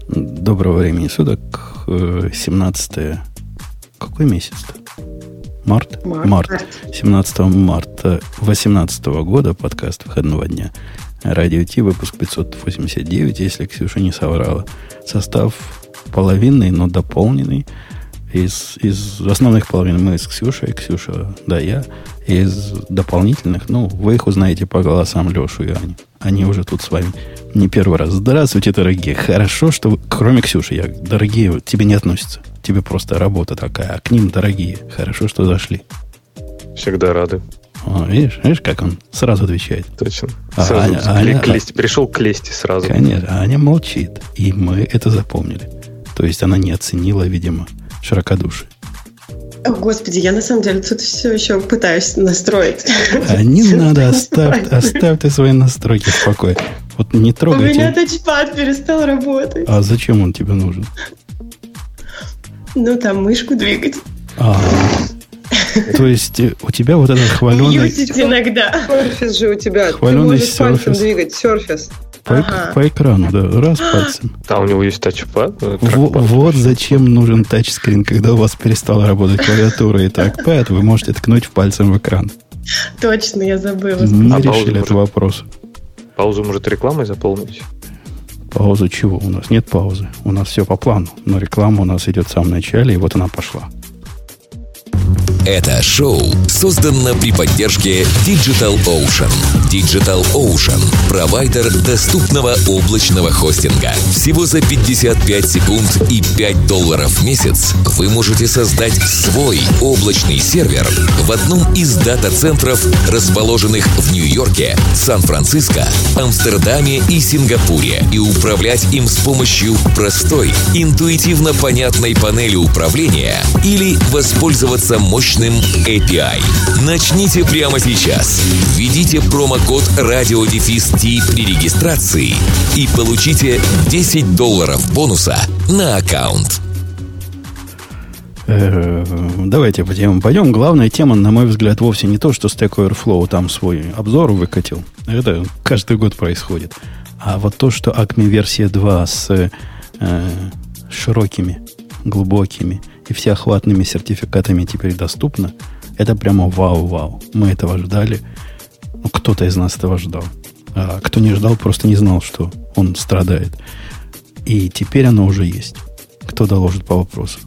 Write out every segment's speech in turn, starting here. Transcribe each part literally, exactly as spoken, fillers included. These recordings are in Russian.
Доброго времени суток. семнадцатое Какой месяц-то? Март? Март. Март. семнадцатого марта две тысячи восемнадцатого года. Подкаст выходного дня. Радио Ти, выпуск пятьсот восемьдесят девять, если Ксюша не соврала. Состав половинный, но дополненный. Из, из основных половин мы с Ксюшей. Ксюша, да, я. Из дополнительных, ну, вы их узнаете по голосам Лешу и Ани. Они уже тут с вами не первый раз. Здравствуйте, дорогие. Хорошо, что вы, кроме Ксюши, я, дорогие, вот, тебе не относятся. Тебе просто работа такая, а к ним дорогие. Хорошо, что зашли. Всегда рады. О, видишь, видишь, как он сразу отвечает. Точно. А, сразу Аня, к, Аня, к лести, пришел к лести сразу. Конечно, Аня молчит. И мы это запомнили. То есть она не оценила, видимо, широкодушие. О, Господи, я на самом деле тут все еще пытаюсь настроить. А не надо, оставь, оставь ты свои настройки в покое. Вот не У трогайте. меня тачпад перестал работать. А зачем он тебе нужен? Ну, там мышку двигать. А, то есть у тебя вот этот хваленый... Мьютить иногда. Серфис же у тебя. Хваленый Ты можешь пальцем серфис. двигать. Серфис. По, Ага. по экрану, да, раз пальцем. А у него есть тачпад? э, Во- трекпад. вот зачем нужен тачскрин, когда у вас перестала работать клавиатура и трекпад, вы можете ткнуть пальцем в экран. Точно, я забыла. Мы А паузу решили этот можно? вопрос. Паузу может рекламой заполнить? Паузу чего? У нас нет паузы. У нас все по плану. Но реклама у нас идет в самом начале, и вот она пошла. Это шоу создано при поддержке DigitalOcean. DigitalOcean – провайдер доступного облачного хостинга. Всего за пятьдесят пять секунд и пять долларов в месяц вы можете создать свой облачный сервер в одном из дата-центров, расположенных в Нью-Йорке, Сан-Франциско, Амстердаме и Сингапуре, и управлять им с помощью простой, интуитивно понятной панели управления или воспользоваться мощным эй пи ай. Начните прямо сейчас. Введите промокод радиодефис-ти при регистрации и получите десять долларов бонуса на аккаунт. Э, Давайте по темам пойдем. Главная тема, на мой взгляд, вовсе не то, что Stack Overflow там свой обзор выкатил. Это каждый год происходит. А вот то, что Acme версия два с э, широкими, глубокими и всеохватными сертификатами теперь доступна, это прямо вау-вау. Мы этого ждали. Ну, кто-то из нас этого ждал. А кто не ждал, просто не знал, что он страдает. И теперь оно уже есть. Кто доложит по вопросу?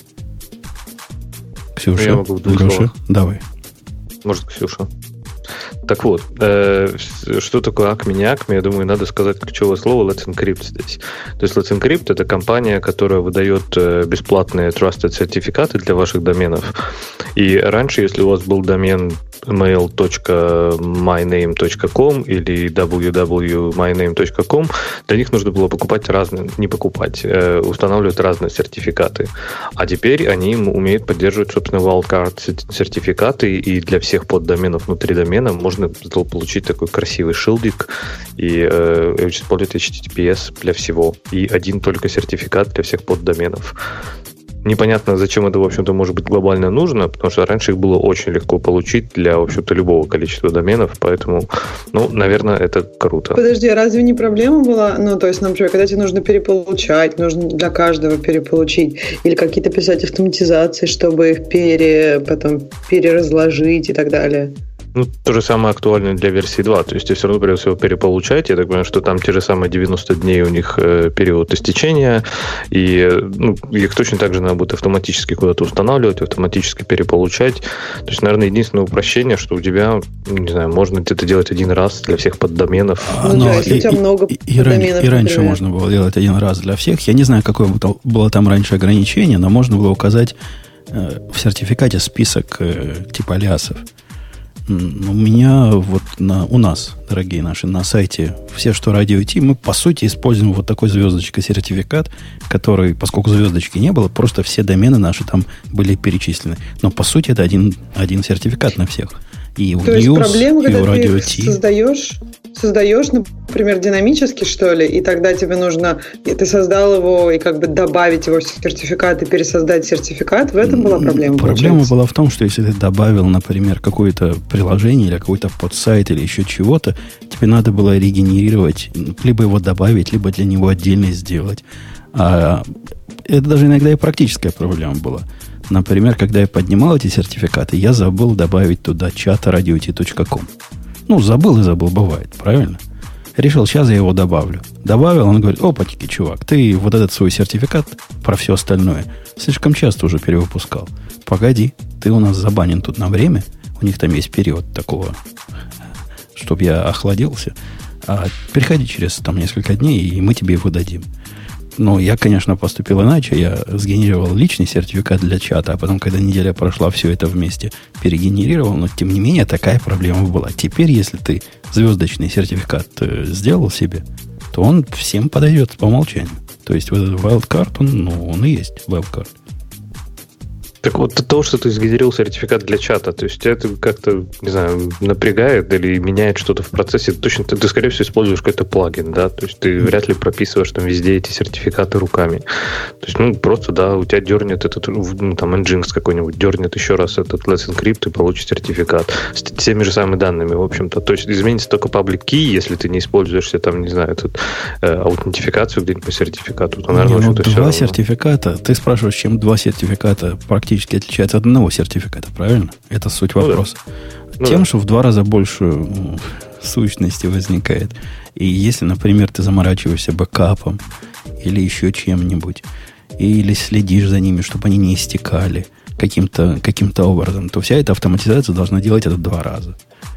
Ксюша, Я могу в двух Леша, словах. давай. Может, Ксюша? Так вот, э, что такое Acme, не Acme? Я думаю, надо сказать ключевое слово Let's Encrypt здесь. То есть Let's Encrypt — это компания, которая выдает э, бесплатные trusted сертификаты для ваших доменов. И раньше, если у вас был домен mail точка my name точка com или дабл ю дабл ю точка my name точка com, для них нужно было покупать разные, не покупать, э, устанавливать разные сертификаты. А теперь они умеют поддерживать, собственно, wildcard сертификаты, и для всех поддоменов внутри домена можно получить такой красивый шилдик и э, использовать эйч ти ти пи эс для всего. И один только сертификат для всех поддоменов. Непонятно, зачем это, в общем-то, может быть глобально нужно, потому что раньше их было очень легко получить для, в общем-то, любого количества доменов, поэтому, ну, наверное, это круто. Подожди, а разве не проблема была? Ну, то есть, например, когда тебе нужно переполучать, нужно для каждого переполучить, или какие-то писать автоматизации, чтобы их пере, потом переразложить и так далее? Ну, то же самое актуально для версии два. То есть, тебе все равно придется его переполучать. Я так понимаю, что там те же самые девяносто дней у них э, период истечения. И э, ну, их точно так же надо будет автоматически куда-то устанавливать, автоматически переполучать. То есть, наверное, единственное упрощение, что у тебя, не знаю, можно где-то делать один раз для всех поддоменов. Ну, Но да, если и, у тебя и- много и, и, ран- поддоменов, и раньше например. можно было делать один раз для всех. Я не знаю, какое было- было там раньше ограничение, но можно было указать э, в сертификате список э, типа алиасов. М, У меня вот на, у нас, дорогие наши, на сайте все, что Радио Ти, мы по сути используем вот такой звездочкой сертификат, который, поскольку звездочки не было, просто все домены наши там были перечислены. Но по сути это один, один сертификат на всех. И у То есть News, проблема, и когда у ты Radio их T. создаешь, создаешь, например, динамически, что ли, и тогда тебе нужно, и ты создал его, и как бы добавить его в сертификат и пересоздать сертификат. В этом была проблема, Проблема получается? была в том, что если ты добавил, например, какое-то приложение или какой-то подсайт или еще чего-то, тебе надо было регенерировать, либо его добавить, либо для него отдельно сделать. А это даже иногда и практическая проблема была. Например, когда я поднимал эти сертификаты, я забыл добавить туда чат радио ти точка ком. Ну, забыл и забыл, бывает, правильно? Решил, сейчас я его добавлю. Добавил, он говорит, опачки, чувак, ты вот этот свой сертификат про все остальное слишком часто уже перевыпускал. Погоди, ты у нас забанен тут на время. У них там есть период такого, чтобы я охладился. А переходи через там несколько дней, и мы тебе его дадим. Но я, конечно, поступил иначе. Я сгенерировал личный сертификат для чата, а потом, когда неделя прошла, все это вместе перегенерировал. Но, тем не менее, такая проблема была. Теперь, если ты звездочный сертификат э, сделал себе, то он всем подойдет по умолчанию. То есть, вот этот wildcard, он, ну, он и есть wildcard. Так вот, то, что ты сгенерил сертификат для чата, то есть это как-то, не знаю, напрягает или меняет что-то в процессе, точно ты, ты, скорее всего, используешь какой-то плагин, да, то есть ты вряд ли прописываешь там везде эти сертификаты руками. То есть, ну, просто, да, у тебя дернет этот, ну, там, Nginx какой-нибудь, дернет еще раз этот Let's Encrypt и получит сертификат с теми же самыми данными, в общем-то. То есть изменится только public key, если ты не используешь там, не знаю, этот, э, аутентификацию где-нибудь по сертификату, то, наверное, не, ну, что-то два все равно. сертификата, ты спрашиваешь, чем два сертификата практически отличаются от одного сертификата, правильно? Это суть вопроса. Ну, да. Ну, Тем, да. что в два раза больше ну, сущности возникает. И если, например, ты заморачиваешься бэкапом или еще чем-нибудь, или следишь за ними, чтобы они не истекали каким-то, каким-то образом, то вся эта автоматизация должна делать это два раза.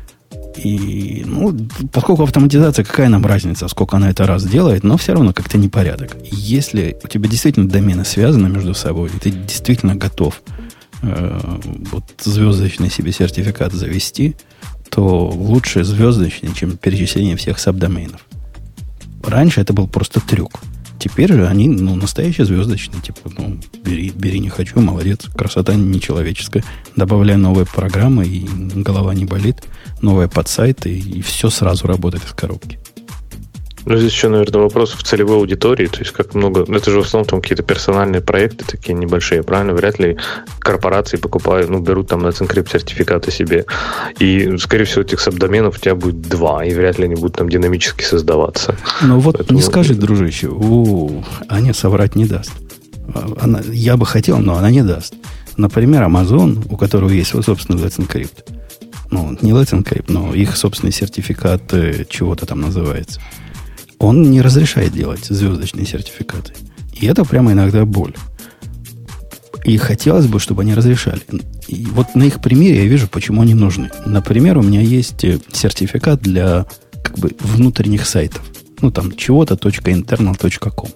И, ну, поскольку автоматизация, какая нам разница, сколько она это раз делает, но все равно как-то непорядок. Если у тебя действительно домены связаны между собой, и ты действительно готов э, вот звездочный себе сертификат завести, то лучше звездочный, чем перечисление всех сабдоменов. Раньше это был просто трюк. Теперь же они, ну, настоящие звездочные, типа, ну, бери, бери, не хочу, молодец, красота нечеловеческая. Добавляй новые программы, и голова не болит, новые подсайты, и все сразу работает из коробки. Ну, здесь еще, наверное, вопрос в целевой аудитории, то есть как много... Это же в основном там какие-то персональные проекты такие небольшие, правильно? Вряд ли корпорации покупают, ну, берут там Let's Encrypt сертификаты себе. И, скорее всего, этих сабдоменов у тебя будет два, и вряд ли они будут там динамически создаваться. Ну, вот Поэтому... не скажи, дружище, у Аня соврать не даст. Она, я бы хотел, но она не даст. Например, Amazon, у которого есть свой собственный Let's Encrypt. Ну, не Let's Encrypt, но их собственный сертификат чего-то там называется. Он не разрешает делать звездочные сертификаты. И это прямо иногда боль. И хотелось бы, чтобы они разрешали. И вот на их примере я вижу, почему они нужны. Например, у меня есть сертификат для как бы внутренних сайтов. Ну, там, чего-то .internal точка com.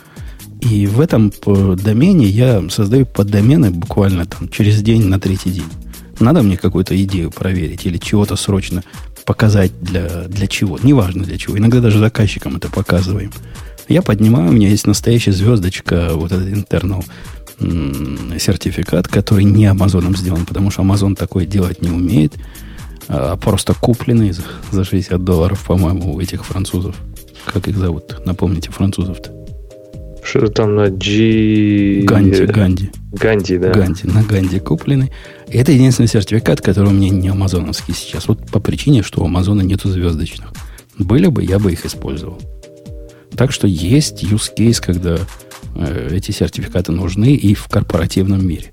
И в этом домене я создаю поддомены буквально там через день на третий день. Надо мне какую-то идею проверить или чего-то срочно показать для, для чего. Неважно для чего. Иногда даже заказчикам это показываем. Я поднимаю, у меня есть настоящая звездочка, вот этот internal м- сертификат, который не Амазоном сделан, потому что Амазон такое делать не умеет, а просто купленный за, за шестьдесят долларов, по-моему, у этих французов. Как их зовут? Напомните, французов-то. Что-то там на G... Ганди, Ганди. Ганди, да. Ганди, на Ганди купленный. И это единственный сертификат, который у меня не амазоновский сейчас. Вот по причине, что у Амазона нету звездочных. Были бы, я бы их использовал. Так что есть use case, когда э, эти сертификаты нужны и в корпоративном мире.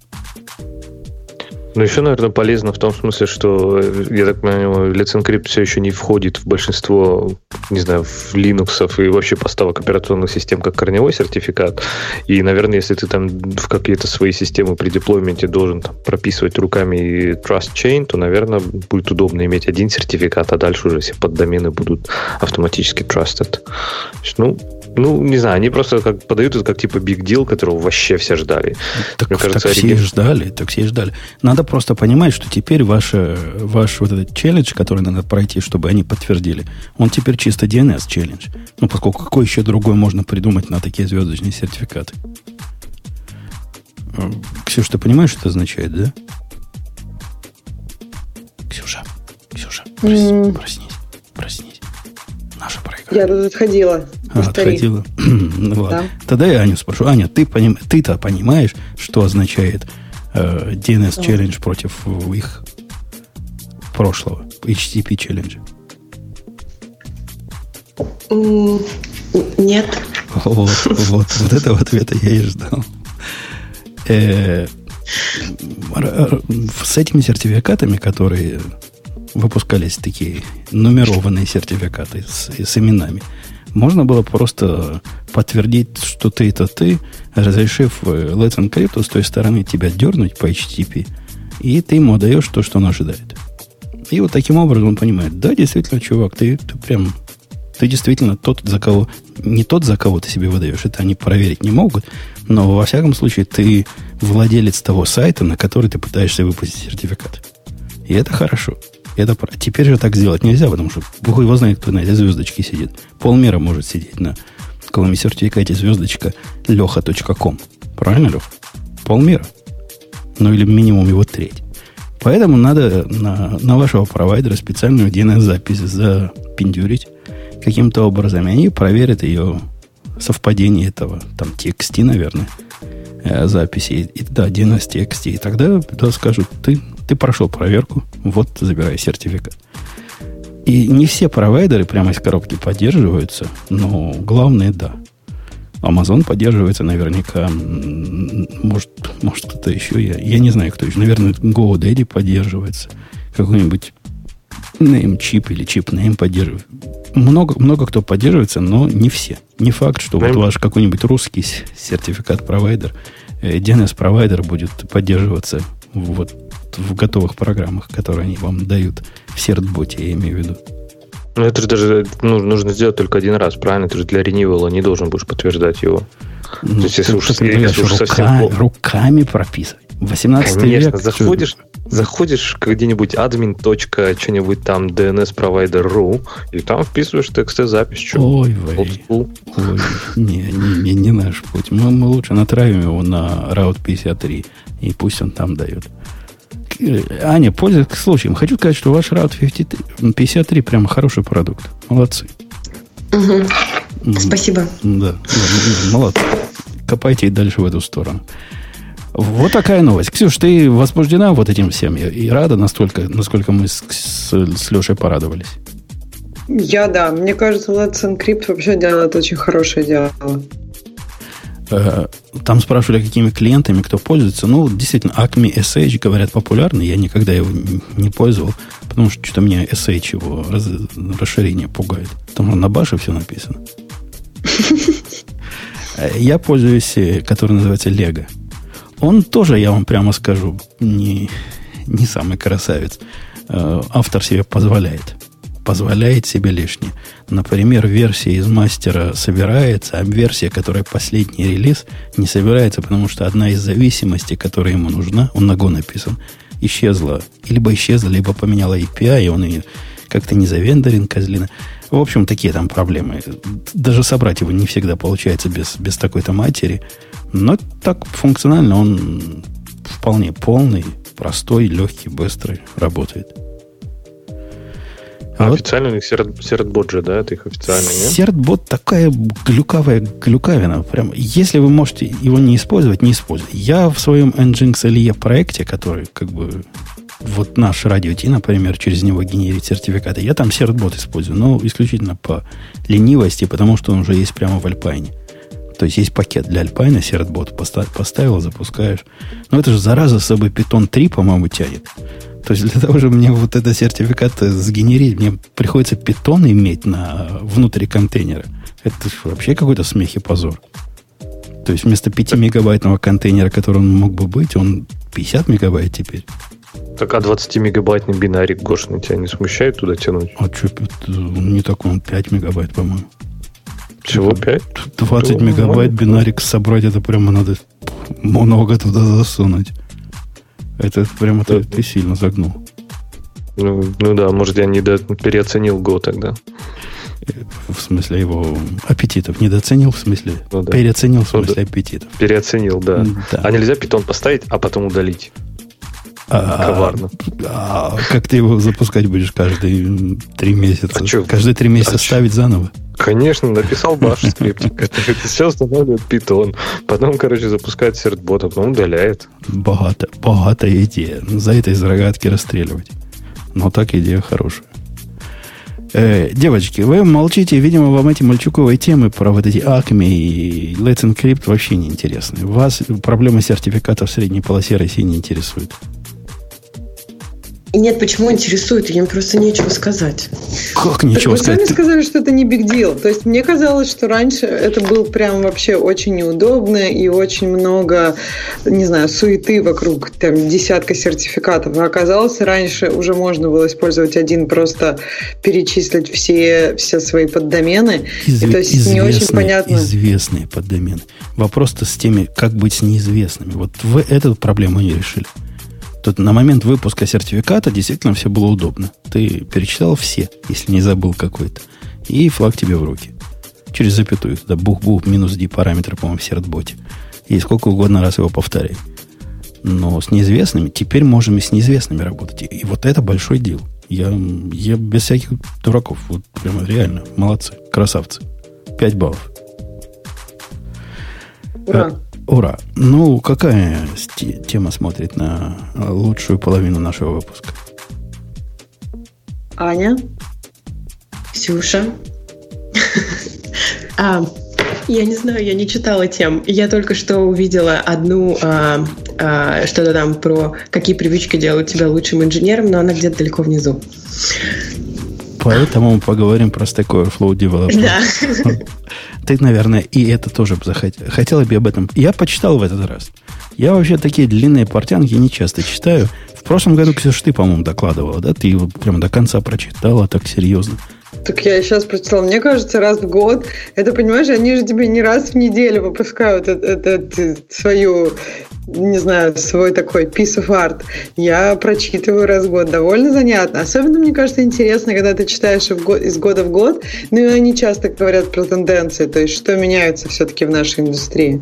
Ну, еще, наверное, полезно в том смысле, что, я так понимаю, Let's Encrypt все еще не входит в большинство, не знаю, в Linux и вообще поставок операционных систем как корневой сертификат. И, наверное, если ты там в какие-то свои системы при деплойменте должен там прописывать руками Trust Chain, то, наверное, будет удобно иметь один сертификат, а дальше уже все поддомены будут автоматически trusted. Ну, ну, не знаю, они просто как подают это как типа big deal, которого вообще все ждали. Так, Мне кажется, так все оригин... и ждали, так все и ждали. Надо просто понимать, что теперь ваш, ваш вот этот челлендж, который надо пройти, чтобы они подтвердили, он теперь чисто ди эн эс челлендж. Ну, поскольку какой еще другой можно придумать на такие звездочные сертификаты? Ксюша, ты понимаешь, что это означает, да? Ксюша. проснись, проснись, проснись. Наша проиграла. Я тут отходила. А, отходила. Ну, ладно. Да. Тогда я Аню спрошу. Аня, ты поним... ты-то понимаешь, что означает э, ди эн эс Challenge против их прошлого эйч ти ти пи Challenge? Mm, нет. Вот, вот, вот этого ответа я и ждал. Э, с этими сертификатами, которые выпускались такие нумерованные сертификаты с, с именами, можно было просто подтвердить, что ты это ты, разрешив Let's Encrypt с той стороны тебя дернуть по эйч ти ти пи, и ты ему отдаешь то, что он ожидает. И вот таким образом он понимает, да, действительно, чувак, ты, ты прям, ты действительно тот, за кого, не тот, за кого ты себе выдаешь, это они проверить не могут, но во всяком случае ты владелец того сайта, на который ты пытаешься выпустить сертификат. И это хорошо. Это, теперь же так сделать нельзя, потому что бог его знает, кто на этой звездочке сидит. Полмира может сидеть на каком сертификате звездочка леха точка ком. Правильно, Леха? Полмира. Ну, или минимум его треть. Поэтому надо на, на вашего провайдера специальную ди эн эс-запись запиндюрить каким-то образом. И они проверят ее совпадение этого, там, ти экс ти, наверное, записи. И, да, ди эн эс ти экс ти. И тогда да, скажут, ты... Ты прошел проверку, вот забирай сертификат. И не все провайдеры прямо из коробки поддерживаются, но главное, да. Amazon поддерживается наверняка, может, может кто-то еще, я, я не знаю, кто еще. Наверное, GoDaddy поддерживается, какой-нибудь Namecheap или ChipName поддерживает. Много, много кто поддерживается, но не все. Не факт, что вот ваш какой-нибудь русский сертификат-провайдер, ди эн эс-провайдер будет поддерживаться вот в готовых программах, которые они вам дают в сертботе, я имею в виду. Ну, это же даже ну, нужно сделать только один раз, правильно? Ты же для renewal не должен будешь подтверждать его. Ну, то есть, если уж, если уж рука, совсем руками прописывать. восемнадцатый Конечно, век. заходишь, заходишь где-нибудь admin. что-нибудь там ди эн эс провайдер точка ру и там вписываешь текст-запись. Что? Ой, ой, ой, не, не, не, не наш путь. Мы, мы лучше натравим его на раут пятьдесят три, и пусть он там дает. Аня, пользуясь случаем, хочу сказать, что ваш раут пятьдесят три прямо хороший продукт. Молодцы. Угу. Спасибо. Да, да, молодцы. Копайте и дальше в эту сторону. Вот такая новость. Ксюш, ты возбуждена вот этим всем и рада настолько, насколько мы с, с, с Лешей порадовались? Я, да. Мне кажется, Let's Encrypt вообще делает очень хорошее дело. Там спрашивали, какими клиентами кто пользуется. Ну, действительно, Acme эс эйч, говорят, популярный. Я никогда его не пользовал, потому что что-то меня эс эйч его раз, расширение пугает. Там на баше все написано. Я пользуюсь, который называется Lego. Он тоже, я вам прямо скажу, не, не самый красавец. Автор себе позволяет. Позволяет себе лишнее. Например, версия из мастера собирается, а версия, которая последний релиз, не собирается, потому что одна из зависимостей, которая ему нужна, он на Go написан, исчезла. Либо исчезла, либо поменяла эй пи ай, и он ее как-то не завендорен, козлина. В общем, такие там проблемы. Даже собрать его не всегда получается без, без такой-то матери. Но так функционально он вполне полный, простой, легкий, быстрый, работает. А вот. Официально у них сертбот же, да? Это их официальный, нет? Сертбот такая глюкавая глюкавина. Прям, если вы можете его не использовать, не используйте. Я в своем Nginx эл и и проекте, который как бы вот наш радио Ти, например, через него генерит сертификаты, я там сертбот использую, но исключительно по ленивости, потому что он уже есть прямо в Alpine. То есть есть пакет для Alpine, сертбот поставил, запускаешь. Но это же зараза с собой Python три, по-моему, тянет. То есть для того, чтобы мне вот этот сертификат сгенерить, мне приходится Python иметь на, внутри контейнера. Это вообще какой-то смех и позор. То есть вместо пятимегабайтного контейнера, который он мог бы быть, он пятьдесят мегабайт теперь. Так, а двадцатимегабайтный бинарик, Гошин, тебя не смущает туда тянуть? А что, не такой, он пять мегабайт, по-моему. Всего пять? двадцать То мегабайт бинарик собрать, это прямо надо много туда засунуть. Это прямо ты, ты сильно загнул. Ну, ну да, может, я недо... переоценил Go тогда. В смысле его аппетитов недооценил, в смысле ну, да. переоценил, в смысле ну, да. аппетитов. Переоценил, да. да. А нельзя Python поставить, а потом удалить? А, Коварно. А, а как ты его запускать будешь каждые три месяца? А чё? Каждые три месяца А ставить чё? заново? Конечно, написал баш скриптик, который все устанавливает Python. Потом, короче, запускает сертбота, потом удаляет. Богато, богатая идея. За это из рогатки расстреливать. Но так идея хорошая. Э, девочки, вы молчите, видимо, вам эти мальчуковые темы про вот эти Acme и Let's Encrypt вообще не интересны. Вас проблема сертификатов средней полосе России не интересует. Нет, почему интересует? Им просто нечего сказать. Как ничего так вы сказать? сами сказали, что это не big deal. То есть мне казалось, что раньше это был прям вообще очень неудобно и очень много, не знаю, суеты вокруг там, десятка сертификатов. А оказалось, раньше уже можно было использовать один, просто перечислить все, все свои поддомены. Изв... И, то есть не очень понятно. Известные поддомены. Вопрос-то с теми, как быть с неизвестными. Вот вы эту проблему не решили. Тут на момент выпуска сертификата действительно все было удобно. Ты перечитал все, если не забыл какой-то. И флаг тебе в руки. Через запятую. Туда бух-бух, минус D параметр, по-моему, в сертботе. И сколько угодно раз его повторяй. Но с неизвестными, теперь можем и с неизвестными работать. И вот это большой дел. Я, я без всяких дураков. Вот прямо реально. Молодцы. Красавцы. Пять баллов. Ура. Ура! Ну, какая тема смотрит на лучшую половину нашего выпуска? Аня? Ксюша? а, я не знаю, я не читала тем. Я только что увидела одну, а, а, что-то там про какие привычки делают тебя лучшим инженером, но она где-то далеко внизу. Поэтому мы поговорим про Stack Overflow Developer. Да. Ты, наверное, и это тоже бы захотел. Хотела бы об этом. Я почитал в этот раз. Я вообще такие длинные портянки не часто читаю. В прошлом году, Ксюш, ты, по-моему, докладывала, да? Ты его прямо до конца прочитала так серьезно. Так я сейчас прочитала. Мне кажется, раз в год. Это, понимаешь, они же тебе не раз в неделю выпускают это, это, это, свою, не знаю, свой такой piece of art. Я прочитываю раз в год. Довольно занятно. Особенно, мне кажется, интересно, когда ты читаешь из года в год. Ну, и они часто говорят про тенденции. То есть, что меняется все-таки в нашей индустрии.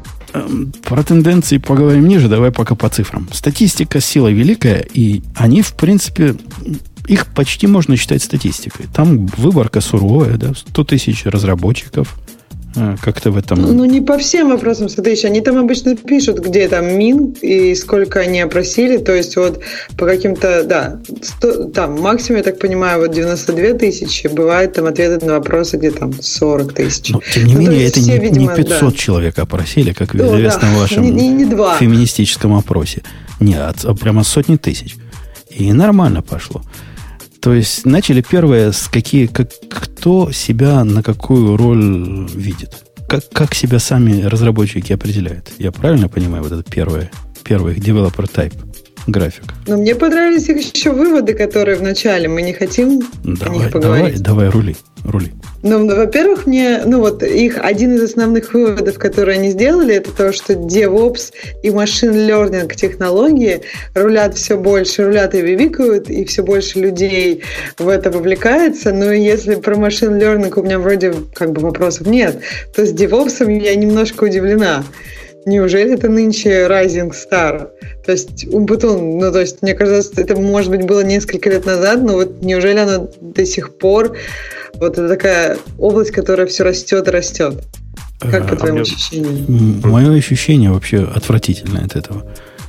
Про тенденции поговорим ниже. Давай пока по цифрам. Статистика сила великая. И они, в принципе... Их почти можно считать статистикой. Там выборка суровая, да, сто тысяч разработчиков. Как-то в этом... Ну, не по всем вопросам сто тысяч. Они там обычно пишут, где там мин и сколько они опросили. То есть вот по каким-то, да, сто, там максимум, я так понимаю, вот девяносто две тысячи. Бывает там ответы на вопросы, где там сорок тысяч. Но, тем не ну, менее, это все, не, видимо, не пятьсот да. человек опросили, как в ну, известном да. вашем не, не, не два. феминистическом опросе. Нет, а прямо сотни тысяч. И нормально пошло. То есть начали первое с какие, как, кто себя на какую роль видит. Как, как себя сами разработчики определяют. Я правильно понимаю вот это первое, первый developer type график? Но мне понравились их еще выводы, которые в начале. Мы не хотим давай, о них поговорить. Давай, давай, рули, рули. Ну, во-первых, мне, ну вот их один из основных выводов, которые они сделали, это то, что DevOps и Machine Learning технологии рулят все больше, рулят и вивикают, и все больше людей в это вовлекается. Но если про Machine Learning у меня вроде как бы вопросов нет, то с DevOps я немножко удивлена. Неужели это нынче Rising Star? То есть Умпутун, ну то есть мне кажется, это может быть было несколько лет назад, но вот неужели она до сих пор вот это такая область, которая все растет и растет? Как по твоим ощущениям? Мое ощущение вообще отвратительное от этого.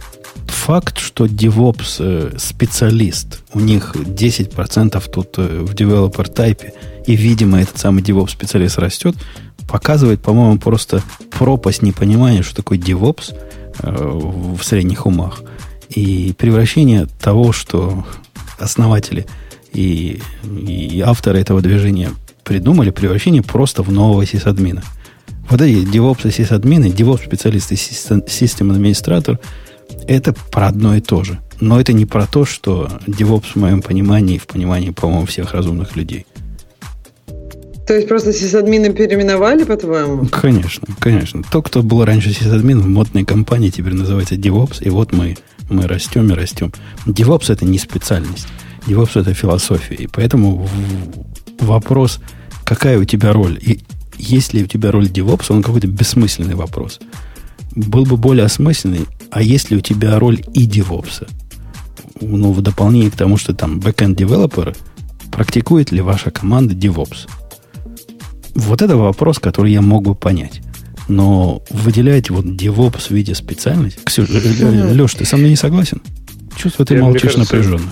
Факт, что DevOps специалист, у них десять процентов тут в developer type, и, видимо, этот самый DevOps специалист растет, показывает, по-моему, просто пропасть непонимания, что такое DevOps э, в средних умах. И превращение того, что основатели и, и авторы этого движения придумали, превращение просто в нового сисадмина. Вот эти DevOps и сисадмины, DevOps-специалисты и систем-администратор, это про одно и то же. Но это не про то, что DevOps в моем понимании и в понимании, по-моему, всех разумных людей. То есть просто сисадмины переименовали, по-твоему? Конечно, конечно. То, кто был раньше сисадмин в модной компании, теперь называется DevOps, и вот мы, мы растем и растем. DevOps – это не специальность. DevOps – это философия. И поэтому вопрос, какая у тебя роль, и есть ли у тебя роль DevOps, он какой-то бессмысленный вопрос. Был бы более осмысленный, а есть ли у тебя роль и DevOps? ну, в дополнение к тому, что там backend-девелоперы, практикует ли ваша команда DevOps? Вот это вопрос, который я мог бы понять. Но выделять вот DevOps в виде специальности... Ксюша, Леш, ты со мной не согласен? Чувствую, ты молчишь напряженно.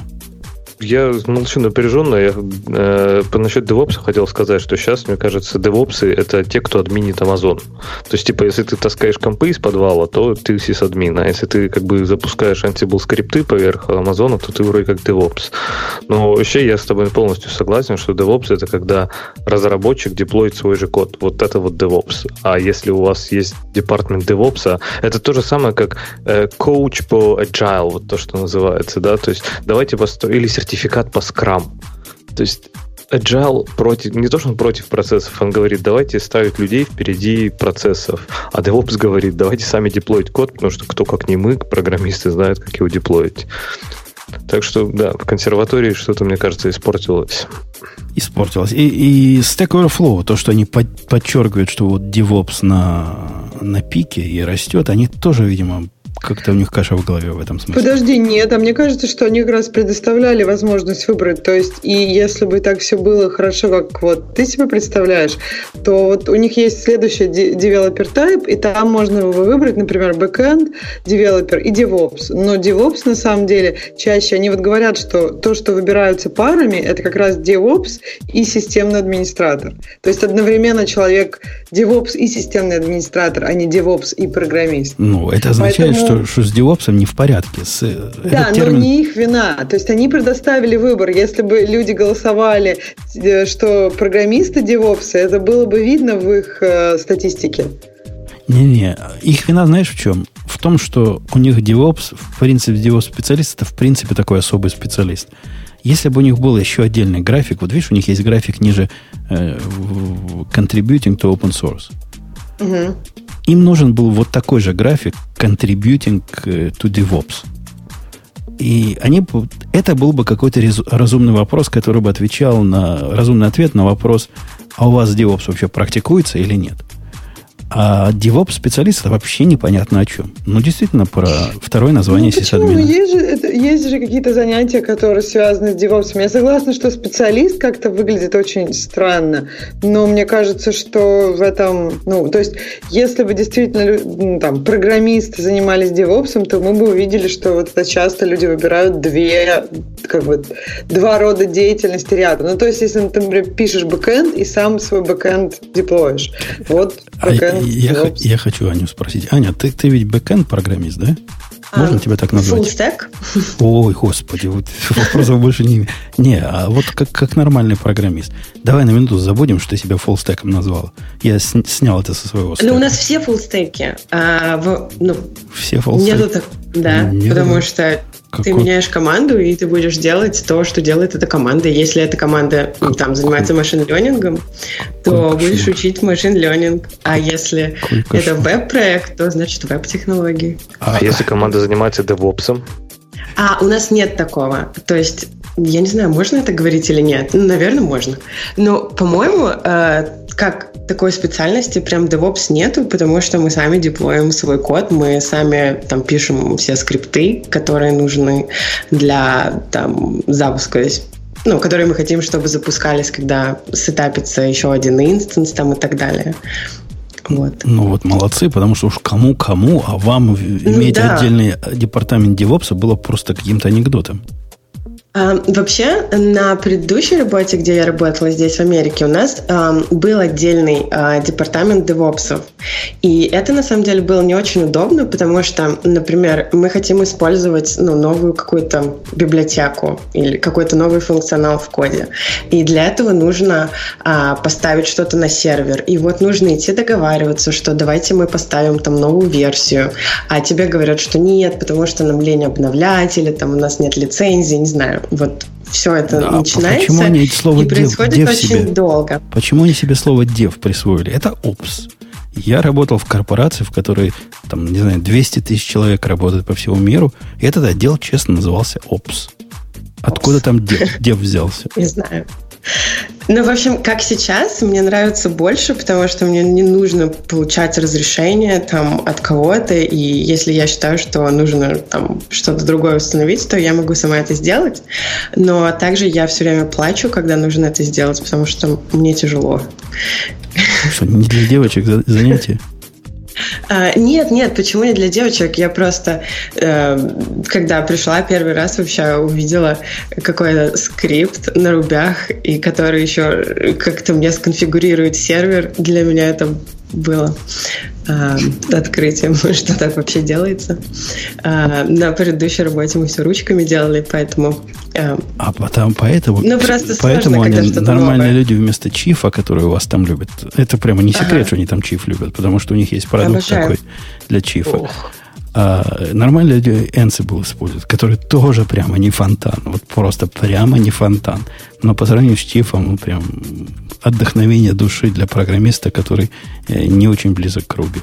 Я молчу напряженно. Я э, насчет DevOps хотел сказать, что сейчас, мне кажется, DevOps это те, кто админит Amazon. То есть, типа, если ты таскаешь компы из подвала, то ты сисадмин. А если ты как бы запускаешь Ansible скрипты поверх Amazon, то ты вроде как DevOps. Но вообще я с тобой полностью согласен, что DevOps это когда разработчик деплоит свой же код. Вот это вот DevOps. А если у вас есть департамент DevOps, это то же самое, как э, коуч по Agile, вот то, что называется, да, то есть давайте построим, или сертификат по Scrum. То есть Agile против, не то, что он против процессов, он говорит, давайте ставить людей впереди процессов. А DevOps говорит, давайте сами деплоить код, потому что кто, как не мы, программисты, знают, как его деплоить. Так что, да, в консерватории что-то, мне кажется, испортилось. Испортилось. И, и Stack Overflow, то, что они под, подчеркивают, что вот DevOps на, на пике и растет, они тоже, видимо, как-то у них каша в голове в этом смысле. Подожди, нет, а мне кажется, что они как раз предоставляли возможность выбрать. То есть, и если бы так все было хорошо, как вот ты себе представляешь, то вот у них есть следующий developer type, и там можно выбрать, например, backend, developer и DevOps. Но DevOps, на самом деле, чаще они вот говорят, что то, что выбираются парами, это как раз DevOps и системный администратор. То есть, одновременно человек DevOps и системный администратор, а не DevOps и программист. Ну, это означает, Поэтому... что, что с DevOps не в порядке. С, да, термин... но не их вина. То есть они предоставили выбор. Если бы люди голосовали, что программисты DevOps, это было бы видно в их э, статистике. Не-не, их вина знаешь в чем? В том, что у них DevOps, в принципе, DevOps-специалист, это в принципе такой особый специалист. Если бы у них был еще отдельный график, вот видишь, у них есть график ниже э, Contributing to Open Source. Угу. Им нужен был вот такой же график Contributing to DevOps. И они, это был бы какой-то разумный вопрос, который бы отвечал на разумный ответ на вопрос, а у вас DevOps вообще практикуется или нет. А DevOps-специалист это вообще непонятно о чем. Ну, действительно, про второе название ну, сисадмина. Есть же, это, есть же какие-то занятия, которые связаны с DevOps. Я согласна, что специалист как-то выглядит очень странно. Но мне кажется, что в этом... Ну, то есть, если бы действительно ну, там, программисты занимались DevOps, то мы бы увидели, что вот это часто люди выбирают две, как бы, два рода деятельности рядом. Ну, то есть, если ты, например, пишешь бэкэнд и сам свой бэкэнд деплоишь. Вот бэкэнд. Я, я хочу Аню спросить. Аня, ты, ты ведь бэкэнд-программист, да? Можно а, тебя так назвать? Full stack? Ой, господи, вот вопросов больше не... Не, а вот как, как нормальный программист. Давай на минуту забудем, что ты себя фуллстеком назвал. Я с, снял это со своего стека. Ну, у нас все фуллстеки. А, в, ну, все фуллстеки? Нету так, да, Нету. Потому что Какой? Ты меняешь команду, и ты будешь делать то, что делает эта команда. Если эта команда ну, там занимается машин-лернингом, то Какой будешь кошмар. Учить машин-лернинг. А если Какой это веб-проект, то значит веб-технологии. А, а если команда занимается DevOps? А, у нас нет такого. То есть, я не знаю, можно это говорить или нет. Ну, наверное, можно. Но, по-моему, э, как такой специальности прям DevOps нету, потому что мы сами деплоим свой код, мы сами там пишем все скрипты, которые нужны для там, запуска, ну, которые мы хотим, чтобы запускались, когда сетапится еще один инстанс там, и так далее. Вот. Ну вот молодцы, потому что уж кому-кому, а вам ну, иметь да. отдельный департамент DevOps было просто каким-то анекдотом. А, вообще, на предыдущей работе, где я работала здесь, в Америке, у нас а, был отдельный а, департамент DevOps. И это, на самом деле, было не очень удобно, потому что, например, мы хотим использовать ну, новую какую-то библиотеку или какой-то новый функционал в коде. И для этого нужно а, поставить что-то на сервер. И вот нужно идти договариваться, что давайте мы поставим там новую версию. А тебе говорят, что нет, потому что нам лень обновлять, или там у нас нет лицензии, не знаю. Вот все это да, начинается почему они слово и происходит dev, dev очень себе, долго. Почему они себе слово dev присвоили? Это Ops. Я работал в корпорации, в которой, там, не знаю, двести тысяч человек работает по всему миру, и этот отдел, честно, назывался Ops. Откуда Ops. Там dev, dev взялся? Не знаю. Ну, в общем, как сейчас, мне нравится больше, потому что мне не нужно получать разрешение там от кого-то, и если я считаю, что нужно там что-то другое установить, то я могу сама это сделать. Но также я все время плачу, когда нужно это сделать, потому что мне тяжело. Что, не для девочек занятие? А, нет, нет, почему не для девочек? Я просто, э, когда пришла первый раз, вообще увидела какой-то скрипт на рубях, и который еще как-то мне сконфигурирует сервер. Для меня это было э, открытием, что так вообще делается. Э, на предыдущей работе мы все ручками делали, поэтому... Э, а потом, поэтому, ну, просто поэтому сложно, они, нормальные новое. люди вместо чифа, которые у вас там любят, это прямо не секрет, ага. что они там чиф любят, потому что у них есть продукт Обожаю. такой для чифа. Ох. А нормальные люди Ansible используют, который тоже прямо не фонтан. Вот просто прямо не фонтан. Но по сравнению с чифом, ну, прям отдохновение души для программиста, который не очень близок к Ruby.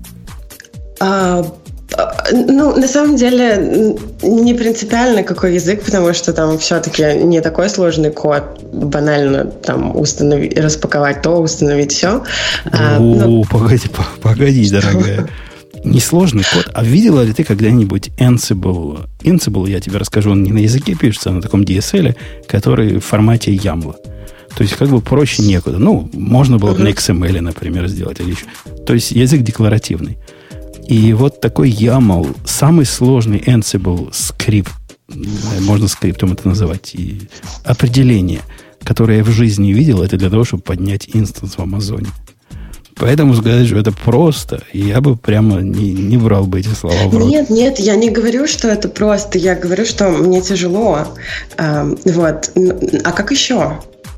А, ну, на самом деле, не принципиально какой язык, потому что там все-таки не такой сложный код. Банально там установить, распаковать то, установить все. А, О, но... погоди, погоди, дорогая. Несложный код. А видела ли ты когда-нибудь Ansible? Ansible, я тебе расскажу, он не на языке пишется, а на таком ди эс эл, который в формате ямла. То есть, как бы проще некуда. Ну, можно было бы uh-huh. на икс эм эл, например, сделать. Или еще. То есть, язык декларативный. И вот такой ямл, самый сложный Ansible скрипт, можно скриптом это называть, и определение, которое я в жизни видел, это для того, чтобы поднять инстанс в Амазоне. Поэтому сказать, что это просто, я бы прямо не, не брал бы эти слова в рот. Нет, нет, я не говорю, что это просто. Я говорю, что мне тяжело. А, вот. А как еще?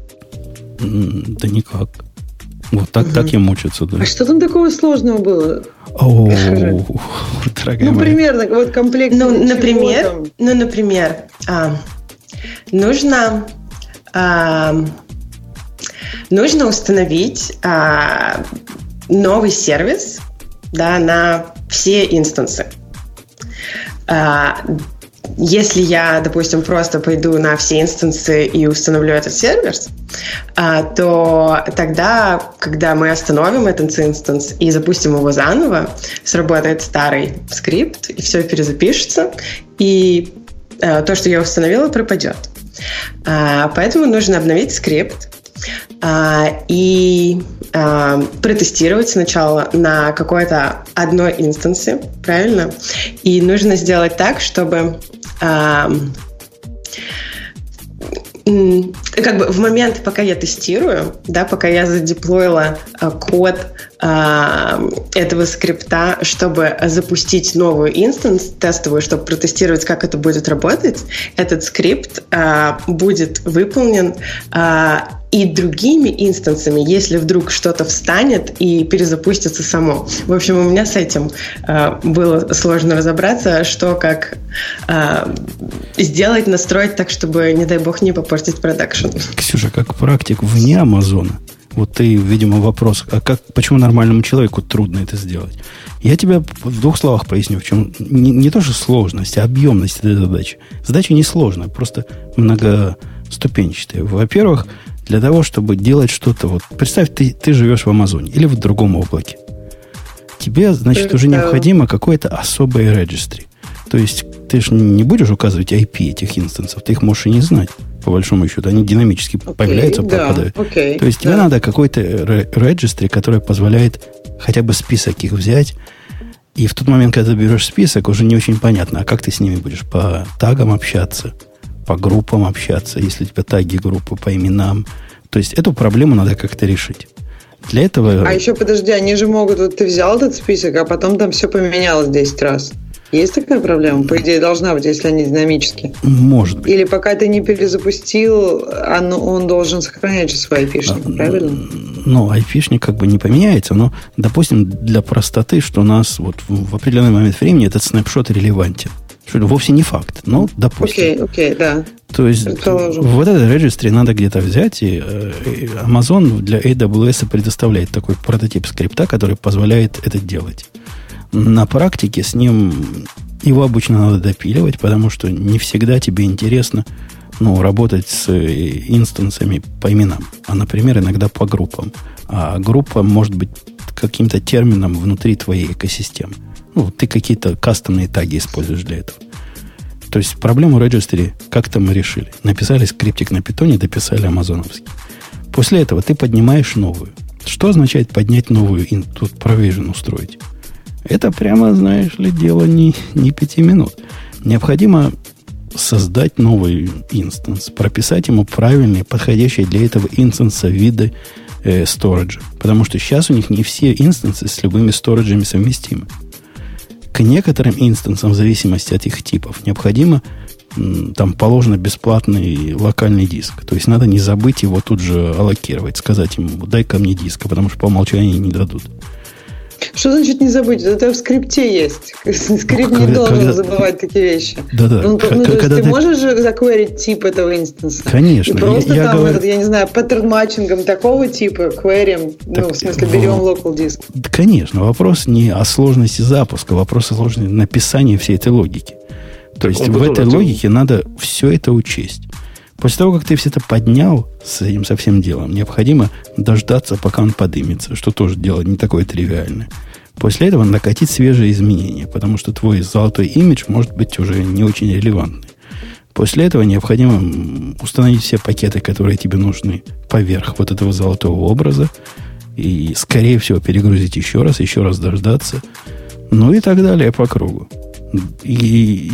Да никак. Вот так, угу. так и мучатся. Да. А что там такого сложного было? О, дорогая Ну, примерно, вот комплект. Ну, например, ну, например, а, нужно... А, Нужно установить а, новый сервис, да, на все инстансы. А, если я, допустим, просто пойду на все инстансы и установлю этот сервис, а, то тогда, когда мы остановим этот инстанс и запустим его заново, сработает старый скрипт, и все перезапишется, и а, то, что я установила, пропадет. А, поэтому нужно обновить скрипт, Uh, и uh, протестировать сначала на какой-то одной инстансе, правильно? И нужно сделать так, чтобы uh, как бы в момент, пока я тестирую, да, пока я задеплоила uh, код uh, этого скрипта, чтобы запустить новую инстанс тестовую, чтобы протестировать, как это будет работать, этот скрипт uh, будет выполнен uh, и другими инстансами, если вдруг что-то встанет и перезапустится само. В общем, у меня с этим э, было сложно разобраться, что как э, сделать, настроить так, чтобы, не дай бог, не попортить продакшн. Ксюша, как практик вне Амазона, вот ты, видимо, вопрос, а как, почему нормальному человеку трудно это сделать? Я тебе в двух словах поясню, в чем не, не то, что сложность, а объемность этой задачи. Задача не сложная, просто многоступенчатая. Во-первых, для того, чтобы делать что-то... Вот, представь, ты, ты живешь в Амазоне или в другом облаке. Тебе, значит, уже необходимо какое-то особое registry. То есть ты же не будешь указывать ай пи этих инстансов, ты их можешь и не знать, по большому счету. Они динамически okay, появляются, да, пропадают. Okay, То есть да. тебе надо какой-то registry, который позволяет хотя бы список их взять. И в тот момент, когда ты берешь список, уже не очень понятно, а как ты с ними будешь по тагам общаться, по группам общаться, если у тебя таги группы, по именам. То есть эту проблему надо как-то решить. Для этого... А еще, подожди, они же могут... Вот ты взял этот список, а потом там все поменялось десять раз. Есть такая проблема? По идее, должна быть, если они динамические. Может быть. Или пока ты не перезапустил, он, он должен сохранять же свой айпишник, а, правильно? Ну, айпишник как бы не поменяется, но, допустим, для простоты, что у нас вот в, в определенный момент времени этот снапшот релевантен. Что вовсе не факт, но допустим. Окей, okay, окей, okay, да. То есть вот этот registry надо где-то взять, и, и Amazon для эй дабл ю эс предоставляет такой прототип скрипта, который позволяет это делать. На практике с ним его обычно надо допиливать, потому что не всегда тебе интересно ну, работать с инстансами по именам, а, например, иногда по группам. А группа может быть каким-то термином внутри твоей экосистемы. Ну, ты какие-то кастомные таги используешь для этого. То есть проблему registry как-то мы решили. Написали скриптик на питоне, дописали амазоновский. После этого ты поднимаешь новую. Что означает поднять новую и тут provision устроить? Это прямо, знаешь ли, дело не, не пяти минут. Необходимо создать новый инстанс, прописать ему правильные, подходящие для этого инстанса виды э, сториджа. Потому что сейчас у них не все инстансы с любыми сториджами совместимы. К некоторым инстансам, в зависимости от их типов, необходимо, там положено бесплатный локальный диск. То есть надо не забыть его тут же аллокировать, сказать ему, дай-ка мне диск, потому что по умолчанию не дадут. Что значит не забыть? Это в скрипте есть. Скрипт ну, не когда, должен когда... забывать такие вещи. Да-да. Ну, К- ну, то есть ты, ты можешь же закварить тип этого инстанса? Конечно. И просто я, там, я, говорю... этот, я не знаю, паттерн-матчингом такого типа, кварим, ну, в смысле, берем в... local диск. Конечно. Вопрос не о сложности запуска, вопрос о сложности написания всей этой логики. То есть в этой логике надо все это учесть. После того, как ты все это поднял с этим со всем делом, необходимо дождаться, пока он подымется, что тоже дело не такое тривиальное. После этого накатить свежие изменения, потому что твой золотой имидж может быть уже не очень релевантный. После этого необходимо установить все пакеты, которые тебе нужны поверх вот этого золотого образа, и, скорее всего, перегрузить еще раз, еще раз дождаться, ну и так далее по кругу. И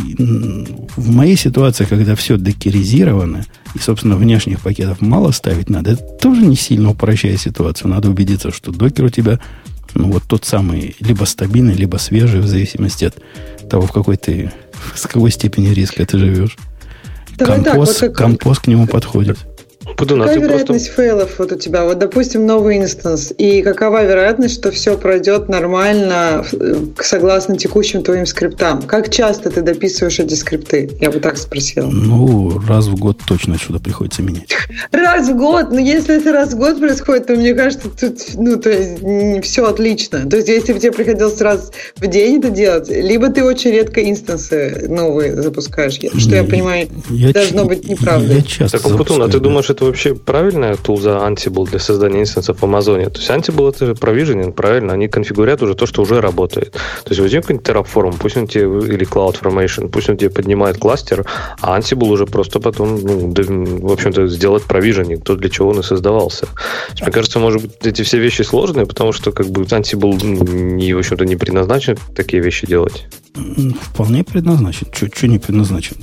в моей ситуации, когда все докеризировано, и, собственно, внешних пакетов мало ставить надо, это тоже не сильно упрощает ситуацию. Надо убедиться, что докер у тебя, ну, вот тот самый, либо стабильный, либо свежий, в зависимости от того, в какой ты, с какой степени риска ты живешь. Давай Компост, так, вот как... компост к нему подходит. Путун, какая а вероятность просто... фейлов вот у тебя? Вот, допустим, новый инстанс. И какова вероятность, что все пройдет нормально согласно текущим твоим скриптам? Как часто ты дописываешь эти скрипты? Я бы так спросила. Ну, раз в год точно сюда приходится менять. Раз в год? Ну, если это раз в год происходит, то, мне кажется, тут, ну, то есть, все отлично. То есть, если бы тебе приходилось раз в день это делать, либо ты очень редко инстансы новые запускаешь, что, я понимаю, я должно ч... быть неправдой. Я часто так, Путун, а ты да. думаешь, это вообще правильная тулза Ansible для создания инстансов в Амазоне? То есть Ansible это же provisioning, правильно? Они конфигурят уже то, что уже работает. То есть возьми какой-нибудь Terraform, пусть он тебе, или CloudFormation, пусть он тебе поднимает кластер, а Ansible уже просто потом, ну, в общем-то, сделает provisioning, то, для чего он и создавался. Есть, мне кажется, может быть, эти все вещи сложные, потому что как бы Ansible не, в общем-то, не предназначен такие вещи делать. Вполне предназначен. Что не предназначен-то?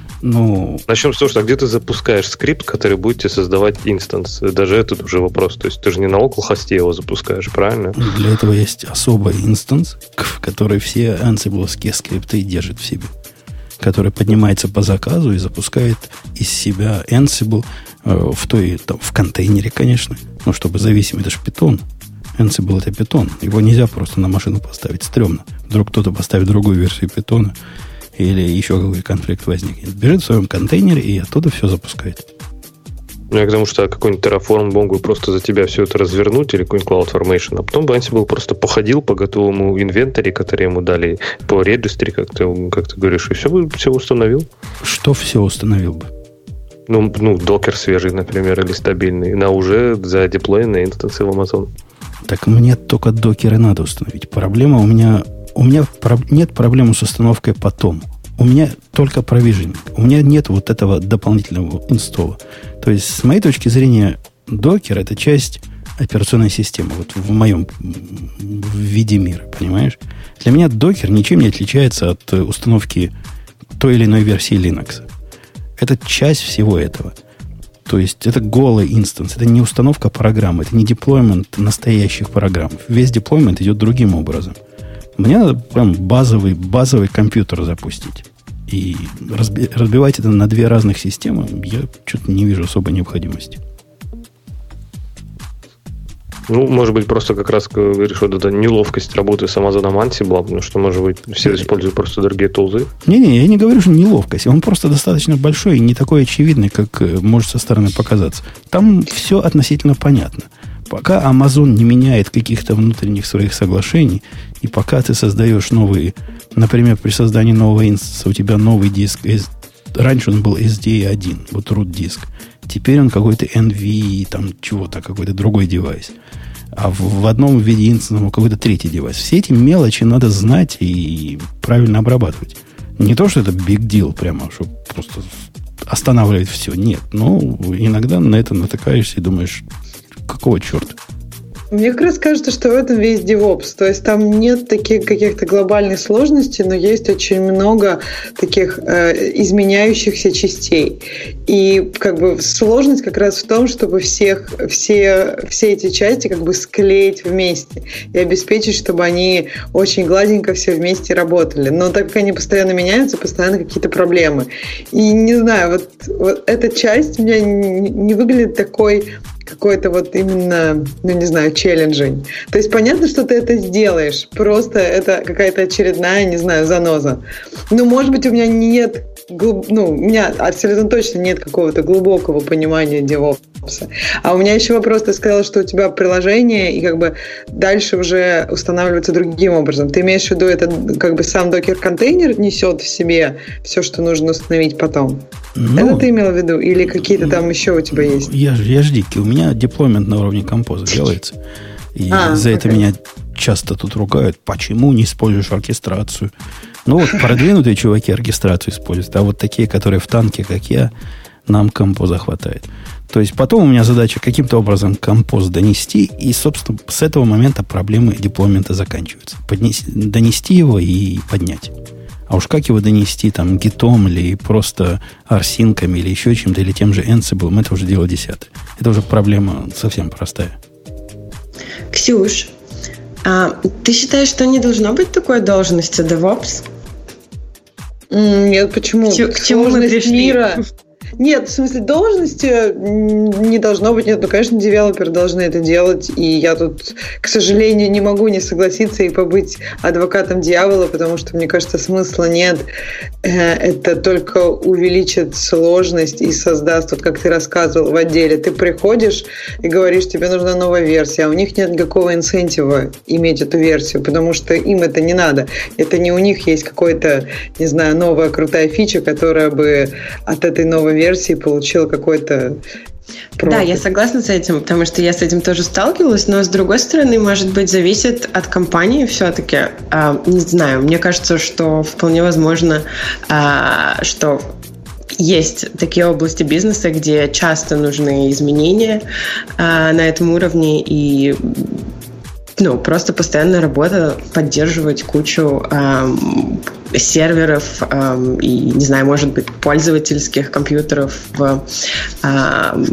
Ну, начнем с того, что где ты запускаешь скрипт, который будет тебе создавать инстанс. Даже этот уже вопрос. То есть ты же не на локал-хосте его запускаешь, правильно? Для этого есть особый инстанс, который все ансибловские скрипты держит в себе, который поднимается по заказу и запускает из себя Ansible э, в той, там, в контейнере, конечно. Ну, чтобы зависимый, это же Python. Ansible это Python. Его нельзя просто на машину поставить. Стрёмно. Вдруг кто-то поставит другую версию Python, или еще какой конфликт возникнет. Бежит в своем контейнере и оттуда все запускает. Ну, я к тому, что какой-нибудь Terraform мог бы просто за тебя все это развернуть, или какой-нибудь CloudFormation, а потом бы Ansible просто походил по готовому инвентаре, который ему дали, по registry, как ты, как ты говоришь, и все бы все установил. Что все установил бы? Ну, ну, докер свежий, например, или стабильный, на уже задеплоенные инстансы в Amazon. Так мне только докеры надо установить. Проблема у меня... У меня нет проблемы с установкой потом. У меня только провиженинг. У меня нет вот этого дополнительного инстола. То есть, с моей точки зрения, докер – это часть операционной системы. Вот в моем в виде мира, понимаешь? Для меня докер ничем не отличается от установки той или иной версии Linux. Это часть всего этого. То есть, это голый инстанс. Это не установка программ. Это не деплоймент настоящих программ. Весь деплоймент идет другим образом. Мне надо прям базовый, базовый компьютер запустить. И разби, разбивать это на две разных системы, я что-то не вижу особой необходимости. Ну, может быть, просто как раз говоришь, вот эта неловкость работы с Amazon Ansible, потому что, может быть, все используют просто другие тулзы. Не-не, я не говорю, что неловкость. Он просто достаточно большой и не такой очевидный, как может со стороны показаться. Там все относительно понятно. Пока Amazon не меняет каких-то внутренних своих соглашений, и пока ты создаешь новые, например, при создании нового инстанса у тебя новый диск из раньше он был эс ди один, вот root диск. Теперь он какой-то эн ви, там чего-то, какой-то другой девайс. А в, в одном виде инстансного какой-то третий девайс. Все эти мелочи надо знать и правильно обрабатывать. Не то, что это big deal прямо, что просто останавливает все. Нет. Ну, иногда на это натыкаешься и думаешь, какого черта? Мне как раз кажется, что в этом весь DevOps. То есть там нет таких каких-то глобальных сложностей, но есть очень много таких э, изменяющихся частей. И как бы сложность как раз в том, чтобы всех, все, все эти части как бы склеить вместе и обеспечить, чтобы они очень гладенько все вместе работали. Но так как они постоянно меняются, постоянно какие-то проблемы. И не знаю, вот, вот эта часть у меня не, не выглядит такой... какой-то вот именно, ну не знаю, челленджинг. То есть понятно, что ты это сделаешь, просто это какая-то очередная, не знаю, заноза. Ну, может быть, у меня нет, глуб... ну, у меня абсолютно точно нет какого-то глубокого понимания DevOps. А у меня еще вопрос, ты сказала, что у тебя приложение, и как бы дальше уже устанавливается другим образом. Ты имеешь в виду, это как бы сам докер-контейнер несет в себе все, что нужно установить потом? Ну, это ты имел в виду? Или какие-то там еще у тебя есть? Я, я ж дикий. У меня деплоймент на уровне композа делается. И а, за это okay. меня часто тут ругают. Почему не используешь оркестрацию? Ну вот продвинутые чуваки оркестрацию используют. А вот такие, которые в танке, как я, нам композа хватает. То есть потом у меня задача каким-то образом композ донести. И, собственно, с этого момента проблемы деплоймента заканчиваются. Поднести, донести его и поднять. А уж как его донести, там, гитом или просто арсинками, или еще чем-то, или тем же Ansible, это уже дело десятое. Это уже проблема совсем простая. Ксюш, а ты считаешь, что не должно быть такой должности DevOps? Нет, почему? К, к чему мы пришли? Мира... Нет, в смысле должности не должно быть. Нет, ну, конечно, девелоперы должны это делать. И я тут, к сожалению, не могу не согласиться и побыть адвокатом дьявола, потому что, мне кажется, смысла нет. Это только увеличит сложность и создаст, вот как ты рассказывал в отделе, ты приходишь и говоришь, тебе нужна новая версия, а у них нет никакого инцентива иметь эту версию, потому что им это не надо. Это не у них есть какой-то, не знаю, новая крутая фича, которая бы от этой новой версии версии получила какой-то профит. Да, я согласна с этим, потому что я с этим тоже сталкивалась, но с другой стороны, может быть, зависит от компании все-таки. А, не знаю, мне кажется, что вполне возможно, а, что есть такие области бизнеса, где часто нужны изменения а, на этом уровне, и ну, просто постоянная работа, поддерживать кучу эм, серверов эм, и, не знаю, может быть, пользовательских компьютеров в, эм,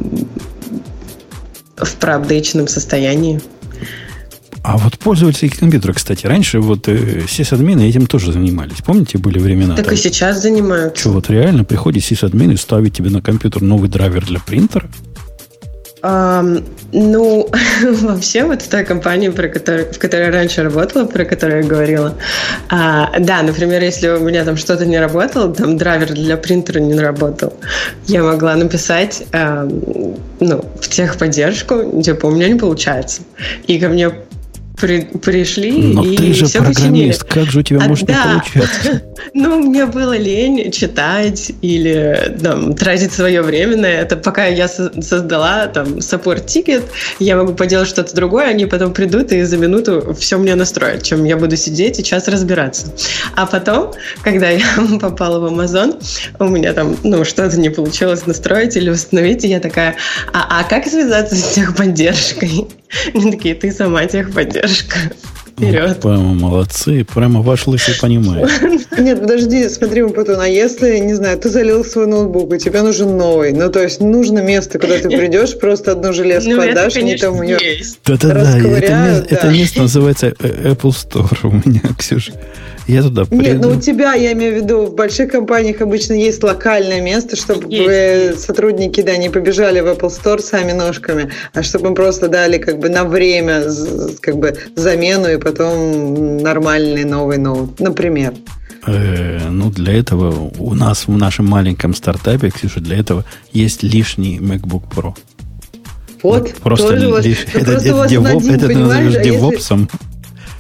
в проапдейченном состоянии. А вот пользовательские компьютеры, кстати, раньше вот э, сисадмины этим тоже занимались. Помните, были времена? Так там, и сейчас занимаются. Что, вот реально приходит сисадмин и ставит тебе на компьютер новый драйвер для принтера? Um, ну, вообще вот в той компании, про которую, в которой я раньше работала, про которую я говорила, а, да, например, если у меня там что-то не работало, там драйвер для принтера не работал, я могла написать а, ну, в техподдержку, типа, у меня не получается. И ко мне при, пришли Но и ты же все программист, починили. Как же у тебя а, может да. не получаться? Ну, мне было лень читать или там, тратить свое время на это. Пока я со- создала там саппорт-тикет, я могу поделать что-то другое, они потом придут и за минуту все мне настроят, чем я буду сидеть и час разбираться. А потом, когда я попала в Amazon, у меня там ну, что-то не получилось настроить или установить, и я такая, а, а как связаться с техподдержкой? Они такие, ты сама техподдержка. Вперед. Ну, прямо молодцы, прямо ваш лысый понимает. Нет, подожди, смотри, Путун, а если, не знаю, ты залил свой ноутбук, и тебе нужен новый, ну, то есть нужно место, куда ты придешь, просто одну железку ну, отдашь, это, они там ее Да-да-да, это, это место называется Apple Store у меня, Ксюша. Я туда приду. Нет, ну у тебя, я имею в виду, в больших компаниях обычно есть локальное место, чтобы есть. сотрудники, да, не побежали в Apple Store сами ножками, а чтобы им просто дали как бы на время как бы замену и потом нормальный новый ноут, например. Э, ну, для этого у нас в нашем маленьком стартапе, Ксюша, для этого есть лишний MacBook Pro. Вот, вот просто лиш... лиш... это, это, девоп, это ты назовешь девопсом.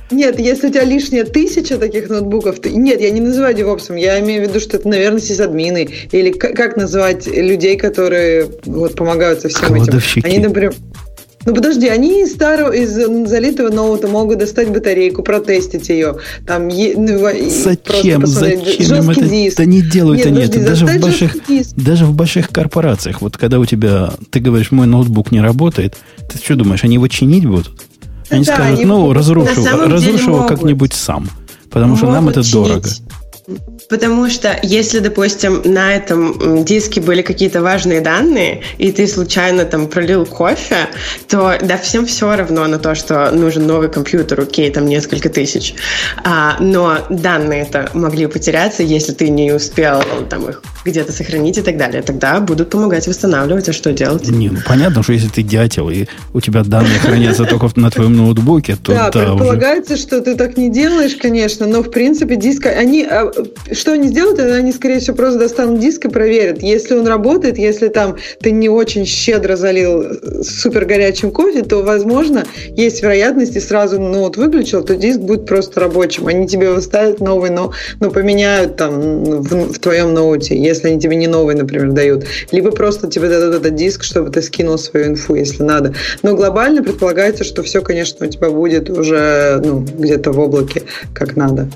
Нет, если у тебя лишняя тысяча таких ноутбуков, ты... нет, я не называю девопсом, я имею в виду, что это, наверное, сисадмины, или как, как назвать людей, которые вот, помогают со всем этим. Они, например... Ну подожди, они из старого, из залитого ноута могут достать батарейку, протестить ее. Там, ну, зачем? Зачем им это, это не делают? Нет, они подожди, это даже в, больших, даже в больших корпорациях. Вот когда у тебя, ты говоришь, мой ноутбук не работает, ты что думаешь, они его чинить будут? Они да, скажут, они ну, разрушу, разрушу его как-нибудь сам. Потому могут что нам это чинить. Дорого. Потому что если, допустим, на этом диске были какие-то важные данные, и ты случайно там пролил кофе, то да, всем все равно на то, что нужен новый компьютер, окей, там несколько тысяч. А, но данные-то могли потеряться, если ты не успел там их где-то сохранить и так далее. Тогда будут помогать восстанавливать, а что делать? Не, ну понятно, что если ты дятел, и у тебя данные хранятся только на твоем ноутбуке, то да, да предполагается, уже... что ты так не делаешь, конечно, но в принципе диск, они... Что они сделают, они, скорее всего, просто достанут диск и проверят. Если он работает, если там ты не очень щедро залил супер горячим кофе, то, возможно, есть вероятность, и сразу ноут выключил, то диск будет просто рабочим. Они тебе выставят новый, но, но поменяют там в, в твоем ноуте, если они тебе не новый, например, дают. Либо просто тебе дадут этот диск, чтобы ты скинул свою инфу, если надо. Но глобально предполагается, что все, конечно, у тебя будет уже ну, где-то в облаке, как надо.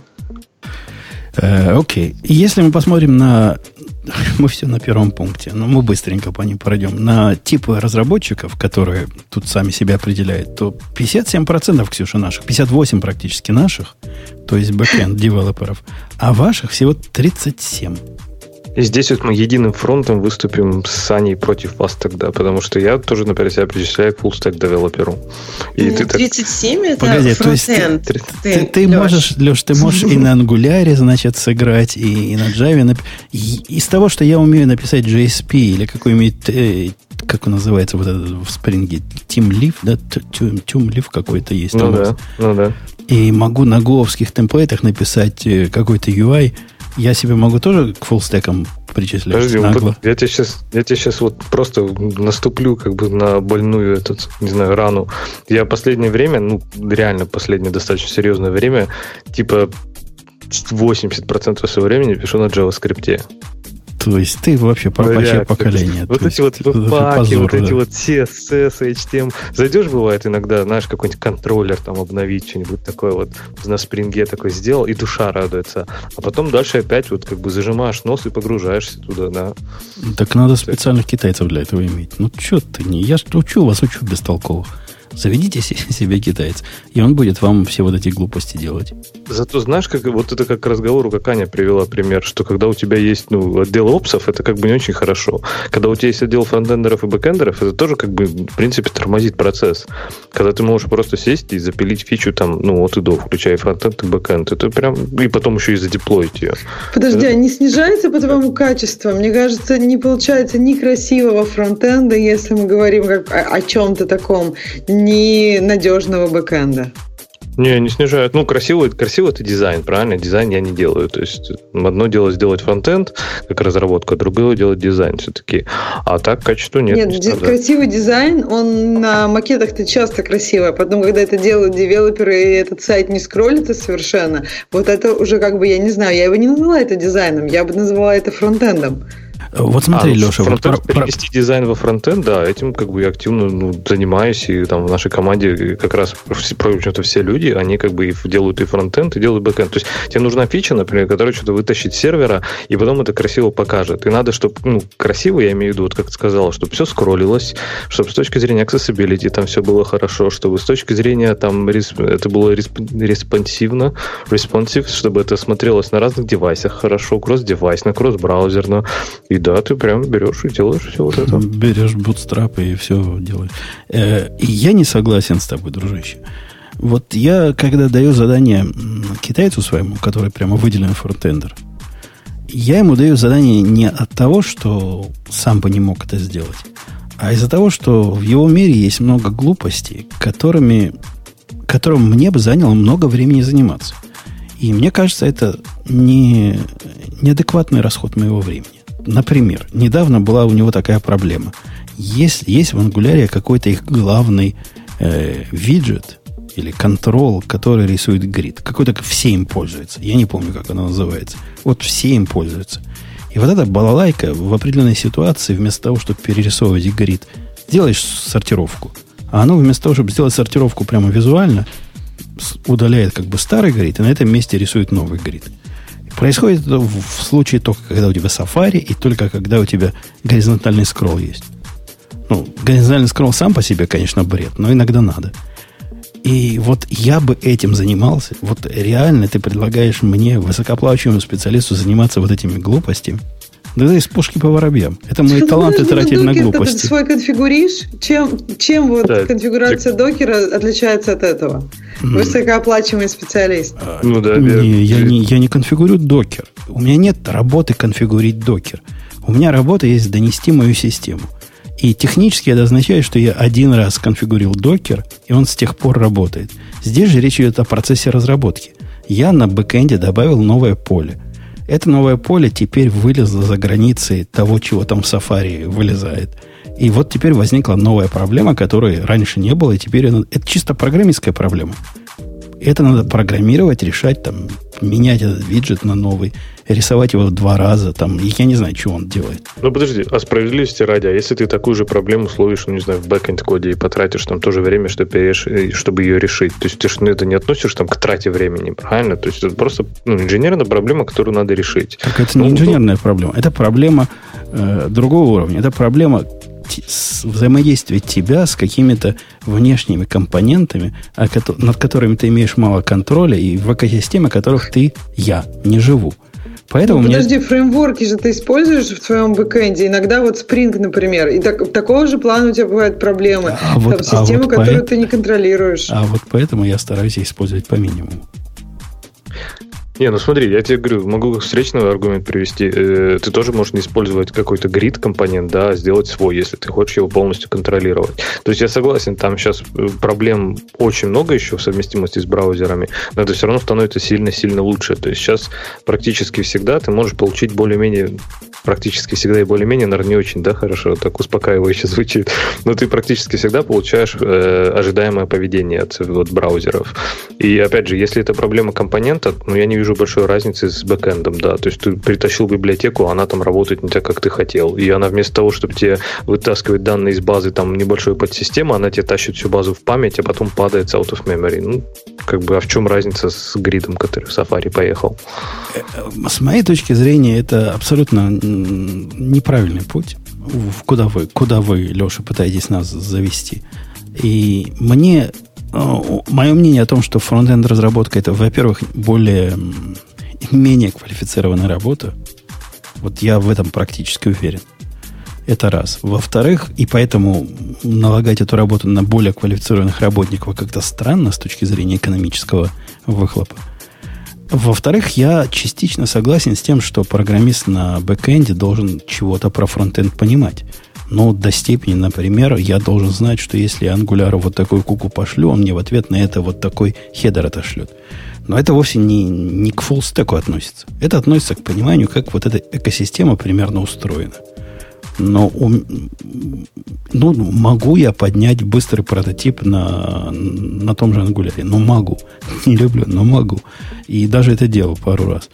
Окей. Okay. Если мы посмотрим на... Мы все на первом пункте, но мы быстренько по ним пройдем. На типы разработчиков, которые тут сами себя определяют, то пятьдесят семь процентов, Ксюша, наших, пятьдесят восемь процентов практически наших, то есть бэкэнд девелоперов, а ваших всего тридцать семь процентов. И здесь вот мы единым фронтом выступим с Саней против вас тогда, потому что я тоже, например, себя причисляю к фуллстек девелоперу. И ты тридцать семь так... это Погоди, фронтенд. Ты, ты, ты, ты можешь, Леш, ты можешь и на Angular, значит, сыграть, и, и на Java. Нап... И, из того, что я умею написать джей эс пи или какой-нибудь, э, как он называется вот этот в Spring, TeamLeaf, да, TeamLeaf какой-то есть. Ну да, ну да. И могу на гоовских темплейтах написать какой-то ю ай. Я себе могу тоже к фуллстекам причислять? Подожди, вот я тебе сейчас, я тебе сейчас вот просто наступлю как бы на больную этот, не знаю, рану. Я последнее время, ну, реально последнее достаточно серьезное время, типа восемьдесят процентов своего времени пишу на JavaScript. То есть ты вообще пропащее поколение. Вот эти вот веб-паки, вот эти вот си эс эс, эйч ти эм. Зайдешь, бывает, иногда, знаешь, какой-нибудь контроллер там обновить, что-нибудь такое вот на спринге такой сделал, и душа радуется. А потом дальше опять вот как бы зажимаешь нос и погружаешься туда, да. Так надо специальных китайцев для этого иметь. Ну, что ты не... Я ж учу вас, учу бестолковых. Заведите себе китайца, и он будет вам все вот эти глупости делать. Зато знаешь, как вот это как к разговору, как Аня привела пример, что когда у тебя есть ну, отдел опсов, это как бы не очень хорошо. Когда у тебя есть отдел фронтендеров и бэкендеров, это тоже как бы, в принципе, тормозит процесс. Когда ты можешь просто сесть и запилить фичу там, ну, от и до, включая фронтенд и бэкенд, это прям... И потом еще и задеплоить ее. Подожди, это... а не снижается, по-твоему, качество? Мне кажется, не получается ни красивого фронтенда, если мы говорим как о, о чем-то таком, ни надежного бэкэнда. Не, не снижают. Ну, красиво, красиво это дизайн, правильно? Дизайн я не делаю. То есть, одно дело сделать фронтенд, как разработка, а другое делать дизайн все-таки. А так качество нет. Нет, не красивый дизайн, он на макетах-то часто красивый, а потом, когда это делают девелоперы, и этот сайт не скроллится совершенно, вот это уже как бы, я не знаю, я его не назвала это дизайном, я бы назвала это фронтендом. Вот смотри, а, Леша, вот про, перевести про... дизайн во фронтенд, да, этим как бы я активно ну, занимаюсь, и там в нашей команде как раз почему-то все люди, они как бы и делают и фронтенд, и делают бэкенд. То есть тебе нужна фича, например, которая что-то вытащит с сервера, и потом это красиво покажет. И надо, чтобы, ну, красиво, я имею в виду, вот как ты сказал, чтобы все скроллилось, чтобы с точки зрения accessibility там все было хорошо, чтобы с точки зрения там это было респонсивно, responsive, чтобы это смотрелось на разных девайсах хорошо, кросс-девайсно, кросс-браузерно. И да, ты прям берешь и делаешь все вот это. Берешь бутстрапы и все делаешь. И я не согласен с тобой, дружище. Вот я, когда даю задание китайцу своему, который прямо выделен фронтендер, я ему даю задание не от того, что сам бы не мог это сделать, а из-за того, что в его мире есть много глупостей, которыми, которым мне бы заняло много времени заниматься. И мне кажется, это не, неадекватный расход моего времени. Например, недавно была у него такая проблема. Есть, есть в Angular какой-то их главный э, виджет, или Control, который рисует грид. Какой-то все им пользуются. Я не помню, как оно называется. Вот все им пользуются. И вот эта балалайка в определенной ситуации, вместо того, чтобы перерисовывать грид, делаешь сортировку. А оно вместо того, чтобы сделать сортировку прямо визуально, удаляет как бы старый грид, и на этом месте рисует новый грид. Происходит это в случае только, когда у тебя Safari, и только когда у тебя горизонтальный скролл есть. Ну, горизонтальный скролл сам по себе, конечно, бред, но иногда надо. И вот я бы этим занимался. Вот реально ты предлагаешь мне, высокоплачиваемому специалисту, заниматься вот этими глупостями. Да это из пушки по воробьям. Это мои таланты тратить на глупости. Ты свой конфигуришь? Чем, чем вот да, конфигурация так... докера отличается от этого? Mm. Высокооплачиваемый специалист. А, ну да. Не, я, не, я не конфигурю докер. У меня нет работы конфигурить докер. У меня работа есть донести мою систему. И технически это означает, что я один раз конфигурил докер, и он с тех пор работает. Здесь же речь идет о процессе разработки. Я на бэкэнде добавил новое поле. Это новое поле теперь вылезло за границы того, чего там в Safari вылезает. И вот теперь возникла новая проблема, которой раньше не было, и теперь это, это чисто программистская проблема. Это надо программировать, решать, там, менять этот виджет на новый, рисовать его в два раза, там, и я не знаю, что он делает. Ну, подожди, а справедливости ради, а если ты такую же проблему словишь, ну, не знаю, в бэкэнд-коде и потратишь там тоже время, чтобы, чтобы ее решить, то есть ты же это не относишь там к трате времени, правильно? То есть это просто ну, инженерная проблема, которую надо решить. Так это ну, не инженерная то... проблема, это проблема э, другого уровня, это проблема взаимодействие тебя с какими-то внешними компонентами, над которыми ты имеешь мало контроля, и в экосистеме которых ты, я, не живу. Поэтому ну, мне... Подожди, фреймворки же ты используешь в твоем бэкэнде. Иногда вот Spring, например, и так, такого же плана у тебя бывают проблемы. А вот, там системы, а вот которую поэт... ты не контролируешь. А вот поэтому я стараюсь использовать по минимуму. Не, ну смотри, я тебе говорю, могу встречный аргумент привести. Ты тоже можешь не использовать какой-то грид-компонент, да, а сделать свой, если ты хочешь его полностью контролировать. То есть я согласен, там сейчас проблем очень много еще в совместимости с браузерами, но это все равно становится сильно-сильно лучше. То есть сейчас практически всегда ты можешь получить более-менее, практически всегда и более-менее, наверное, не очень, да, хорошо, так успокаивающе звучит, но ты практически всегда получаешь э, ожидаемое поведение от вот, браузеров. И опять же, если это проблема компонента, ну я не вижу большой разницы с бэкэндом, да, то есть ты притащил библиотеку, она там работает не так, как ты хотел, и она вместо того, чтобы тебе вытаскивать данные из базы там небольшой подсистемы, она тебе тащит всю базу в память, а потом падает out of memory. Ну, как бы, а в чем разница с гридом, который в Safari поехал? С моей точки зрения, это абсолютно неправильный путь, куда вы, куда вы, Леша, пытаетесь нас завести. И мне мое мнение о том, что фронт-энд разработка это, во-первых, более менее квалифицированная работа. Вот я в этом практически уверен. Это раз. Во-вторых, и поэтому налагать эту работу на более квалифицированных работников как-то странно с точки зрения экономического выхлопа. Во-вторых, я частично согласен с тем, что программист на бэкэнде должен чего-то про фронт-энд понимать. Но до степени, например, я должен знать, что если я Angular вот такой куку пошлю, он мне в ответ на это вот такой хедер отошлет. Но это вовсе не, не к фуллстеку относится. Это относится к пониманию, как вот эта экосистема примерно устроена. Но ум, ну, могу я поднять быстрый прототип на, на том же Angular? Ну, могу. Не люблю, но могу. И даже это делал пару раз.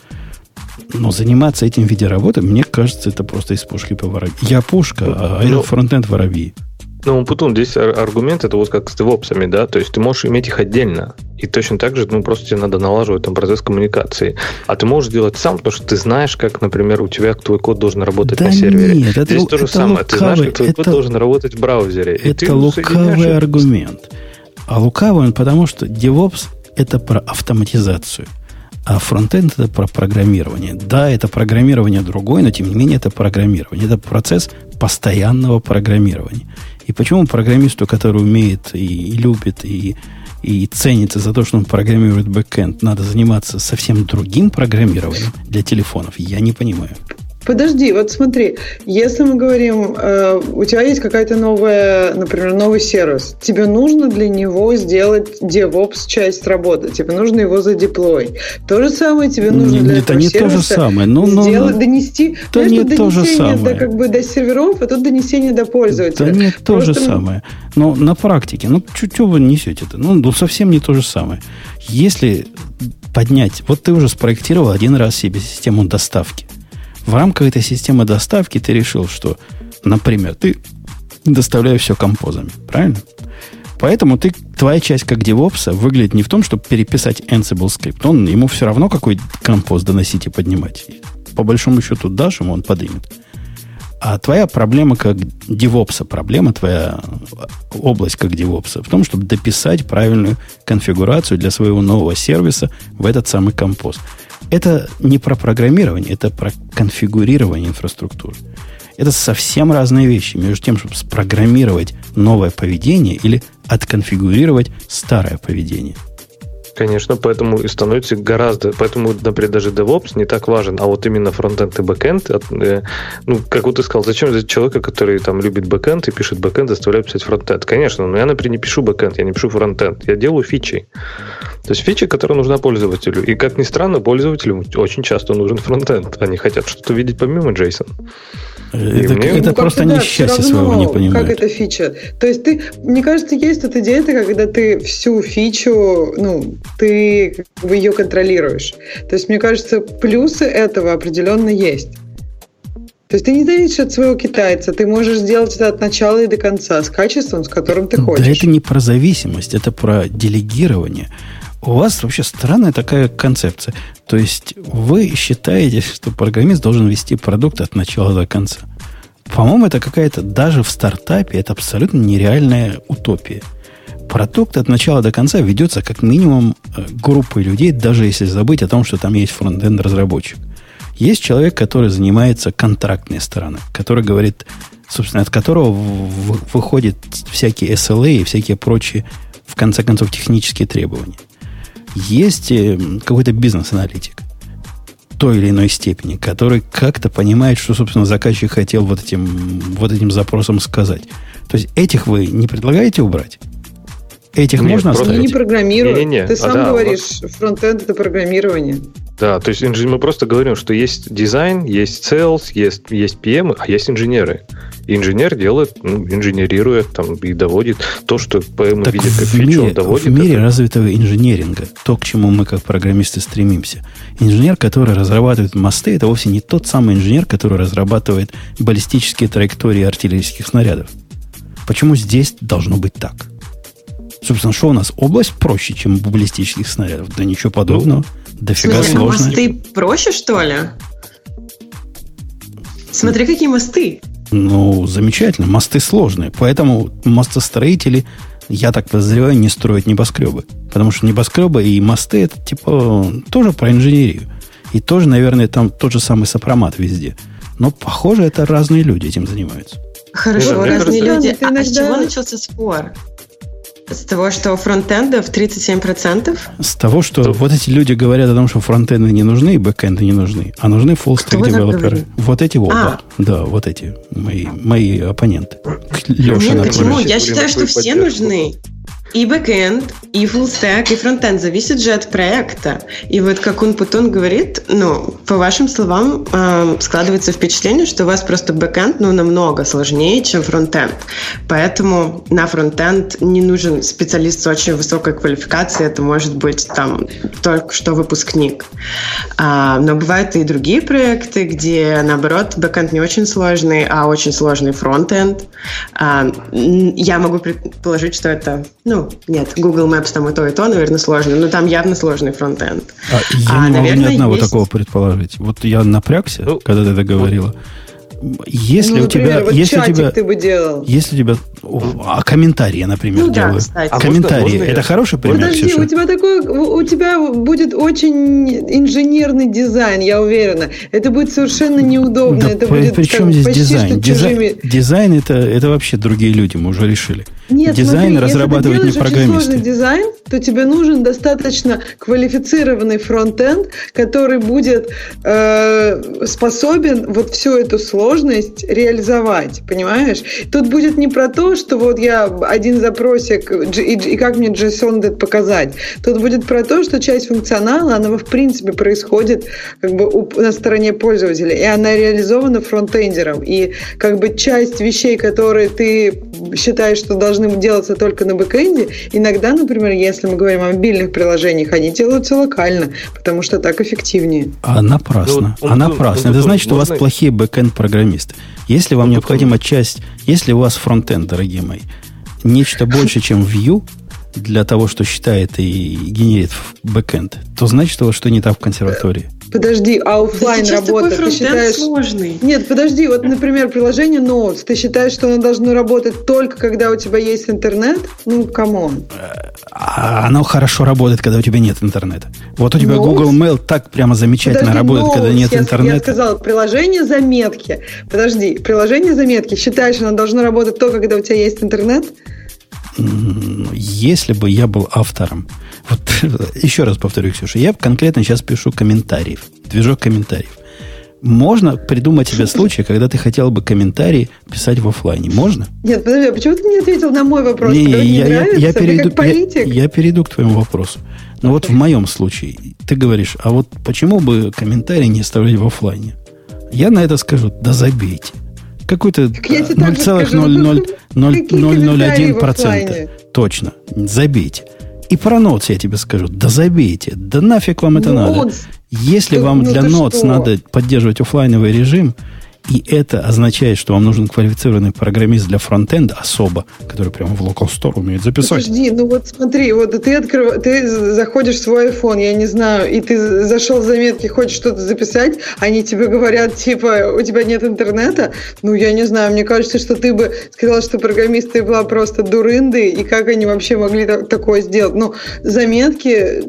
Но заниматься этим в виде работы, мне кажется, это просто из пушки по воробьи. Я пушка, а ну, фронтенд воробьи. Ну, Путун, здесь аргумент, это вот как с девопсами, да, то есть ты можешь иметь их отдельно, и точно так же, ну, просто тебе надо налаживать там процесс коммуникации. А ты можешь делать сам, потому что ты знаешь, как, например, у тебя твой код должен работать да на сервере. Нет, это, здесь то же самое, лукавый, ты знаешь, как твой это, код должен работать в браузере. Это лукавый аргумент. А лукавый он потому, что DevOps это про автоматизацию. А фронтенд это про программирование. Да, это программирование другое, но тем не менее это программирование. Это процесс постоянного программирования. И почему программисту, который умеет и, и любит, и, и ценится за то, что он программирует бэкэнд, надо заниматься совсем другим программированием для телефонов, я не понимаю. Подожди, вот смотри, если мы говорим, э, у тебя есть какая-то новая, например, новый сервис, тебе нужно для него сделать DevOps часть работы, тебе нужно его задеплой. То же самое тебе нужно для это этого не сервиса то же самое. Ну, сделать, ну, донести, это не то же самое. До, как бы, до серверов, а тут донесение до пользователя. Это не то же самое. Но на практике, ну, что вы несете-то? Ну, ну, совсем не то же самое. Если поднять, вот ты уже спроектировал один раз себе систему доставки. В рамках этой системы доставки ты решил, что, например, ты доставляешь все композами, правильно? Поэтому ты, твоя часть как девопса выглядит не в том, чтобы переписать Ansible скрипт. Он, ему все равно, какой композ доносить и поднимать. По большому счету дашь ему, он поднимет. А твоя проблема как девопса, проблема твоя, область как девопса, в том, чтобы дописать правильную конфигурацию для своего нового сервиса в этот самый композ. Это не про программирование, это про конфигурирование инфраструктуры. Это совсем разные вещи между тем, чтобы спрограммировать новое поведение или отконфигурировать старое поведение. Конечно, поэтому и становится гораздо... Поэтому, например, даже DevOps не так важен, а вот именно фронтенд и бэкенд, э, ну, как вот ты сказал, зачем для человека, который там любит бэкенд и пишет бэкенд, заставляет писать фронтенд? Конечно, но я, например, не пишу бэкенд, я не пишу фронтенд, я делаю фичи. То есть фичи, которая нужна пользователю. И, как ни странно, пользователю очень часто нужен фронтенд. Они хотят что-то видеть помимо JSON. Это, мне, это ну, просто да, несчастье равно, своего не понимают. Как это фича? То есть ты, мне кажется, есть эта идея, когда ты всю фичу, ну, ты как бы ее контролируешь. То есть, мне кажется, плюсы этого определенно есть. То есть ты не зависишь от своего китайца, ты можешь сделать это от начала и до конца с качеством, с которым ты хочешь. Да это не про зависимость, это про делегирование. У вас вообще странная такая концепция. То есть вы считаете, что программист должен вести продукт от начала до конца. По-моему, это какая-то, даже в стартапе, это абсолютно нереальная утопия. Продукт от начала до конца ведется как минимум группой людей, даже если забыть о том, что там есть фронтенд-разработчик. Есть человек, который занимается контрактной стороной, который говорит, собственно, от которого выходят всякие эс эл эй и всякие прочие, в конце концов, технические требования. Есть какой-то бизнес-аналитик той или иной степени, который как-то понимает, что, собственно, заказчик хотел вот этим, вот этим запросом сказать. То есть этих вы не предлагаете убрать? Этих Нет, можно оставить? Они не программируют. Не, не, не. Ты сам а, да, говоришь, вот... фронтенд — это программирование. Да, то есть мы просто говорим, что есть дизайн, есть sales, есть, есть пи эм, а есть инженеры. И инженер делает, ну, инженерирует там, и доводит то, что пи эм так видит как фичу, мире, он доводит. В мире это... развитого инженеринга, то, к чему мы как программисты стремимся. Инженер, который разрабатывает мосты, это вовсе не тот самый инженер, который разрабатывает баллистические траектории артиллерийских снарядов. Почему здесь должно быть так? Собственно, что у нас? Область проще, чем у баллистических снарядов? Да ничего подобного. Дофига Смотри, сложно. Мосты проще, что ли? Смотри, какие мосты. Ну, замечательно. Мосты сложные. Поэтому мостостроители, я так подозреваю, не строят небоскребы. Потому что небоскребы и мосты, это типа тоже про инженерию. И тоже, наверное, там тот же самый сопромат везде. Но, похоже, это разные люди этим занимаются. Хорошо, ну, разные люди. А иногда... с чего начался спор? С того, что фронтендов тридцать семь процентов? С того, что Кто? вот эти люди говорят о том, что фронтенды не нужны и бэкенды не нужны, а нужны full-stack девелоперы. Вот эти вот, а. да, да, вот эти мои, мои оппоненты. Леша, Нет, почему? Я считаю, что все нужны. И бэкэнд, и фуллстек, и фронтенд зависит же от проекта. И вот как он Путун говорит, ну, по вашим словам, э, складывается впечатление, что у вас просто бэкэнд, ну, намного сложнее, чем фронтенд. Поэтому на фронтенд не нужен специалист с очень высокой квалификацией. Это может быть там только что выпускник. А, но бывают и другие проекты, где, наоборот, бэкэнд не очень сложный, а очень сложный фронтенд. А, я могу предположить, что это, ну, нет, Google Maps там и то, и то, наверное, сложно, но там явно сложный фронтенд. А, я а, не могу наверное, ни одного есть... такого предположить. Вот я напрягся, ну, когда ты это говорила. Если ну, у например, тебя... Вот если чатик у тебя, ты бы делал. Если у тебя... А комментарии, например, ну, делаю. Да, а комментарии. можно, можно это я... хороший пример, Подожди, Ксюша? у тебя такой, у тебя будет очень инженерный дизайн, я уверена. Это будет совершенно неудобно. Да это при, будет при чем здесь почти дизайн? что Дизайн, чужими... дизайн это, это вообще другие люди, мы уже решили. Нет, дизайн смотри, разрабатывают если ты не делаешь очень программисты. сложный дизайн, то тебе нужен достаточно квалифицированный фронтенд, который будет э, способен вот всю эту сложность реализовать, понимаешь? Тут будет не про то, что вот я один запросик и, и как мне JSON показать. Тут будет про то, что часть функционала, она в принципе происходит как бы у, на стороне пользователя, и она реализована фронтендером. И как бы часть вещей, которые ты считаешь, что должны делаться только на бэкэнде, иногда, например, если мы говорим о мобильных приложениях, они делаются локально, потому что так эффективнее. А напрасно. Ну, а он, напрасно. он, Это он, значит, что у вас можно... плохие бэкэнд-программисты. Если вам он, необходима он... часть, если у вас фронтенд, дорогие мои, нечто больше, чем Vue, для того, что считает и генерит бэкэнд, то значит, у вас что не так в консерватории. Подожди, а офлайн да работа, такой ты считаешь... сложный. Нет, подожди, вот, например, приложение Notes, ты считаешь, что оно должно работать только когда у тебя есть интернет? Ну, камон. А оно хорошо работает, когда у тебя нет интернета. Вот у тебя Notes? Google Mail так прямо замечательно Подожди, работает, Notes, когда нет я, интернета. Я сказала, приложение заметки. Подожди, приложение заметки, считаешь, оно должно работать только когда у тебя есть интернет? Если бы я был автором, вот, еще раз повторю, Ксюша, я конкретно сейчас пишу комментариев, движок комментариев. Можно придумать себе случай, когда ты хотел бы комментарии писать в офлайне? Можно? Нет, подожди, а почему ты не ответил на мой вопрос? Не, Тебе не я, нравится? я, я, Ты перейду, как политик? я, я перейду к твоему вопросу. Но вот в моем случае ты говоришь, а вот почему бы комментарии не оставлять в офлайне? Я на это скажу, да забейте. Какой-то ноль целых ноль ноль ноль один процента. Точно. Забейте. И про Notes я тебе скажу. Да забейте. Да нафиг вам это Notes. надо. Если да, вам ну для Notes что? надо поддерживать офлайновый режим, и это означает, что вам нужен квалифицированный программист для фронтенда особо, который прямо в Local Store умеет записать. Подожди, ну вот смотри, вот ты, открыв... ты заходишь в свой iPhone, я не знаю, и ты зашел в заметки, хочешь что-то записать, они тебе говорят, типа, у тебя нет интернета. Ну, я не знаю, мне кажется, что ты бы сказал, что программисты была просто дурынды, и как они вообще могли так- такое сделать? Ну, заметки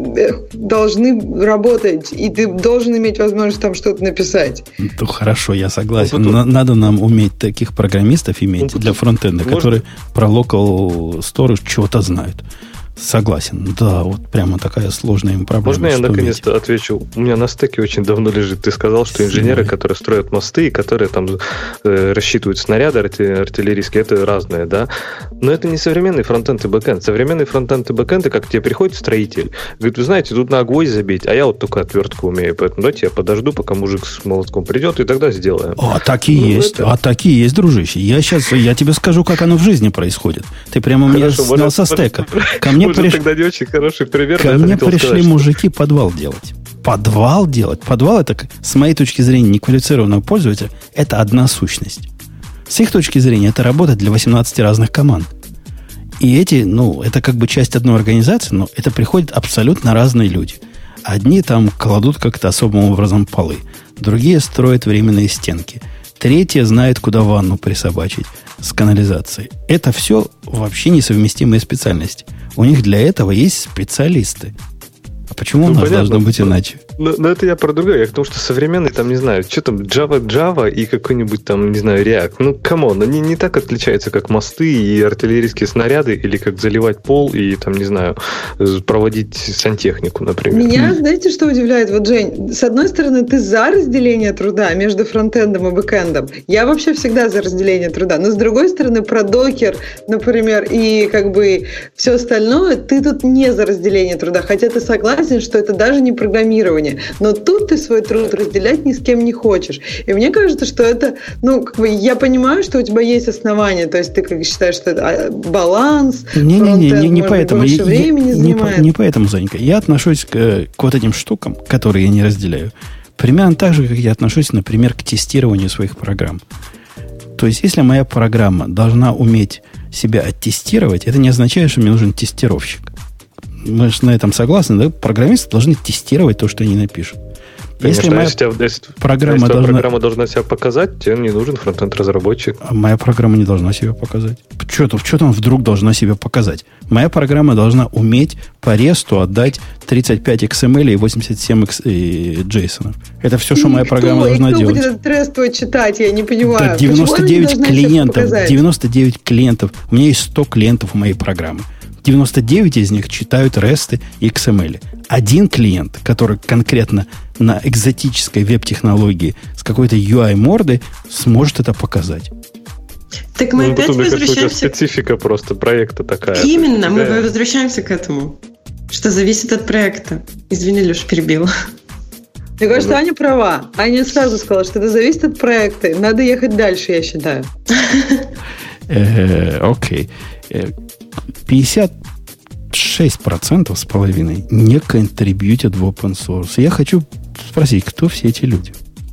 должны работать, и ты должен иметь возможность там что-то написать. Ну, хорошо, я согласен. Ну, На- Надо нам уметь таких программистов иметь Ну, для фронтенда, можно- которые про local storage чего-то знают. Согласен. Да, вот прямо такая сложная им проблема. Можно я что наконец-то уметь. отвечу? У меня на стеке очень давно лежит. Ты сказал, что инженеры, Давай. которые строят мосты и которые там э, рассчитывают снаряды арти- артиллерийские, это разное, да? Но это не современный фронтенд и бэкенд. Современный фронтенд и бэкенд, это как к тебе приходит строитель, говорит, вы знаете, тут на гвоздь забить, а я вот только отвертку умею, поэтому давайте я подожду, пока мужик с молотком придет, и тогда сделаем. А так и Ну, есть. это- А так и есть, дружище. Я сейчас, я тебе скажу, как оно в жизни происходит. Ты прямо меня Хорошо, снял может, со стека. Ко мне Может, приш- тогда не очень хороший пример. Ко но я мне хотел пришли сказать, что- мужики подвал делать. Подвал делать? Подвал это, как- с моей точки зрения, неквалифицированного пользователя, это одна сущность. С их точки зрения, это работа для восемнадцати разных команд. И эти, ну, это как бы часть одной организации, но это приходят абсолютно разные люди. Одни там кладут как-то особым образом полы, другие строят временные стенки, третьи знают, куда ванну присобачить с канализацией. Это все вообще несовместимые специальности. У них для этого есть специалисты. А почему Ну, у нас понятно. должно быть иначе? Но, но это я про другое. Я к тому, что современный, там, не знаю, что там, Java Java и какой-нибудь там, не знаю, React. Ну, камон, они не так отличаются, как мосты и артиллерийские снаряды, или как заливать пол и, там, не знаю, проводить сантехнику, например. Меня, знаете, что удивляет? Вот, Жень, с одной стороны, ты за разделение труда между фронтендом и бэкэндом. Я вообще всегда за разделение труда. Но с другой стороны, про докер, например, и как бы все остальное, ты тут не за разделение труда. Хотя ты согласен, что это даже не программирование. Но тут ты свой труд разделять ни с кем не хочешь. И мне кажется, что это, ну, как бы, я понимаю, что у тебя есть основания. То есть ты как считаешь, что это баланс, Не, не, не, не, не может, поэтому. больше Я- времени не, занимает. по- не поэтому, Занька. Я отношусь к, к вот этим штукам, которые я не разделяю, примерно так же, как я отношусь, например, к тестированию своих программ. То есть, если моя программа должна уметь себя оттестировать, это не означает, что мне нужен тестировщик. Мы же на этом согласны, да? Программисты должны тестировать то, что они напишут. Конечно, если моя если, тебя, если, программа, если должна... программа должна себя показать, тебе не нужен фронтенд-разработчик. А моя программа не должна себя показать. Что, что там вдруг должна себя показать? Моя программа должна уметь по ресту отдать тридцать пять икс эм эль и восемьдесят семь джейсонов. Это все, что моя программа должна кто делать. Кто будет этот рест твой читать? Я не понимаю. Да девяносто девять клиентов. девяносто девять клиентов. У меня есть сто клиентов в моей программе. девяносто девять из них читают ресты и икс эм эль. Один клиент, который конкретно на экзотической веб-технологии с какой-то ю ай-мордой сможет это показать. Так мы ну, опять потом, возвращаемся... Кажется, специфика просто проекта такая. Именно, мы да. возвращаемся к этому. Что зависит от проекта. Извини, Леша, перебила. Мне кажется, ну, Аня права. Аня сразу сказала, что это зависит от проекта. Надо ехать дальше, я считаю. Окей. пятьдесят шесть процентов с половиной не контрибьютят в open source. Я хочу спросить, кто все эти люди?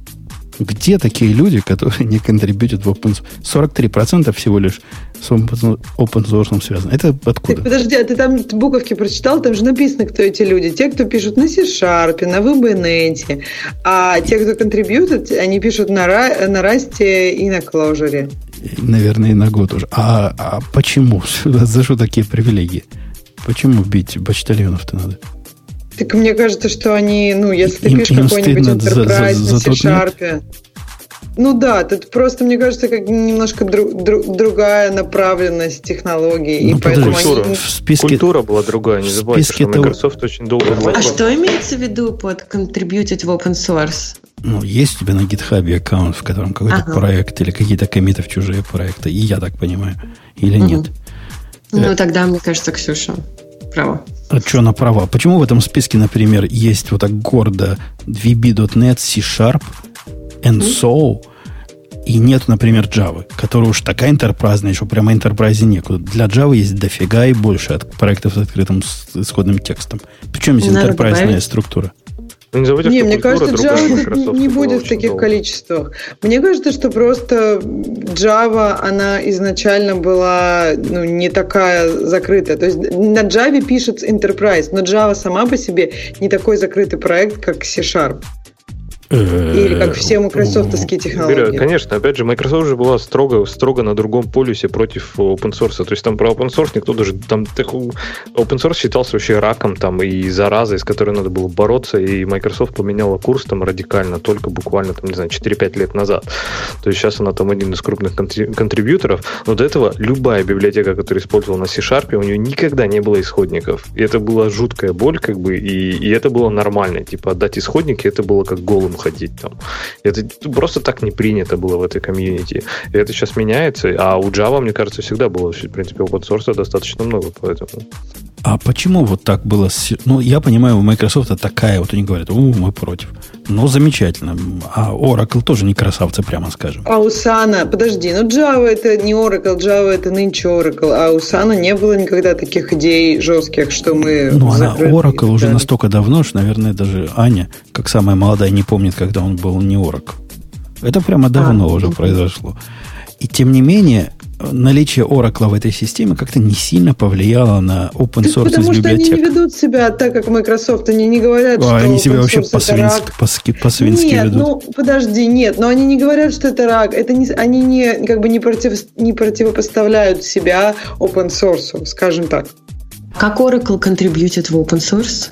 Где такие люди, которые не контрибьютят в open source? сорок три процента всего лишь с open source связано. Это откуда? Так, подожди, а ты там буковки прочитал? Там же написано, кто эти люди. Те, кто пишут на C-Sharp, на ви би нет. А те, кто контрибьютят, они пишут на, на Rust и на Clojure. Наверное, и на год уже. А, а почему? За что такие привилегии? Почему бить почтальонов-то надо? Так мне кажется, что они, ну, если ты им, пишешь им какой-нибудь enterprise за, за, за на C-Sharp, ну да, тут просто, мне кажется, как немножко дру, дру, другая направленность технологий. Ну, и поэтому культура, они... в списке, культура была другая, не забывайте, что Microsoft того... очень долго была. А что имеется в виду под contributed в open source? Ну, есть у тебя на GitHub аккаунт, в котором какой-то ага. проект или какие-то коммиты в чужие проекты, и я так понимаю, или угу. нет? Ну, э... тогда, мне кажется, Ксюша права. А что она права? Почему в этом списке, например, есть вот так гордо ви би точка нет, C-Sharp, эн эс о, mm-hmm. и нет, например, Java, которая уж такая интерпрайзная, что прямо интерпрайзе некуда. Для Java есть дофига и больше от проектов с открытым с исходным текстом. Причем здесь интерпрайзная структура? Ну, не забудьте, не, что мне кажется, Java не будет в таких долго. количествах. Мне кажется, что просто Java, она изначально была ну, не такая закрытая. То есть на Java пишет Enterprise, но Java сама по себе не такой закрытый проект, как C-Sharp. Или как все майкрософтовские технологии. Конечно, опять же, Microsoft же была строго, строго на другом полюсе против open source. То есть там про open source никто даже... Там, open source считался вообще раком там, и заразой, с которой надо было бороться, и Microsoft поменяла курс там радикально только буквально, там, не знаю, четыре-пять лет назад. То есть сейчас она там один из крупных контрибьюторов. Но до этого любая библиотека, которая использовала на C-Sharp, у нее никогда не было исходников. И это была жуткая боль, как бы, и, и это было нормально. Типа отдать исходники, это было как голым ходить там. Это просто так не принято было в этой комьюнити. И это сейчас меняется. А у Java, мне кажется, всегда было, в принципе, open source достаточно много, поэтому... А почему вот так было? Ну, я понимаю, у Microsoft такая, вот они говорят, у, мы против. Ну, замечательно. А Oracle тоже не красавцы, прямо скажем. А у Sun, подожди, ну Java это не Oracle, Java это нынче Oracle, а у Sun не было никогда таких идей жестких, что мы... Ну, она Oracle уже настолько давно, что, наверное, даже Аня, как самая молодая, не помнит, когда он был не Oracle. Это прямо давно а, уже угу. произошло. И тем не менее, наличие Oracle в этой системе как-то не сильно повлияло на open source из библиотек. Потому что они не ведут себя так, как Microsoft. Они не говорят, а, что они себя вообще по-свински, по-свински нет, ведут. Ну, подожди, нет. Но они не говорят, что это рак. Это не, они не, как бы не, против, не противопоставляют себя open source, скажем так. Как Oracle контрибьютит в open source?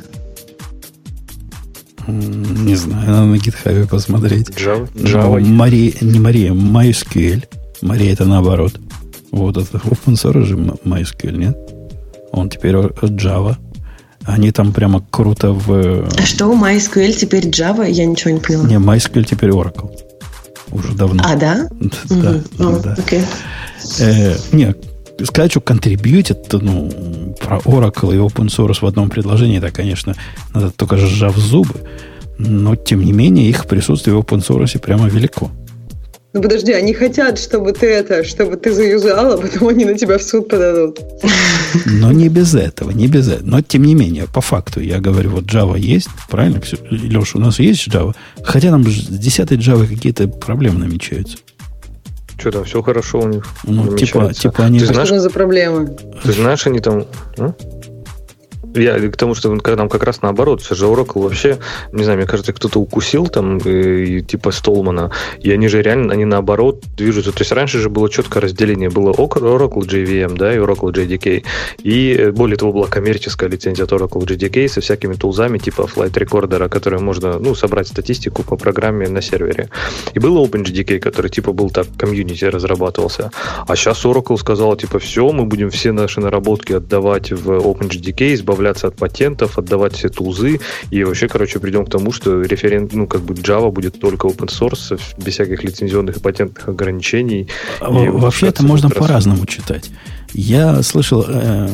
Не знаю, надо на GitHub посмотреть. Java? Java. Мария, не Мария, MySQL. Мария это наоборот. Вот это open source же MySQL, нет? Он теперь Java. Они там прямо круто в... А что, MySQL теперь Java? Я ничего не поняла. Не, MySQL теперь Oracle. Уже давно. А, да? Да, да. Нет, сказать, что контрибьютит, ну, про Oracle и open source в одном предложении, это, конечно, надо только сжав зубы. Но, тем не менее, их присутствие в open source прямо велико. Ну, подожди, они хотят, чтобы ты это, чтобы ты заюзал, а потом они на тебя в суд подадут. Но не без этого, не без этого. Но, тем не менее, по факту, я говорю, вот Java есть, правильно? Леша, у нас есть Java? Хотя там с десятой Java какие-то проблемы намечаются. Что там, все хорошо у них. Ну, типа, типа они... Ты знаешь, что за проблемы? Ты знаешь, они там... А? Я к тому, что нам как раз наоборот. Все же Oracle вообще, не знаю, мне кажется, кто-то укусил там, и, типа Столмана, и они же реально, они наоборот движутся. То есть раньше же было четкое разделение. Было Oracle джей ви эм, да, и Oracle джей ди кей. И более того, была коммерческая лицензия от Oracle джей ди кей со всякими тулзами типа Flight Recorder, которые можно, ну, собрать статистику по программе на сервере. И был OpenJDK, который типа был так, комьюнити разрабатывался. А сейчас Oracle сказала, типа, все, мы будем все наши наработки отдавать в OpenJDK, избавляться от патентов, отдавать все тулзы, и вообще, короче, придем к тому, что референт, ну, как бы Java будет только open source, без всяких лицензионных и патентных ограничений. Вообще это можно по-разному читать. Я слышал э,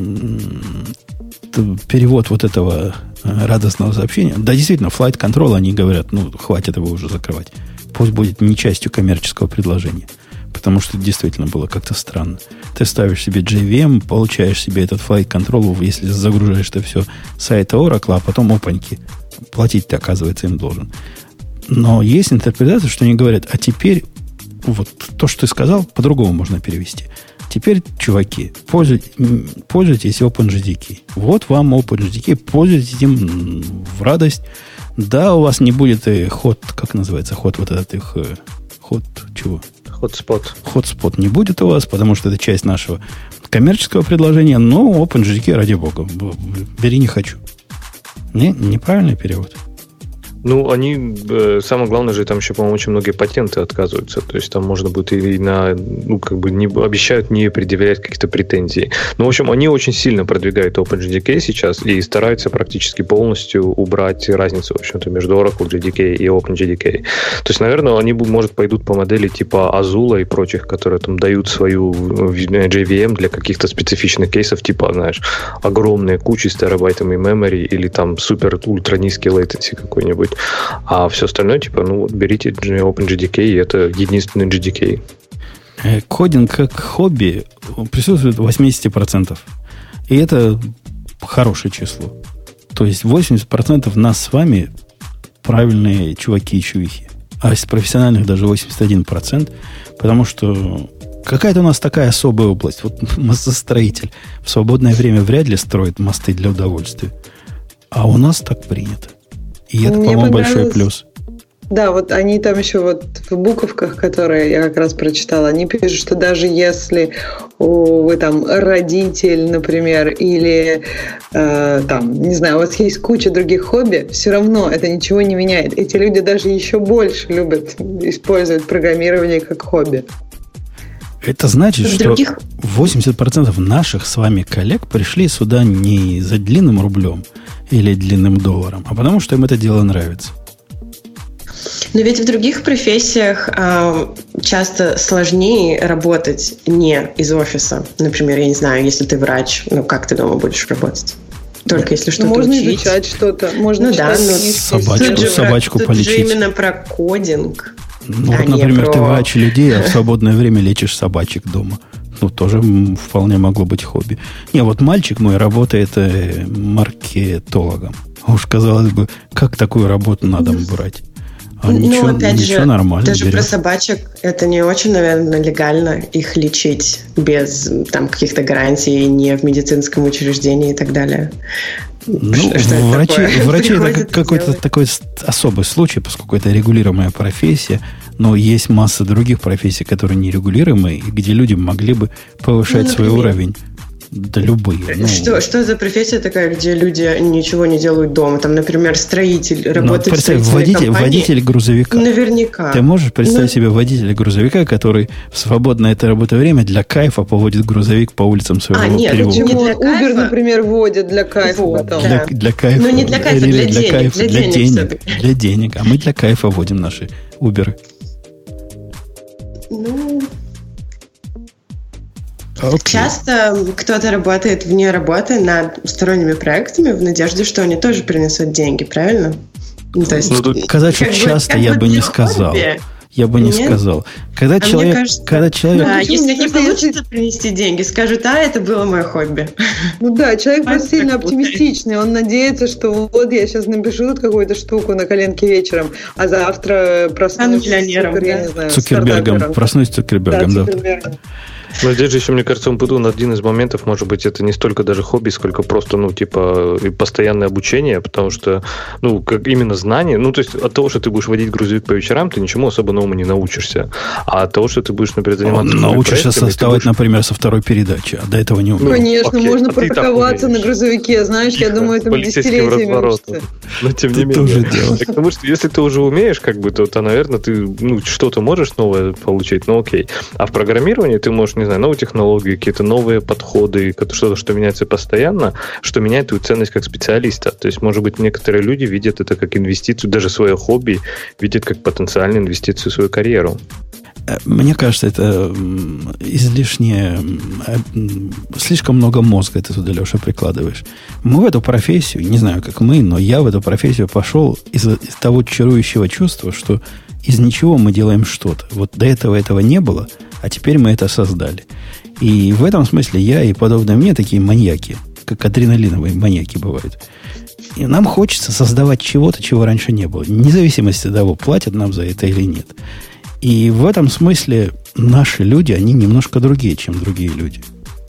перевод вот этого радостного сообщения. Да, действительно, Flight Control, они говорят, ну, хватит его уже закрывать. Пусть будет не частью коммерческого предложения. Потому что действительно было как-то странно. Ты ставишь себе джей ви эм, получаешь себе этот Flight Control, если загружаешь это все с сайта Oracle, а потом опаньки. Платить ты, оказывается, им должен. Но есть интерпретация, что они говорят, а теперь вот то, что ты сказал, по-другому можно перевести. Теперь, чуваки, пользуйтесь, пользуйтесь OpenJDK. Вот вам OpenJDK, пользуйтесь им в радость. Да, у вас не будет и ход, как называется, ход вот этот их, ход чего? Hotspot. Hotspot не будет у вас, потому что это часть нашего коммерческого предложения, но OpenJDK, ради бога, бери не хочу. Не, неправильный перевод. Ну, они, э, самое главное же, там еще, по-моему, очень многие патенты отказываются. То есть там можно будет и на, ну, как бы не, обещают не предъявлять каких-то претензий. Ну, в общем, они очень сильно продвигают OpenJDK сейчас и стараются практически полностью убрать разницу, в общем-то, между Oracle джей ди кей и OpenJDK. То есть, наверное, они, может, пойдут по модели типа Azula и прочих, которые там дают свою джей ви эм для каких-то специфичных кейсов, типа, знаешь, огромные кучи с терабайтами memory или там супер-ультра низкий latency какой-нибудь. А все остальное, типа, ну, вот берите OpenJDK, и это единственный джей ди кей. Кодинг как хобби присутствует восемьдесят процентов. И это хорошее число. То есть восемьдесят процентов нас с вами правильные чуваки и чувихи. А из профессиональных даже восемьдесят один процент. Потому что какая-то у нас такая особая область. Вот мостостроитель в свободное время вряд ли строит мосты для удовольствия. А у нас так принято. И это, Мне по-моему, большой плюс. Да, вот они там еще вот в буковках, которые я как раз прочитала, они пишут, что даже если вы там родитель, например, или э, там, не знаю, у вас есть куча других хобби, все равно это ничего не меняет. Эти люди даже еще больше любят использовать программирование как хобби. Это значит, что других... восемьдесят процентов наших с вами коллег пришли сюда не за длинным рублем или длинным долларом, а потому что им это дело нравится. Но ведь в других профессиях э, часто сложнее работать не из офиса. Например, я не знаю, если ты врач, ну как ты дома будешь работать? Только если что-то можно учить. изучать что-то. Можно ну да, но собачку, тут собачку про, полечить. Тут же именно про кодинг. Ну, а вот, например, про... ты врач людей, а в свободное время лечишь собачек дома. Ну, тоже вполне могло быть хобби. Не, вот мальчик мой работает э, маркетологом. Уж, казалось бы, как такую работу надо брать? А ну, ничего, опять ничего же, нормально даже берет. про собачек это не очень, наверное, легально их лечить без там каких-то гарантий, не в медицинском учреждении и так далее. Ну, что, что врачи, это врачи это какой-то такой особый случай, поскольку это регулируемая профессия, но есть масса других профессий, которые нерегулируемые, и где люди могли бы повышать ну, свой уровень. Да любые. Ну, что, что за профессия такая, где люди ничего не делают дома? Там, например, строитель, работает в строительной водитель, компании. Водитель грузовика. Наверняка. Ты можешь представить ну, себе водителя грузовика, который в свободное это рабочее время для кайфа поводит грузовик по улицам своего а, нет, переулка. Почему он Uber, например, водит для кайфа вот, потом? Для, да. для кайфа. Ну, не для кайфа, для, для денег. Кайфа, для, для денег, денег. Для денег. А мы для кайфа водим наши Uber. Ну... Okay. Часто кто-то работает вне работы над сторонними проектами в надежде, что они тоже принесут деньги, правильно? Ну, то есть, ну, сказать, что часто, бы, я бы не сказал. Хобби. Я бы Нет? не сказал. Когда а человек... Кажется, когда человек... Да, если не получится принести деньги, скажут, а, это было мое хобби. Ну да, человек просто сильно оптимистичный. Он надеется, что вот я сейчас напишу какую-то штуку на коленке вечером, а завтра проснусь миллионером, супер, да? я не знаю, Цукербергом. Проснусь Цукербергом. Да, Да. Цукербергом. Но здесь же еще, мне кажется, Умпутун один из моментов, может быть, это не столько даже хобби, сколько просто, ну, типа, постоянное обучение, потому что, ну, как именно знание, ну, то есть от того, что ты будешь водить грузовик по вечерам, ты ничему особо новому не научишься. А от того, что ты будешь, например, заниматься... Научишься составать, будешь... например, со второй передачи, а до этого не умеешь. Конечно, окей, можно а припарковаться на грузовике, знаешь, Тихо, я думаю, это десятилетиями учится. Но тем не менее. Потому что если ты уже умеешь, как бы, то, то наверное, ты ну, что-то можешь новое получить, ну окей. А в программировании ты можешь, не знаю, новые технологии, какие-то новые подходы, что-то, что меняется постоянно, что меняет твою ценность как специалиста. То есть, может быть, некоторые люди видят это как инвестицию, даже свое хобби видят как потенциальную инвестицию в свою карьеру. Мне кажется, это излишнее, слишком много мозга ты туда, Леша, прикладываешь. Мы в эту профессию, не знаю, как мы, но я в эту профессию пошел из, из того чарующего чувства, что из ничего мы делаем что-то. Вот до этого этого не было, а теперь мы это создали. И в этом смысле я и подобные мне такие маньяки, как адреналиновые маньяки бывают. И нам хочется создавать чего-то, чего раньше не было, вне зависимости от того, платят нам за это или нет. И в этом смысле наши люди, они немножко другие, чем другие люди.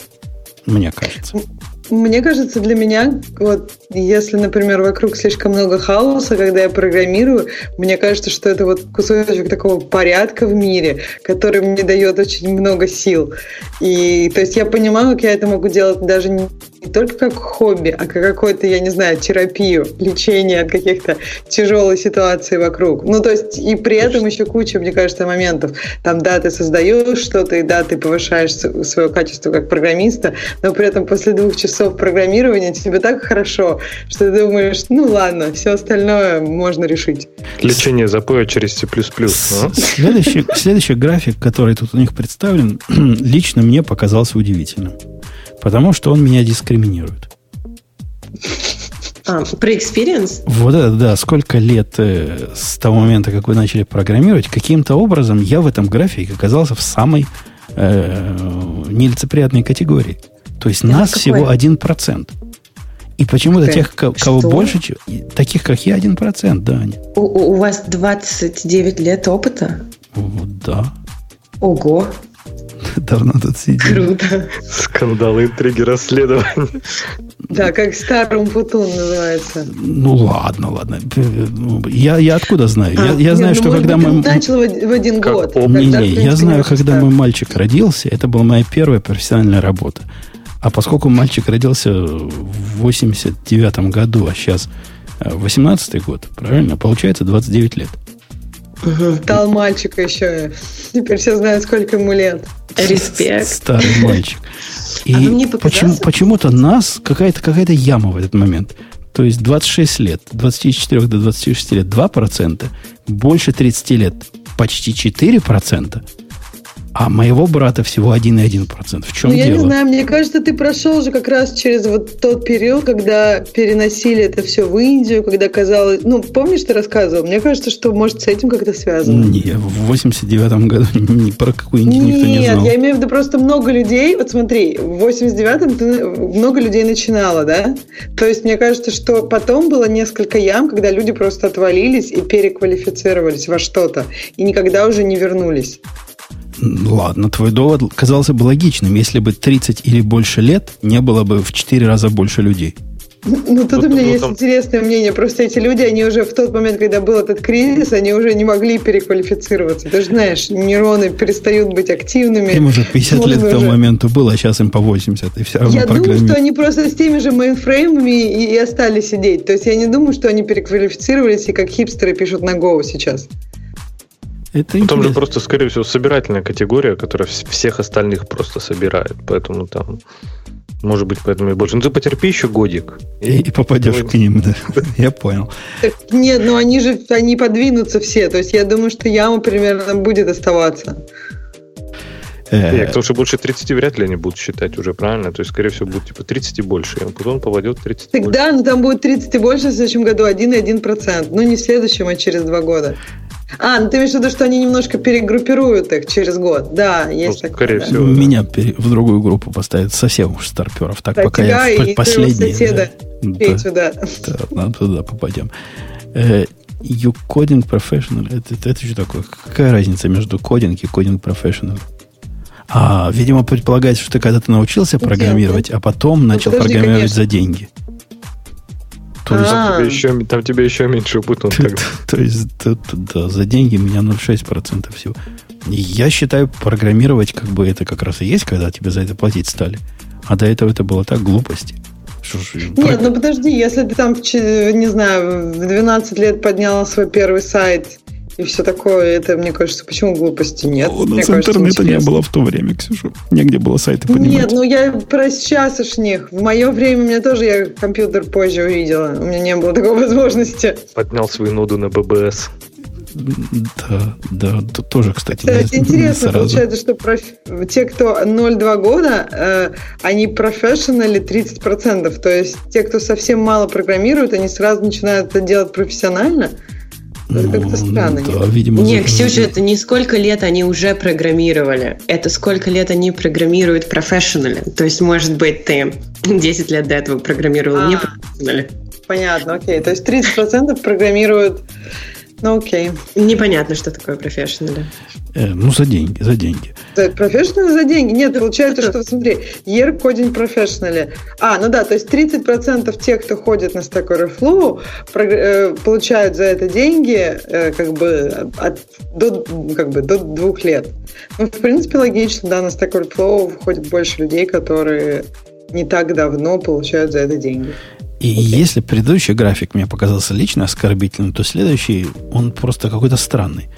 Мне кажется. Мне кажется, для меня, вот если, например, вокруг слишком много хаоса, когда я программирую, мне кажется, что это вот кусочек такого порядка в мире, который мне дает очень много сил. И то есть я понимаю, как я это могу делать даже не, не только как хобби, а как какую-то, я не знаю, терапию, лечение от каких-то тяжелых ситуаций вокруг. Ну, то есть и при этом еще куча, мне кажется, моментов. Там, да, ты создаешь что-то, и да, ты повышаешь свое качество как программиста, но при этом после двух часов программирования тебе так хорошо, что ты думаешь, ну ладно, все остальное можно решить. Лечение запоя через C++. Следующий, следующий график, который тут у них представлен, лично мне показался удивительным. Потому что он меня дискриминирует. А, про experience? Вот это, да. Сколько лет э, с того момента, как вы начали программировать, каким-то образом я в этом графике оказался в самой э, нелицеприятной категории. То есть это нас какой? Всего один процент. И почему-то тех, кого Что? больше, таких, как я, один процент, да, Аня. У, у вас двадцать девять лет опыта? Вот, да. Ого. Давно тут сидим. Круто. Скандалы, интриги, расследования. Да, как старый Умпутун называется. Ну, ладно, ладно. Я, я откуда знаю? А, я я нет, знаю, ну, что когда быть, мы... начал в один как год. Не, не, я знаю, когда мой мальчик родился, это была моя первая профессиональная работа. А поскольку мальчик родился в восемьдесят девятом году, а сейчас восемнадцатый год, правильно? Получается двадцать девять лет. Угу. Стал мальчика еще. Теперь все знают, сколько ему лет. Респект. Старый мальчик. И а почему, почему-то нас какая-то, какая-то яма в этот момент. То есть двадцать шесть лет, двадцать четыре до двадцати шести лет два процента, больше тридцати лет почти четыре процента, а моего брата всего один целых одна десятая процента. В чем ну, дело? Я не знаю, мне кажется, ты прошел же как раз через вот тот период, когда переносили это все в Индию, когда казалось... Ну, помнишь, ты рассказывал? Мне кажется, что, может, с этим как-то связано. Не, в восемьдесят девятом году ни про какую Индию никто не знал. Нет, я имею в виду просто много людей... Вот смотри, в восемьдесят девятом ты много людей начинала, да? То есть, мне кажется, что потом было несколько ям, когда люди просто отвалились и переквалифицировались во что-то, и никогда уже не вернулись. Ладно, твой довод казался бы логичным, если бы тридцать или больше лет не было бы в четыре раза больше людей. Ну, тут вот, у меня вот есть там... интересное мнение. Просто эти люди, они уже в тот момент, когда был этот кризис, они уже не могли переквалифицироваться. Ты же знаешь, нейроны перестают быть активными. Им уже пятьдесят лет к тому уже... моменту было, а сейчас им по восемьдесят. И все равно я думаю, что они просто с теми же мейнфреймами и, и остались сидеть. То есть я не думаю, что они переквалифицировались и как хипстеры пишут на Go сейчас. Это Потом же просто, скорее всего, собирательная категория, которая всех остальных просто собирает. Поэтому там, может быть, поэтому и больше. Ну, ты потерпи еще годик. И, и попадешь к ним, да. Я понял. Так, нет, ну они же, они подвинутся все. То есть я думаю, что яма примерно будет оставаться. Нет, потому что больше тридцати вряд ли они будут считать уже, правильно? То есть, скорее всего, будет типа тридцать и больше. А потом попадет тридцать и больше. Да, но там будет тридцать и больше в следующем году один целых одна десятая процента. Ну, не в следующем, а через два года. А, ну ты имеешь в виду, что они немножко перегруппируют их через год. Да, есть ну, такое. Скорее да. всего. Да. Меня в другую группу поставят совсем уж старперов. Так, да, пока я в последний. Соседа, да, Петю, да. Да, нам туда попадем. You Coding Professional. Это, это, это что такое? Какая разница между кодинг и кодинг Professional? А, видимо, предполагается, что ты когда-то научился программировать, а потом ну, начал подожди, программировать конечно. За деньги. То есть, там, тебе еще, там тебе еще меньше опыта. То, то есть, да, да, за деньги у меня ноль целых шесть десятых процента всего. Я считаю, программировать как бы это как раз и есть, когда тебе за это платить стали. А до этого это было так глупости. Что ж, Нет, про... ну подожди, если ты там, не знаю, в двенадцать лет подняла свой первый сайт и все такое, это, мне кажется, почему глупости нет? У нас интернета не было в то время, Ксюша. Негде было сайты поднимать. Нет, ну я про сейчасшних. В мое время у меня тоже, я компьютер позже увидела. У меня не было такой возможности. Поднял свою ноду на би би эс. Да, да, тут тоже, кстати. Кстати, не, интересно, не получается, что проф... те, кто ноль-два года, э, они профессионалы тридцать процентов. То есть те, кто совсем мало программируют, они сразу начинают это делать профессионально. Это ну, как-то странно. Да, видимо, не, Ксюша, это не сколько лет они уже программировали. Это сколько лет они программируют профессионально. То есть, может быть, ты десять лет до этого программировал а, не профессионально. Понятно, окей. То есть тридцать процентов программируют. Ну, окей. Непонятно, что такое профессионал. Э, ну, за деньги, за деньги. Профессионал за деньги? Нет, получается, что, смотри, Year Coding Professional. А, ну да, то есть тридцать процентов тех, кто ходит на Stack Overflow, э, получают за это деньги э, как бы от, до, как бы до двух лет. Ну, в принципе, логично, да, на Stack Overflow входит больше людей, которые не так давно получают за это деньги. И okay. если предыдущий график мне показался лично оскорбительным, то следующий, он просто какой-то странный.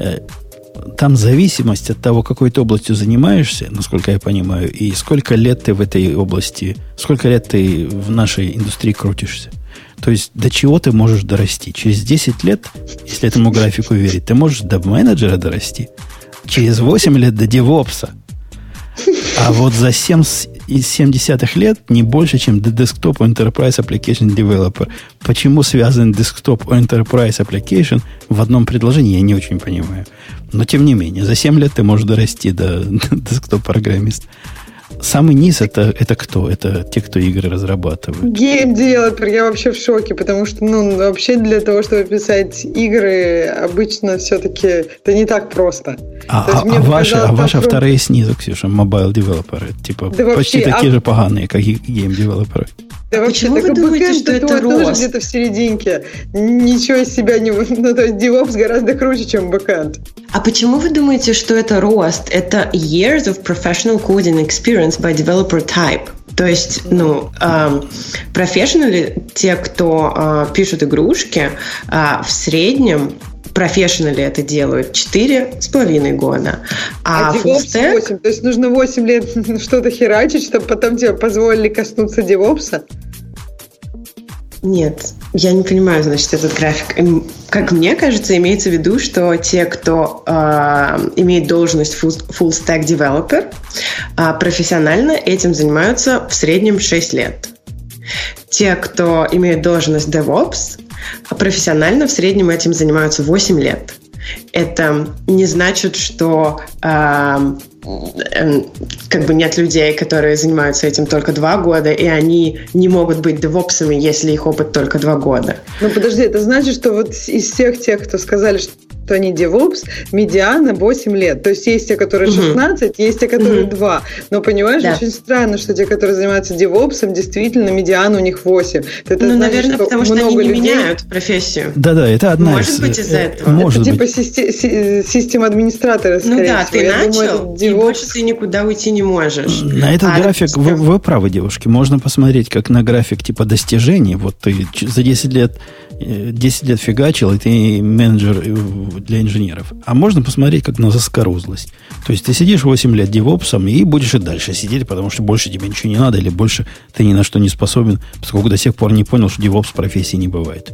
Там зависимость от того, какой ты областью занимаешься, насколько я понимаю, и сколько лет ты в этой области, сколько лет ты в нашей индустрии крутишься. То есть до чего ты можешь дорасти. Через десять лет, если этому графику верить, ты можешь до менеджера дорасти. Через восемь лет до девопса. А вот за семь из семь десятых лет не больше, чем до Desktop Enterprise Application Developer. Почему связан Desktop Enterprise Application в одном предложении, я не очень понимаю. Но, тем не менее, за семь лет ты можешь дорасти до Desktop-программиста. Самый низ это, это кто? Это те, кто игры разрабатывают. Гейм-девелопер, я вообще в шоке, потому что, ну, вообще для того, чтобы писать игры, обычно все-таки это не так просто. А, а, а ваши, а ваши просто... вторые снизу, Ксюша, мобайл-девелоперы, типа да почти вообще, такие а... же поганые, как и гейм-девелоперы. Да а вообще, почему вы думаете, что это рост? Тоже где-то в серединке. Ничего из себя не... Ну, то есть DevOps гораздо круче, чем бэкэнд. А почему вы думаете, что это рост? Это years of professional coding experience by developer type. То есть, ну, э, профессионалы, те, кто э, пишут игрушки, э, в среднем профессионалы это делают четыре с половиной года. А, а DevOps восемь. То есть нужно восемь лет что-то херачить, чтобы потом тебе позволили коснуться DevOps? Нет, я не понимаю, значит, этот график. Как мне кажется, имеется в виду, что те, кто э, имеет должность full, full stack developer, э, профессионально этим занимаются в среднем шесть лет. Те, кто имеет должность DevOps, профессионально в среднем этим занимаются восемь лет. Это не значит, что э, э, как бы нет людей, которые занимаются этим только два года, и они не могут быть девопсами, если их опыт только два года. Ну подожди, это значит, что вот из всех тех, кто сказали, что они DevOps, медиана восемь лет. То есть есть те, которые шестнадцать, uh-huh. есть те, которые uh-huh. два. Но понимаешь, да. очень странно, что те, которые занимаются DevOps, действительно медиана у них восемь. Это ну, значит, наверное, что потому что они не людей... меняют профессию. Да-да, это одна Может из... быть, из-за этого. Может это быть. типа система администратора, скорее Ну да, всего. ты Я начал, думаю, и больше ты никуда уйти не можешь. На этот а график, вы, вы правы, девушки, можно посмотреть, как на график типа достижений. Вот ты за десять лет, десять лет фигачил, и ты менеджер для инженеров. А можно посмотреть, как на заскорузлость. То есть ты сидишь восемь лет девопсом и будешь и дальше сидеть, потому что больше тебе ничего не надо, или больше ты ни на что не способен, поскольку до сих пор не понял, что девопс профессии не бывает.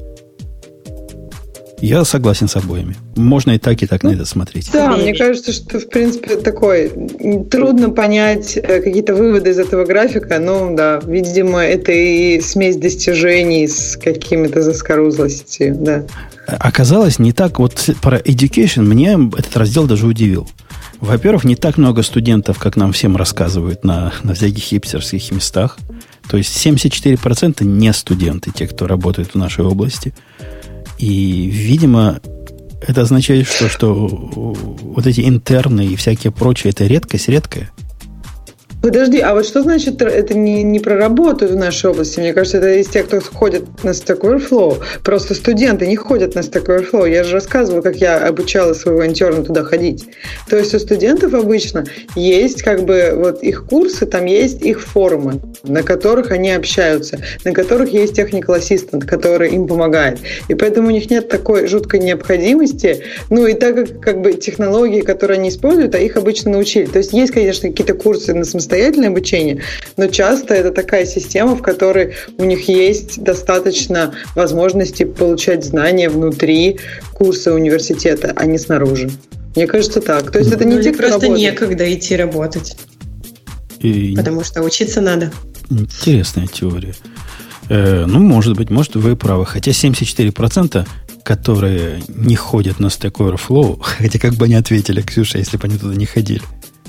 Я согласен с обоими. Можно и так, и так ну, на это смотреть. Да, мне кажется, что, в принципе, такой трудно понять какие-то выводы из этого графика. Ну, да, видимо, это и смесь достижений с какими-то заскорузлостью, да. Оказалось, не так. Вот про education мне этот раздел даже удивил. Во-первых, не так много студентов, как нам всем рассказывают на, на всяких хипстерских местах. То есть семьдесят четыре процента не студенты, те, кто работает в нашей области. И, видимо, Это означает, что, что вот эти интерны и всякие прочие, это редкость редкая? Подожди, а вот что значит это не, не про работу в нашей области? Мне кажется, это из тех, кто ходит на Stack Overflow. Просто студенты не ходят на Stack Overflow. Я же рассказывала, как я обучала своего интерна туда ходить. То есть у студентов обычно есть как бы вот их курсы, там есть их форумы, на которых они общаются, на которых есть technical assistant, который им помогает. И поэтому у них нет такой жуткой необходимости. Ну и так как, как бы технологии, которые они используют, а их обычно научили. То есть есть, конечно, какие-то курсы на самостоятельность, самостоятельное обучение, но часто это такая система, в которой у них есть достаточно возможности получать знания внутри курса университета, а не снаружи. Мне кажется, так. То есть это не ну, те, кто просто работает. некогда идти работать. И... Потому что учиться надо. Интересная теория. Э, ну, может быть, может, вы правы. Хотя семьдесят четыре процента, которые не ходят на Stack Overflow, хотя как бы они ответили, Ксюша, если бы они туда не ходили.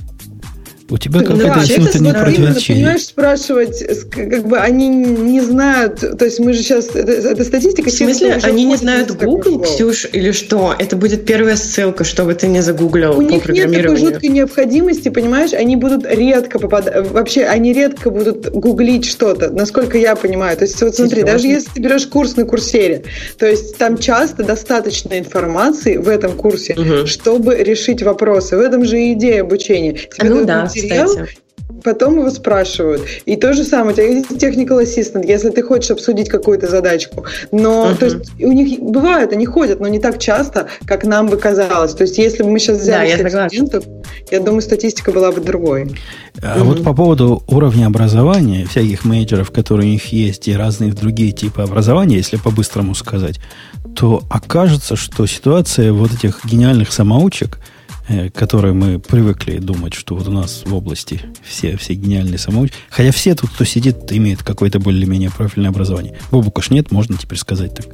У тебя какое-то да, внутреннее противоречие. Понимаешь, спрашивать, как бы они не знают, то есть мы же сейчас, это, это статистика. В смысле, они не знают Google, Ксюш, или что? Это будет первая ссылка, чтобы ты не загуглил у по них программированию. Нет такой жуткой необходимости, понимаешь, они будут редко попадать, вообще они редко будут гуглить что-то, насколько я понимаю. То есть вот смотри, Серьезно? Даже если ты берешь курс на Курсере, то есть там часто достаточно информации в этом курсе, угу. чтобы решить вопросы. В этом же и идея обучения. Тебе ну да. Материал, потом его спрашивают. И то же самое, у тебя есть technical assistant, если ты хочешь обсудить какую-то задачку. Но, uh-huh. то есть, у них бывает, они ходят, но не так часто, как нам бы казалось. То есть, если бы мы сейчас взяли да, всех студентов, я думаю, статистика была бы другой. А uh-huh. вот по поводу уровня образования, всяких менеджеров, которые у них есть, и разные другие типы образования, если по-быстрому сказать, то окажется, что ситуация вот этих гениальных самоучек, которые мы привыкли думать, что вот у нас в области все, все гениальные самоучки. Хотя все тут, кто сидит, имеет какое-то более-менее профильное образование. Бобука ж нет, можно теперь сказать так.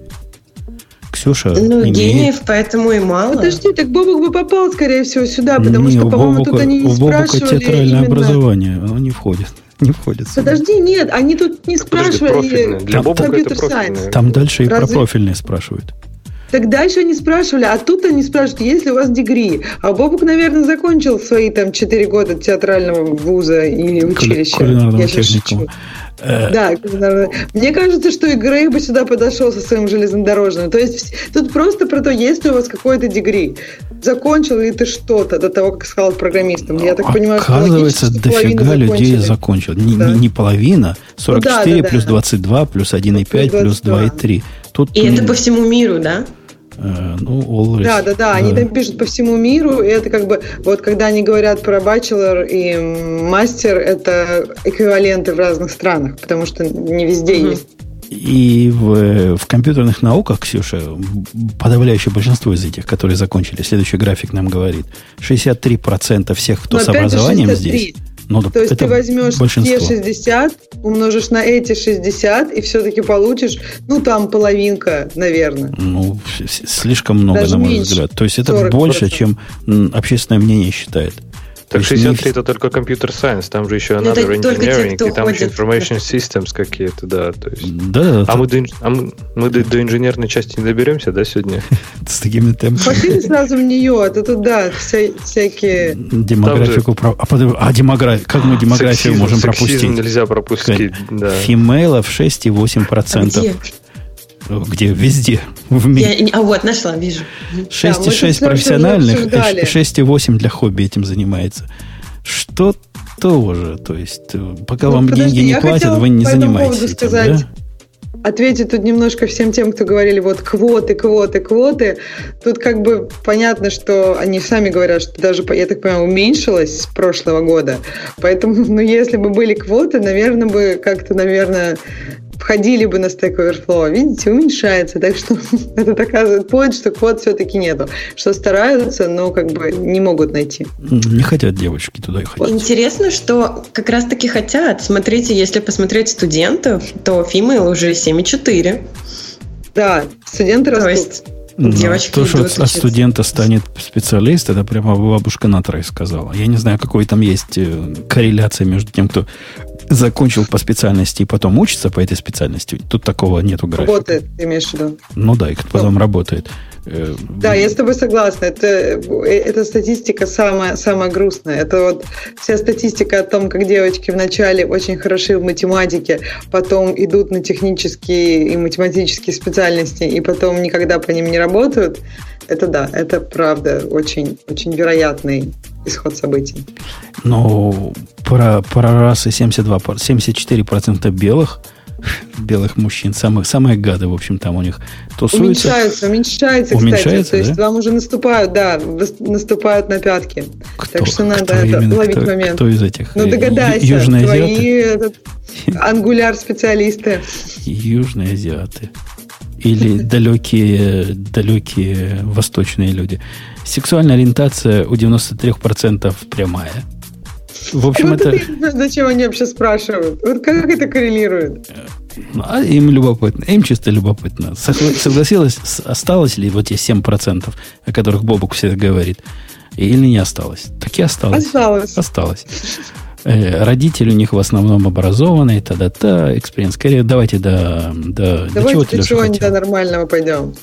Ксюша Ну, имеет. гениев поэтому и мало. Подожди, так Бобук бы попал, скорее всего, сюда, потому не, что, по-моему, Бобука, тут они не у спрашивали. У Бобука театральное именно... образование, оно не входит. Не входит сюда. Подожди, нет, они тут не спрашивали. Для Бобука компьютер это профильное. Там дальше Разве... и про профильные спрашивают. Так дальше они спрашивали, а тут они спрашивают, есть ли у вас дегри. А Бобук, наверное, закончил свои там четыре года театрального вуза или училища. Кулинарного техникума. Да, мне кажется, что и Грей бы сюда подошел со своим железнодорожным. То есть тут просто про то, есть ли у вас какой-то дегри. Закончил ли ты что-то до того, как стал программистом? Я так понимаю, что оказывается, дофига людей закончил. Не, да. не, не половина, сорок четыре да, да, плюс двадцать два, плюс один и пять, плюс два и три. Тут, и ну, это по всему миру, да? Uh, ну, always, да, да, да, да, они там пишут по всему миру, и это как бы, вот когда они говорят про bachelor и мастер, это эквиваленты в разных странах, потому что не везде mm-hmm. есть. И в, в компьютерных науках, Ксюша, подавляющее большинство из этих, которые закончили, следующий график нам говорит, шестьдесят три процента всех, кто Но с образованием шестьдесят три. Здесь... Ну, То есть ты возьмешь большинство. Те шестьдесят, умножишь на эти шестьдесят, и все-таки получишь, ну, там половинка, наверное. Ну, слишком много, даже на мой меньше, взгляд. То есть это сорок процентов больше, чем общественное мнение считает. Так шестьдесят три это только компьютер-сайенс, там же еще another engineering, те, и там еще information systems какие-то, да. То есть. Да, а мы, до, а мы, мы до, до инженерной части не доберемся, да, сегодня? С такими темпами. Пошли сразу в нее, это тут, да, вся, всякие... Демографику... Про... А, под... а демографию, как мы демографию сексизм, можем пропустить? Сексизм нельзя пропустить, да. Фимейлов шесть и восемь процентов. А где? Где? Везде. В мире. Я, а вот, нашла, вижу. шесть и шесть да, профессиональных, шесть и восемь для хобби этим занимается. Что тоже. То есть, пока ну, вам подожди, деньги не платят, вы не занимаетесь этим, сказать, да? Ответить тут немножко всем тем, кто говорили, вот квоты, квоты, квоты. Тут как бы понятно, что они сами говорят, что даже, я так понимаю, уменьшилось с прошлого года. Поэтому, ну, если бы были квоты, наверное, бы как-то, наверное... входили бы на Stack Overflow, видите, уменьшается. Так что это доказывает point, что квот все-таки нету. Что стараются, но как бы не могут найти. Не хотят девочки туда и ходить. Интересно, что как раз-таки хотят. Смотрите, если посмотреть студентов, то female уже семь и четыре. Да, студенты то растут. Есть но девочки то, что идут от студента станет специалист, это прямо бабушка Натра сказала. Я не знаю, какой там есть корреляция между тем, кто закончил по специальности и потом учится по этой специальности, тут такого нету графика. Работает, ты имеешь в виду? Ну да, и потом ну, работает. Да, я с тобой согласна. Это, это статистика самая, самая грустная. Это вот вся статистика о том, как девочки вначале очень хороши в математике, потом идут на технические и математические специальности, и потом никогда по ним не работают. Это да, это правда очень, очень вероятный исход событий. Но про, про расы семьдесят два, семьдесят четыре процента белых белых мужчин, самых, самые гады, в общем, там у них тусуются. Уменьшаются, уменьшается, уменьшается, кстати. Да? То есть вам уже наступают, да, наступают на пятки. Кто, так что надо кто это, именно, ловить кто, момент. Кто из этих? Ну, догадайся. Южные твои азиаты? ангуляр-специалисты. Южные азиаты. Или далекие, далекие восточные люди. Сексуальная ориентация у девяносто три процента прямая. В общем, вот это... это... Зачем они вообще спрашивают? Вот как это коррелирует? Ну, а им любопытно. Им чисто любопытно. Согласилась, осталось ли вот те семь процентов, о которых Бобук всегда говорит, или не осталось? Так и осталось. Осталось. Осталось. Э, родители у них в основном образованные, та-да-та, экспириенс. Скорее, давайте до... до давайте до чего-нибудь до нормального пойдем.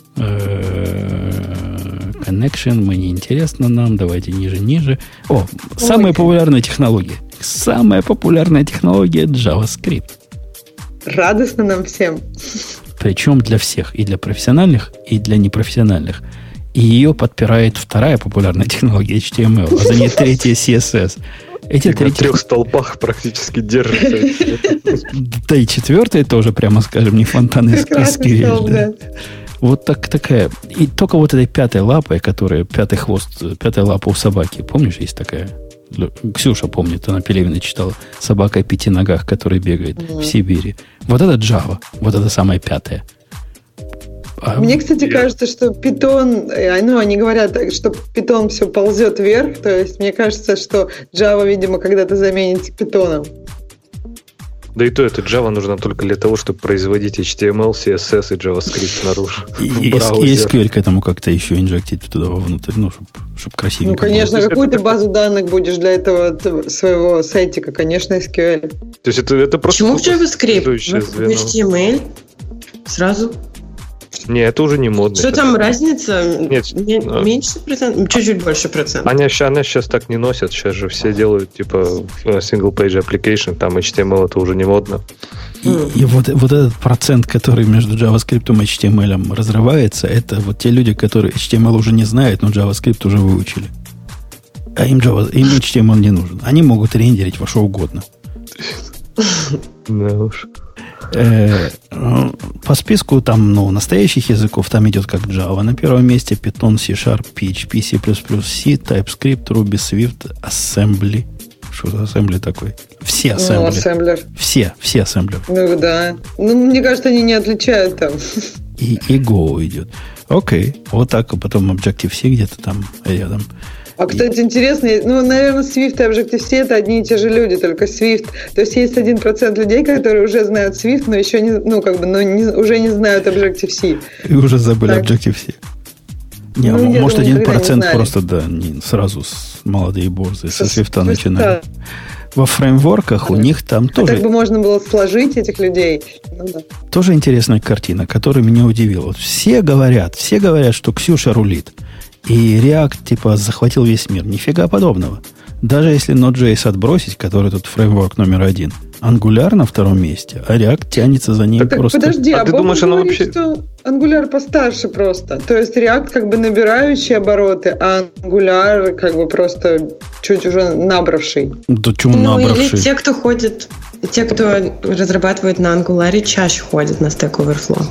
Connection, мы не интересно нам, давайте ниже-ниже. О, самая популярная технология. Самая популярная технология JavaScript. Радостно нам всем. Причем для всех. И для профессиональных, и для непрофессиональных. И ее подпирает вторая популярная технология эйч ти эм эл, а за ней третья си эс эс. Эти три... На трех столпах практически держится. Да и четвертая тоже, прямо скажем, не фонтан из эс-кью-эль. Вот так, такая. И только вот этой пятой лапой, которая пятый хвост, пятая лапа у собаки. Помнишь, есть такая? Ксюша помнит, она Пелевина читала. Собака о пяти ногах, которая бегает mm-hmm. в Сибири. Вот это Java. Вот это самая пятая. А Мне, кстати, я... кажется, что Python, ну, они говорят, что Python все ползет вверх. То есть, мне кажется, что Java, видимо, когда-то заменит Python. Да и то, это Java нужна только для того, чтобы производить эйч ти эм эл, си эс эс и JavaScript снаружи. И, и эс кью эль к этому как-то еще инжектить туда вовнутрь, ну, чтобы чтоб красивенько. Ну, конечно, было. Какую ты базу данных будешь для этого своего сайтика? Конечно, эс кью эль. То есть это, это просто... Почему в JavaScript? В эйч ти эм эл сразу... Не, это уже не модно. Что там разница? Нет, не, меньше процент? Чуть-чуть больше процент. Они, они сейчас так не носят. Сейчас же все делают типа single-page application. Там эйч ти эм эл это уже не модно. И, mm. и вот, вот этот процент, который между JavaScript и эйч ти эм эл разрывается, это вот те люди, которые эйч ти эм эл уже не знают, но JavaScript уже выучили. А им, Java, им эйч ти эм эл не нужен. Они могут рендерить во что угодно. Да уж. По списку там, ну, настоящих языков там идет как Java. На первом месте Python, C-Sharp, пи эйч пи, C++, C, TypeScript, Ruby, Swift, Assembly. Что за Assembly такой? Все Assembly. Ну, ассемблер. Все, все Assembly. Ну, да. Ну, мне кажется, они не отличают там. И, и Go идет. Окей. Вот так, а потом Objective-C где-то там рядом. А, кстати, интересно, ну, наверное, Swift и Objective-C это одни и те же люди, только Swift. То есть есть один процент людей, которые уже знают Swift, но еще не, ну, как бы, но не, уже не знают Objective-C. И уже забыли так. Objective-C. Не, ну, может, один процент просто, да, не, сразу с молодые борзы со, со Swift начинали. Во фреймворках а, у них там а тоже... Так бы можно было сложить этих людей. Ну, да. Тоже интересная картина, которая меня удивила. Вот все говорят, все говорят, что Ксюша рулит. И React, типа, захватил весь мир. Нифига подобного. Даже если Node.js отбросить, который тут фреймворк номер один, Angular на втором месте, а React тянется за ним так, просто... Подожди, а, а ты Бог думаешь, говорит, вообще... что Angular постарше просто. То есть React как бы набирающий обороты, а Angular как бы просто чуть уже набравший. Да чему ну, набравший? Или те, кто ходит, те, кто разрабатывает на Angular, чаще ходят на Stack Overflow.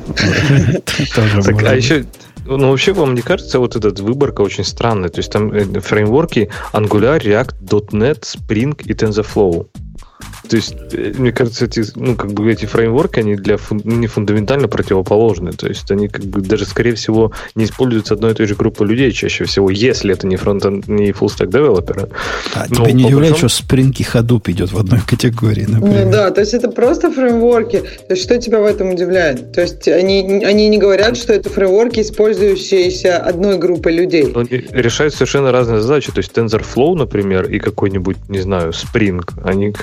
А еще... Ну, вообще, вам не кажется, вот эта выборка очень странная? То есть там фреймворки Angular, React, .дот нет, Spring и TensorFlow. То есть, мне кажется, эти, ну, как бы эти фреймворки, они для фун, не фундаментально противоположны. То есть, они как бы даже, скорее всего, не используются одной и той же группой людей чаще всего, если это не фронт не full-stack девелоперы. А тебя не удивляет, что Spring и Hadoop идет в одной категории, например? Ну да, то есть, это просто фреймворки. То есть, что тебя в этом удивляет? То есть, они, они не говорят, что это фреймворки, использующиеся одной группой людей. Но они решают совершенно разные задачи. То есть, TensorFlow, например, и какой-нибудь, не знаю, Spring, они как бы живут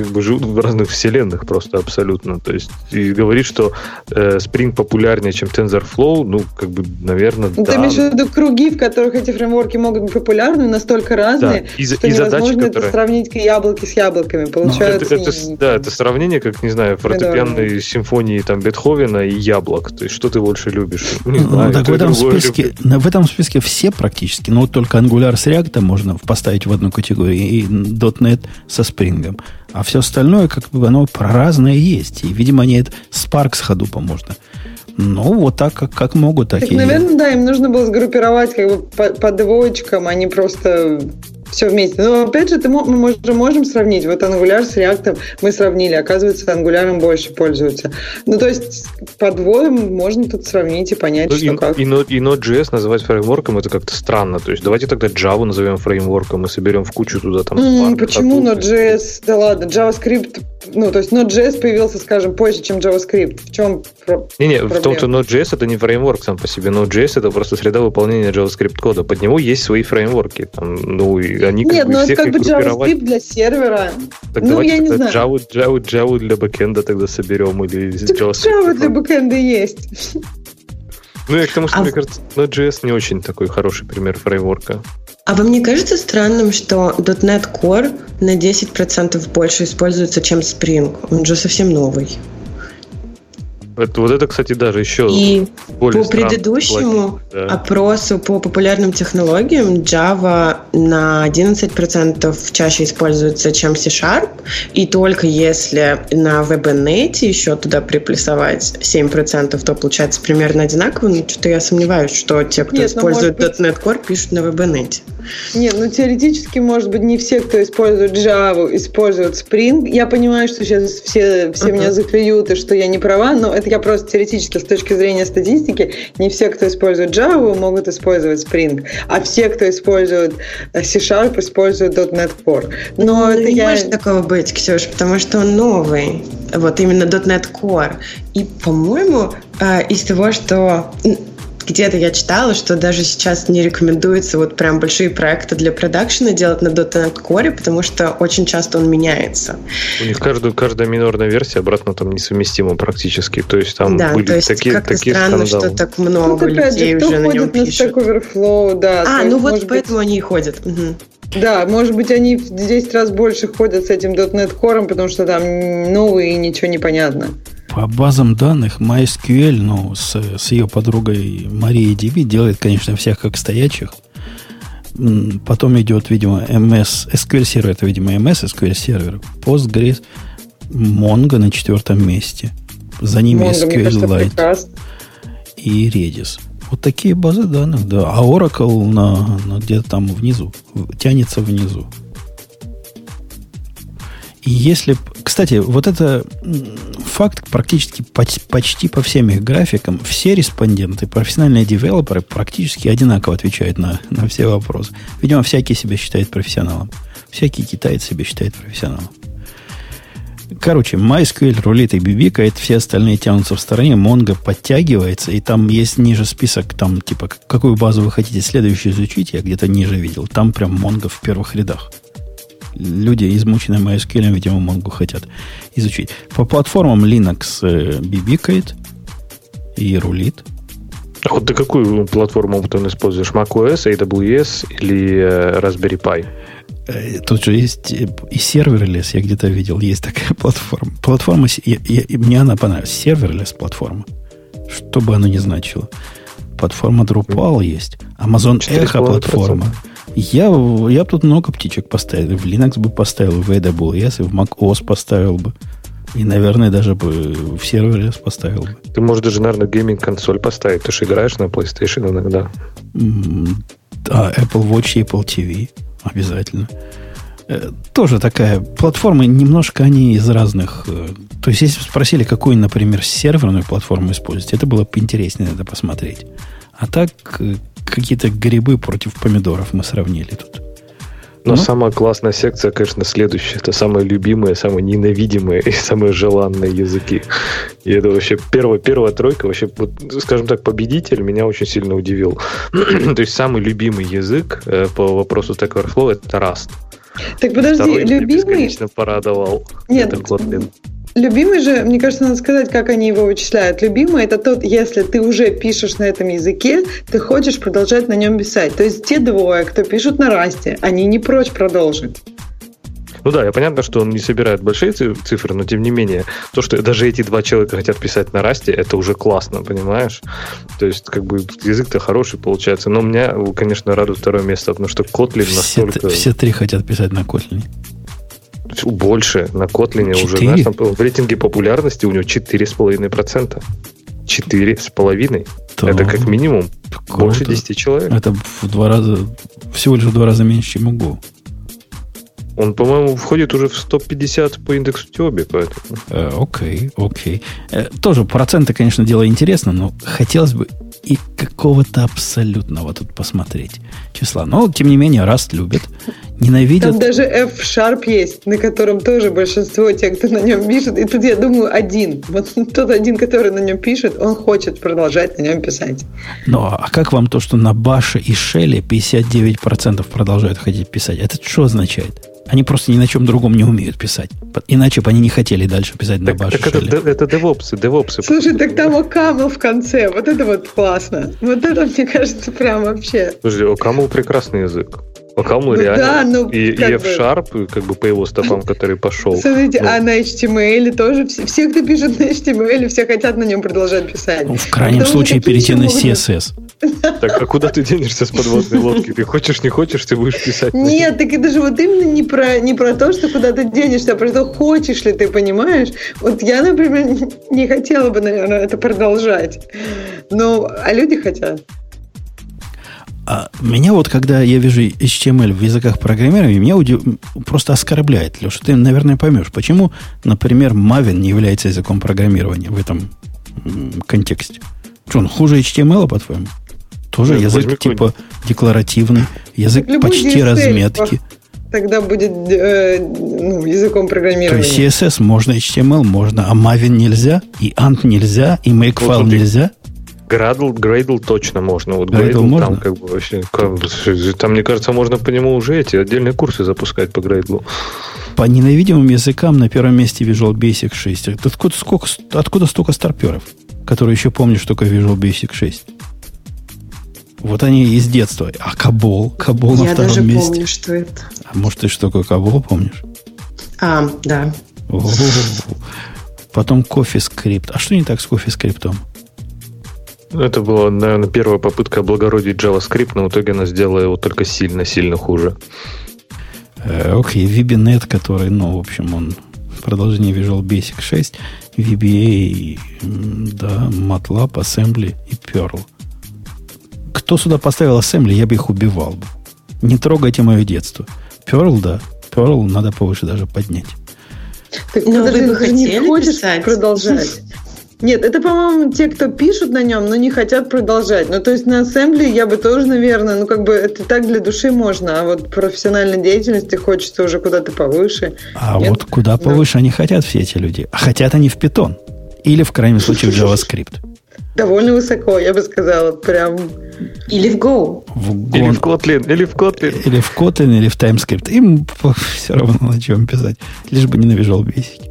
разных вселенных просто абсолютно. То есть, и говорит, что э, Spring популярнее, чем TensorFlow, ну, как бы, наверное, ну, да. Ты имеешь в виду круги, в которых эти фреймворки могут быть популярны, настолько разные, да. и, что и невозможно задачи, это которые... сравнить яблоки с яблоками. Получается... Это, это, да, это сравнение, как, не знаю, фортепианной да. симфонии там, Бетховена и яблок. То есть, что ты больше любишь? Не ну, знаю, так в этом, списке, в этом списке все практически, но вот только Angular с React можно поставить в одну категорию и .дот нет со Spring. А все остальное, как бы, оно разное есть. И, видимо, они это Spark с Hadoop можно. Ну, вот так, как, как могут, так, так и... Наверное, да, им нужно было сгруппировать как бы по, по двоечкам, а не просто... все вместе. Но опять же, ты, мы можем, можем сравнить. Вот Angular с React мы сравнили. Оказывается, Angular больше пользуются. Ну, то есть, по двоем можно тут сравнить и понять, ну, что и, как. И, и Node.js называть фреймворком, это как-то странно. То есть, давайте тогда Java назовем фреймворком и соберем в кучу туда там Spark. Mm, почему Node.js? Да ладно, JavaScript... Ну, то есть, Node.js появился, скажем, позже, чем JavaScript. В чем про- Не-не, проблема? в том, что Node.js это не фреймворк сам по себе. Node.js это просто среда выполнения JavaScript-кода. Под него есть свои фреймворки. Там, ну, и они как Нет, бы ну всех это как бы группировать. JavaScript для сервера. Так ну, давайте я не тогда знаю. Java, Java, Java для бэкэнда тогда соберем. Или так JavaScript. Java для бэкэнда есть. Ну, я к тому, что, а... мне кажется, Node.js не очень такой хороший пример фреймворка. А вам не кажется странным, что .дот нет Core на десять процентов больше используется, чем Spring? Он же совсем новый. Это, вот это, кстати, даже еще И более по предыдущему да. опросу по популярным технологиям Java на одиннадцать процентов чаще используется, чем C-Sharp, и только если на ви би нет еще туда приплюсовать семь процентов, то получается примерно одинаково, но что-то я сомневаюсь, что те, кто Нет, использует быть... .дот нет Core, пишут на ви би нет. Нет, ну теоретически, может быть, не все, кто использует Java, используют Spring. Я понимаю, что сейчас все, все uh-huh. меня заклюют, и что я не права, но это я просто теоретически с точки зрения статистики, не все, кто использует Java, могут использовать Spring, а все, кто использует C-Sharp, используют .дот нет Core. Но ну, это не я... может такого быть, Ксюш, потому что он новый. Вот именно .дот нет Core. И, по-моему, из того, что... Где-то я читала, что даже сейчас не рекомендуется вот прям большие проекты для продакшена делать на .дот нет Core, потому что очень часто он меняется. У них каждую, каждая минорная версия обратно там несовместима практически. То есть там да, были то есть такие, как-то такие странно, скандалы. что так много ну, опять людей же, уже на нем на пишут. Stack Overflow, да. А, есть, ну вот поэтому быть... они и ходят. Угу. Да, может быть, они в десять раз больше ходят с этим .дот нет Core, потому что там новый и ничего не понятно. По базам данных MySQL, ну, с, с ее подругой Марией ди би делает, конечно, всех как стоячих. Потом идет, видимо, эм эс, эс кью эль сервер, это, видимо, эм эс эс кью эль сервер, Postgres, Mongo на четвертом месте. За ними Mongo, эс кью эль Lite и Redis. Вот такие базы данных, да. А Oracle на, на где-то там внизу, тянется внизу. И если... Кстати, вот это факт практически почти по всем их графикам. Все респонденты, профессиональные девелоперы практически одинаково отвечают на, на все вопросы. Видимо, всякий себя считает профессионалом. Всякий китаец себя считает профессионалом. Короче, MySQL рулит и бибикает, все остальные тянутся в стороне, Mongo подтягивается, и там есть ниже список, там типа, какую базу вы хотите следующую изучить, я где-то ниже видел. Там прям Mongo в первых рядах. Люди, измученные MySQL, видимо, Mongo хотят изучить. По платформам Linux э, бибикает и рулит. А вот ты какую платформу ты используешь? macOS, эй дабл ю эс или э, Raspberry Pi? Э, тут же есть и Serverless, я где-то видел, есть такая платформа. Платформа, я, я, мне она понравилась. Serverless платформа. Что бы оно ни значило. Платформа Drupal есть. Amazon Echo платформа. Я, я бы тут много птичек поставил. В Linux бы поставил, в эй дабл ю эс, и в macOS поставил бы. И, наверное, даже бы в Serverless поставил бы. Ты можешь даже, наверное, гейминг-консоль поставить. Ты же играешь на PlayStation иногда. Да, Apple Watch и Apple ти ви. Обязательно. Тоже такая платформа, немножко они из разных... То есть, если бы спросили, какую, например, серверную платформу использовать, это было бы интереснее, надо посмотреть. А так, какие-то грибы против помидоров мы сравнили тут. Но ну? самая классная секция, конечно, следующая. Это самые любимые, самые ненавидимые и самые желанные языки. И это вообще первая, первая тройка, вообще, вот, скажем так, победитель меня очень сильно удивил. То есть самый любимый язык по вопросу Stack Overflow — это Rust. Так подожди, Второй любимый... меня бесконечно порадовал. Нет, это Kotlin. Любимый же, мне кажется, надо сказать, как они его вычисляют. Любимый — это тот, если ты уже пишешь на этом языке, ты хочешь продолжать на нем писать. То есть те двое, кто пишут на Rust, они не прочь продолжить. Ну да, я понятно, что он не собирает большие цифры, но тем не менее, то, что даже эти два человека хотят писать на Rust, это уже классно, понимаешь? То есть, как бы, язык-то хороший получается. Но меня, конечно, радует второе место, потому что Kotlin все настолько... Т, все три хотят писать на Kotlin. Больше. На Kotlin уже, знаешь, там, в рейтинге популярности у него четыре с половиной процента. четыре с половиной. Это как минимум круто. Больше десяти человек. Это в два раза, всего лишь в два раза меньше, чем Go. Он, по-моему, входит уже в сто пятьдесят по индексу Тиоби, поэтому... Окей, окей. Тоже проценты, конечно, дело интересно, но хотелось бы и какого-то абсолютного тут посмотреть числа. Но, тем не менее, Rust любит, ненавидят. Там даже F-Sharp есть, на котором тоже большинство тех, кто на нем пишет. И тут, я думаю, один. Вот тот один, который на нем пишет, он хочет продолжать на нем писать. Ну, а как вам то, что на Баше и Шелле пятьдесят девять процентов продолжают хотеть писать? Это что означает? Они просто ни на чем другом не умеют писать. Иначе бы они не хотели дальше писать на Баше. Так это, это девопсы, девопсы. Слушай, так там Окамл в конце. Вот это вот классно. Вот это, мне кажется, прям вообще. Подожди, Окамл прекрасный язык. Окамл ну, реально. Да, ну, и, и F-Sharp, бы... как бы по его стопам, который пошел. Смотрите, ну. а на эйч ти эм эл тоже все, все, кто пишет на эйч ти эм эл, все хотят на нем продолжать писать. Ну, в крайнем Потому случае перейти на си эс эс. Так, а куда ты денешься с подводной лодки? Ты хочешь, не хочешь, ты будешь писать? Нет, так это же вот именно не про, не про то, что куда ты денешься, а про то, хочешь ли ты, понимаешь? Вот я, например, не хотела бы, наверное, это продолжать. Но, а люди хотят. А меня вот, когда я вижу эйч ти эм эл в языках программирования, меня удив... просто оскорбляет, Леша. Ты, наверное, поймешь, почему, например, Maven не является языком программирования в этом м- контексте. Что, он хуже эйч ти эм эл, по-твоему? Тоже Нет, язык типа декларативный, язык почти ди эс эл разметки. Тогда будет э, ну, языком программирования. То есть си эс эс можно, эйч ти эм эл можно, а Maven нельзя, и Ant нельзя, и Makefile вот нельзя. Gradle, Gradle точно можно. Вот Gradle, Gradle можно? Там как бы вообще, как, там, мне кажется, можно по нему уже эти отдельные курсы запускать по Gradle. По ненавидимым языкам на первом месте Visual Basic шесть. Откуда, сколько, откуда столько старперов, которые еще помнят, что такое Visual Basic шесть? Вот они из детства. А Кабол? Кабол на втором месте. Я даже помню, что это. А может, ты что такое Кабол помнишь? А, да. О-о-о. Потом CoffeeScript. А что не так с CoffeeScript? Это была, наверное, первая попытка облагородить JavaScript, но в итоге она сделала его только сильно-сильно хуже. Окей, okay. VBNet, который, ну, в общем, он продолжение Visual Basic шесть, ви би эй, да, MATLAB, Assembly и Perl. Кто сюда поставил Assembly, я бы их убивал бы. Не трогайте мое детство. Perl, да. Perl надо повыше даже поднять. Так, но вы бы хотели не хочешь писать? Продолжать? Нет, это, по-моему, те, кто пишут на нем, но не хотят продолжать. Ну, то есть на Assembly я бы тоже, наверное, ну, как бы это так для души можно, а вот профессиональной деятельности хочется уже куда-то повыше. А Нет? вот куда повыше они хотят, все эти люди. А хотят они в Python. Или, в крайнем случае, в JavaScript. Довольно высоко, я бы сказала, прям... Или в Go. В Go. Или в Kotlin, или в Kotlin. Или в Kotlin, или в TypeScript. Им все равно на чем писать. Лишь бы не на Visual Basic.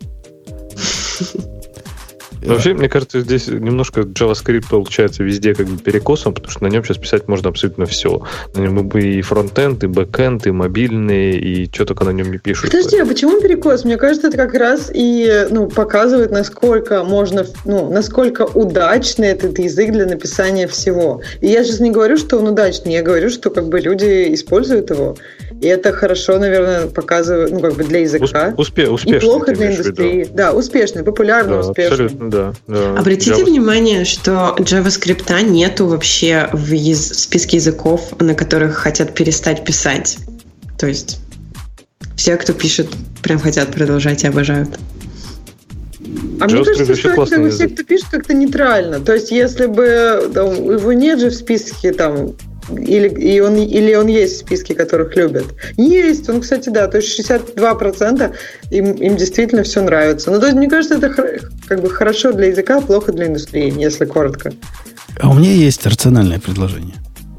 Вообще, мне кажется, здесь немножко JavaScript получается везде как бы перекосом, потому что на нем сейчас писать можно абсолютно все. На нем и фронтенд, и бэкенд, и мобильные, и что только на нем не пишут. Подожди, а почему перекос? Мне кажется, это как раз и ну, показывает, насколько можно, ну, насколько удачный этот язык для написания всего. И я сейчас не говорю, что он удачный, я говорю, что как бы люди используют его. И это хорошо, наверное, показывает, ну, как бы для языка. Успе- успешный. И плохо для индустрии. Да, успешный, популярный, да, успешный. Абсолютно, да. да. Обратите Java... внимание, что JavaScript нету вообще в яз... списке языков, на которых хотят перестать писать. То есть все, кто пишет, прям хотят продолжать и обожают. А мне кажется, что это все, кто пишет, как-то нейтрально. То есть, если бы там, его нет же в списке там. Или, и он, или он есть в списке, которых любят? Есть, он, кстати, да, то есть шестьдесят два процента им, им действительно все нравится. Ну, то есть, мне кажется, это как бы хорошо для языка, плохо для индустрии, если коротко. А у меня есть рациональное предложение.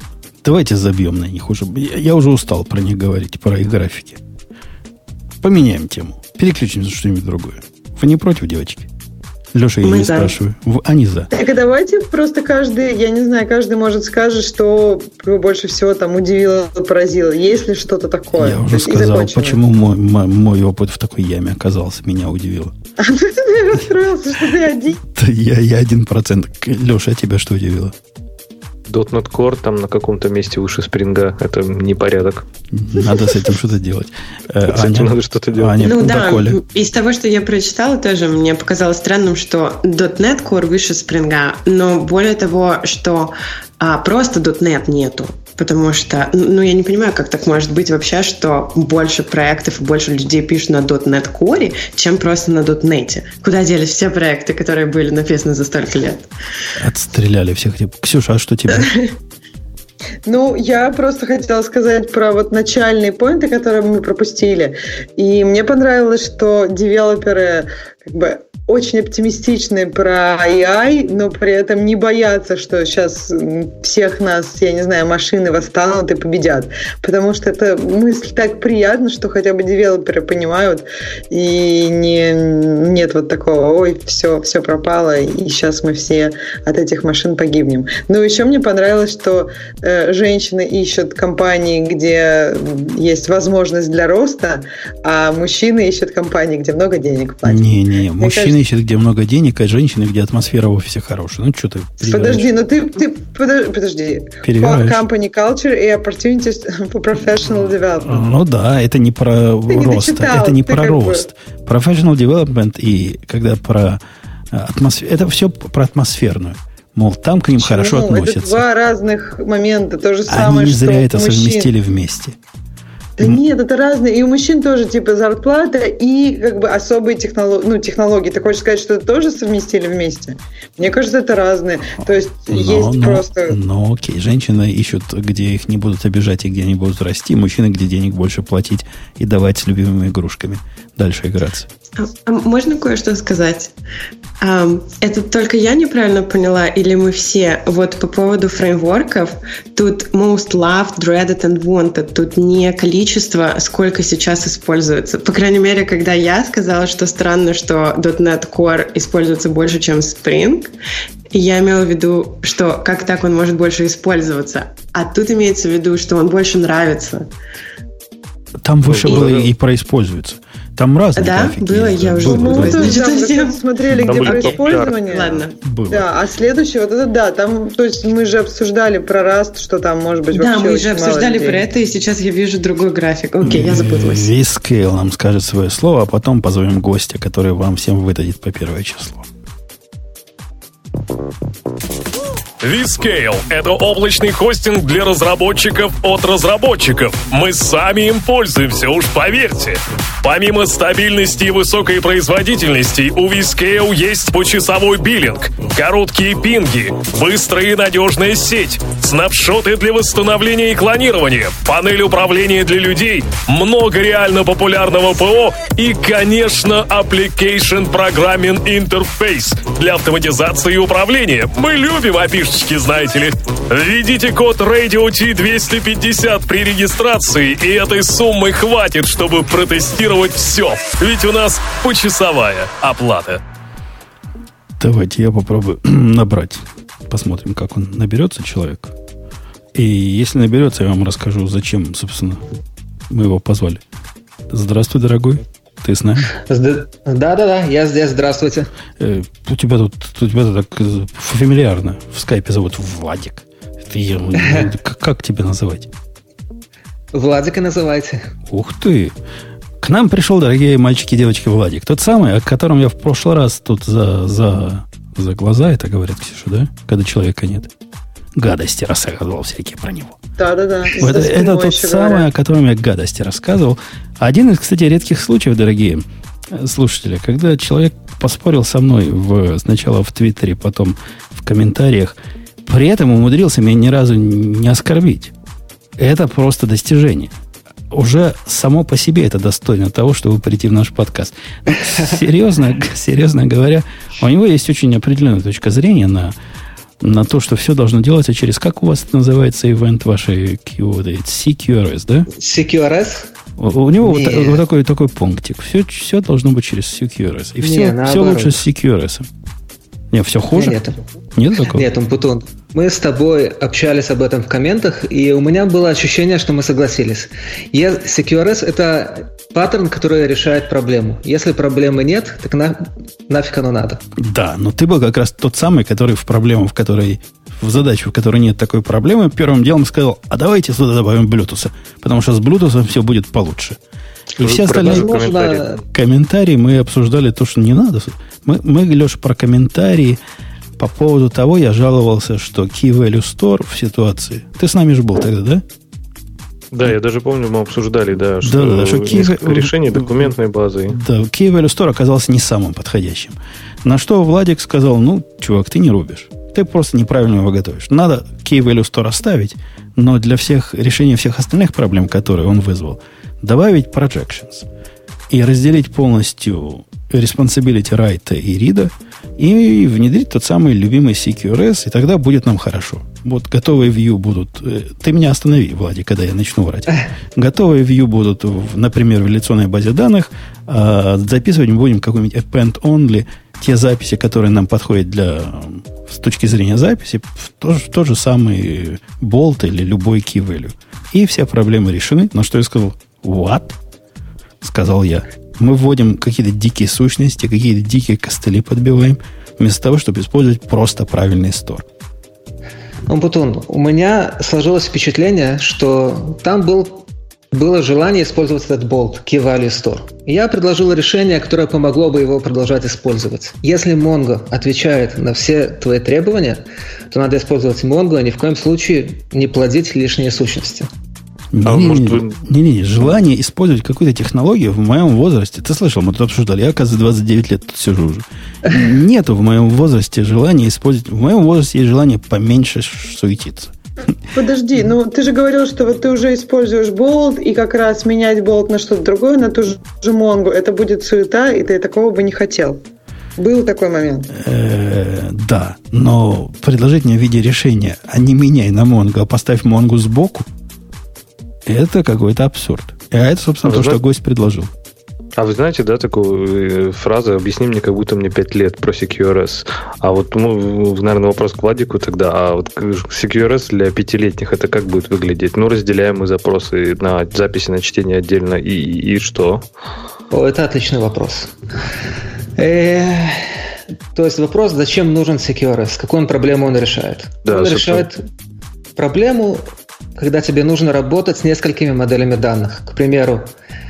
давайте забьем на них уже. Я, я уже устал про них говорить, про их графики. Поменяем тему. Переключимся на что-нибудь другое. Вы не против, девочки? Леша, я Мы не за. спрашиваю. Вы, они за. Так, а давайте просто каждый, я не знаю, каждый может скажет, что его больше всего там удивило, поразило. Есть ли что-то такое? Я уже сказал, почему мой, мой, мой опыт в такой яме оказался. Меня удивило. А ты расстроился, что ты один? Я, я один процент. Леша, а тебя что удивило? .дот нет Core там на каком-то месте выше спринга. Это непорядок. Надо с этим что-то делать. С этим надо что-то делать. Аня, ну да, Коля. из того, что я прочитала, тоже мне показалось странным, что .дот нет Core выше спринга, но более того, что а, просто .дот нет нету. Потому что, ну, я не понимаю, как так может быть вообще, что больше проектов и больше людей пишут на .дот нет Core, чем просто на .дот нет. Куда делись все проекты, которые были написаны за столько лет? Отстреляли всех. Ксюша, а что тебе? Ну, я просто хотела сказать про вот начальные поинты, которые мы пропустили. И мне понравилось, что девелоперы как бы очень оптимистичны про эй ай, но при этом не боятся, что сейчас всех нас, я не знаю, машины восстанут и победят. Потому что эта мысль так приятна, что хотя бы девелоперы понимают, и не, нет вот такого, ой, все, все пропало, и сейчас мы все от этих машин погибнем. Но еще мне понравилось, что э, женщины ищут компании, где есть возможность для роста, а мужчины ищут компании, где много денег платят. Не-не, мужчины ищут, где много денег, а женщины, где атмосфера в офисе хорошая. Ну, что ты Подожди, ну ты, ты подожди. Перевираешь. Company culture и opportunities for professional development. Ну да, это не про ты рост. Не дочитал, это не про бы... рост. Professional development и когда про атмосферу, это все про атмосферную. Мол, там к ним Почему? Хорошо относятся. Это два разных момента. То же самое, Они не что зря это мужчин. совместили вместе. Да нет, это разные. И у мужчин тоже типа зарплата и как бы особые технологии. Ну, технологии. Ты хочешь сказать, что это тоже совместили вместе? Мне кажется, это разные. То есть но, есть но, просто... Ну, окей. Женщины ищут, где их не будут обижать и где они будут расти. Мужчины, где денег больше платить и давать с любимыми игрушками. Дальше играться. А, а можно кое-что сказать? А, это только я неправильно поняла, или мы все? Вот по поводу фреймворков, тут most loved, dreaded and wanted. Тут не количество, сколько сейчас используется. По крайней мере, когда я сказала, что странно, что .дот нет Core используется больше, чем Spring, я имела в виду, что как так он может больше использоваться. А тут имеется в виду, что он больше нравится. Там выше и... было и про используется. Там разные да, графики. было, есть, я да. уже Ну, забыла. то, Значит, там, смотрели, там где про были использование. Ладно. Было. Да, а следующее, вот это да, там, то есть мы же обсуждали про Rust, что там может быть да, вообще мы же обсуждали про это, и сейчас я вижу другой график. Окей, я запуталась. Вискейл нам скажет свое слово, а потом позовем гостя, который вам всем выдадет по первое число. vScale – это облачный хостинг для разработчиков от разработчиков. Мы сами им пользуемся, уж поверьте. Помимо стабильности и высокой производительности, у vScale есть почасовой биллинг, короткие пинги, быстрая и надежная сеть, снапшоты для восстановления и клонирования, панель управления для людей, много реально популярного ПО и, конечно, Application Programming Interface для автоматизации и управления. Мы любим опишечки, знаете ли. Введите код радио ти двести пятьдесят при регистрации, и этой суммы хватит, чтобы протестировать все. Ведь у нас почасовая оплата. Давайте я попробую набрать. Посмотрим, как он наберется, человек. И если наберется, я вам расскажу, зачем, собственно, мы его позвали. Здравствуй, дорогой. Ты с нами? Да-да-да, я здесь, здравствуйте. Э, у тебя тут, у тебя тут так фамильярно. В скайпе зовут Владик. Ты, как, как тебя называть? Владика называйте. Ух ты! К нам пришел, дорогие мальчики и девочки, Владик. Тот самый, о котором я в прошлый раз тут за, за, за глаза, это говорят, Ксюша, да? Когда человека нет. Гадости рассказывал всякие про него. Да-да-да. Это, это тот самый, говорят. О котором я гадости рассказывал. Один из, кстати, редких случаев, дорогие слушатели, когда человек поспорил со мной в, сначала в Твиттере, потом в комментариях, при этом умудрился меня ни разу не оскорбить. Это просто достижение. Уже само по себе это достойно того, чтобы прийти в наш подкаст. Серьезно, серьезно говоря, у него есть очень определенная точка зрения на на то, что все должно делаться через, как у вас это называется, ивент вашей keyword, си кью ар эс, да? си кью ар эс? У, у него вот, вот такой, такой пунктик. Все, все должно быть через си кью ар эс. И все, Не, все лучше с си кью ар эс. Не, все хуже? Нет, нет такого? Нет, Умпутун. Мы с тобой общались об этом в комментах, и у меня было ощущение, что мы согласились. си кью ар эс – это паттерн, который решает проблему. Если проблемы нет, так на, нафиг оно надо. Да, но ты был как раз тот самый, который в проблему, в которой, в задачу, в которой нет такой проблемы, первым делом сказал, а давайте сюда добавим Bluetooth, потому что с Bluetooth все будет получше. И Вы все остальные комментарии. комментарии мы обсуждали то, что не надо. Мы, мы, Леша, про комментарии по поводу того, я жаловался, что Key Value Store в ситуации... Ты с нами же был тогда, да? Да, я даже помню, мы обсуждали, да, что, да, да, что key... решение документной базы. Да, Key Value Store оказался не самым подходящим. На что Владик сказал, ну, чувак, ты не рубишь. Ты просто неправильно его готовишь. Надо Key Value Store оставить, но для всех решения всех остальных проблем, которые он вызвал, добавить projections и разделить полностью responsibility write и read и внедрить тот самый любимый си кью ар эс, и тогда будет нам хорошо. Вот готовые view будут... Ты меня останови, Владик, когда я начну врать. Готовые view будут, в, например, в реляционной базе данных, а записывать мы будем какой-нибудь append only, те записи, которые нам подходят для, с точки зрения записи, тот, тот же самый bolt или любой key value. И все проблемы решены. На что я сказал, what? Сказал я. Мы вводим какие-то дикие сущности, какие-то дикие костыли подбиваем, вместо того, чтобы использовать просто правильный стор. Умпутун, у меня сложилось впечатление, что там был, было желание использовать этот болт, Key Value Store. Я предложил решение, которое помогло бы его продолжать использовать. Если Mongo отвечает на все твои требования, то надо использовать Mongo, а ни в коем случае не плодить лишние сущности. А не, может, вы... не, не, не, желание использовать какую-то технологию в моем возрасте. Ты слышал, мы тут обсуждали. Я, оказывается, двадцать девять лет тут сижу уже. Нету в моем возрасте желания использовать. В моем возрасте есть желание поменьше суетиться. Подожди, ну ты же говорил, что вот ты уже используешь болт, и как раз менять болт на что-то другое, на ту же Mongo, это будет суета, и ты такого бы не хотел. Был такой момент? Да, но предложить мне в виде решения, а не меняй на Mongo, а поставь Mongo сбоку, это какой-то абсурд. А это, собственно, а то, знаете, что гость предложил. А вы знаете, да, такую фразу «объясни мне, как будто мне пять лет» про си кью ар эс. А вот, ну, наверное, вопрос к Владику тогда. А вот си кью ар эс для пятилетних это как будет выглядеть? Ну, разделяем мы запросы на записи, на чтение отдельно. И, и что? О, это отличный вопрос. Э-э- то есть вопрос, зачем нужен си кью ар эс? Какую проблему он решает? Да, он собственно. решает проблему, когда тебе нужно работать с несколькими моделями данных. К примеру,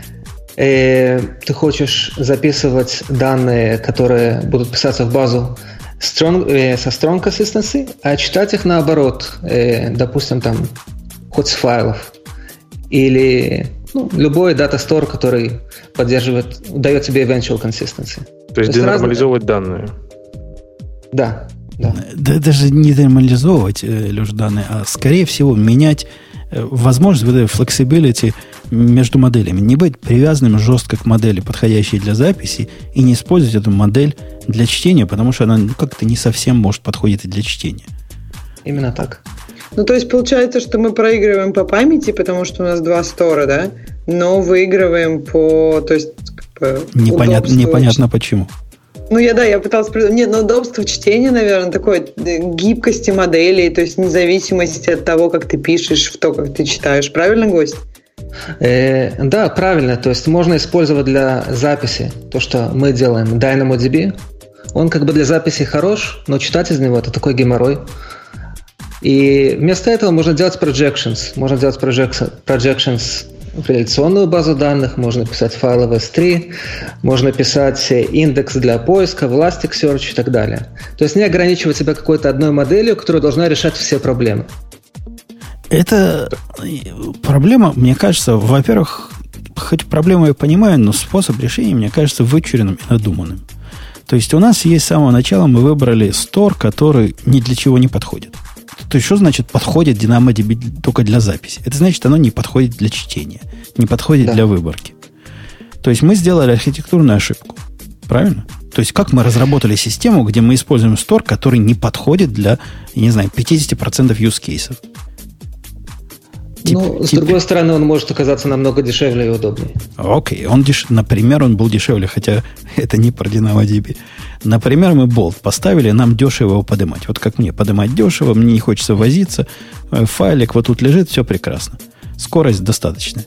э, ты хочешь записывать данные, которые будут писаться в базу strong, э, со strong consistency, а читать их наоборот, э, допустим, там, хоть с файлов. Или ну, любой дата store, который поддерживает, дает тебе eventual consistency. То есть, То есть денормализовывать разные... данные. Да. Да. Да, даже не нормализовывать, Леш, данные, а скорее всего менять возможность вот этой flexibility между моделями. Не быть привязанным жестко к модели, подходящей для записи, и не использовать эту модель для чтения, потому что она ну, как-то не совсем может подходит и для чтения. Именно так. Ну, то есть получается, что мы проигрываем по памяти, потому что у нас два стора, да? Но выигрываем по... То есть, по Непонятно, непонятно почему. Ну, я, да, я пыталась... Нет, но удобство чтения, наверное, такой гибкости моделей, то есть независимости от того, как ты пишешь, в то, как ты читаешь. Правильно, гость? Э, да, правильно. То есть можно использовать для записи то, что мы делаем. DynamoDB. Он как бы для записи хорош, но читать из него это такой геморрой. И вместо этого можно делать projections. Можно делать projections в реляционную базу данных, можно писать файлы в эс три, можно писать индекс для поиска в Elasticsearch и так далее. То есть не ограничивать себя какой-то одной моделью, которая должна решать все проблемы. Это проблема, мне кажется, во-первых, хоть проблему я понимаю, но способ решения, мне кажется, вычуренным и надуманным. То есть у нас есть с самого начала, мы выбрали стор, который ни для чего не подходит. То есть, что значит подходит DynamoDB только для записи? Это значит, оно не подходит для чтения, не подходит да. для выборки. То есть, мы сделали архитектурную ошибку. Правильно? То есть, как мы разработали систему, где мы используем Store, который не подходит для, я не знаю, пятьдесят процентов use cases. Ну, с другой стороны, он может оказаться намного дешевле и удобнее. Окей, он деш... например, он был дешевле, хотя это не про DynamoDB. Например, мы болт поставили, нам дешево его поднимать. Вот как мне поднимать дешево, мне не хочется возиться, файлик вот тут лежит, все прекрасно. Скорость достаточная.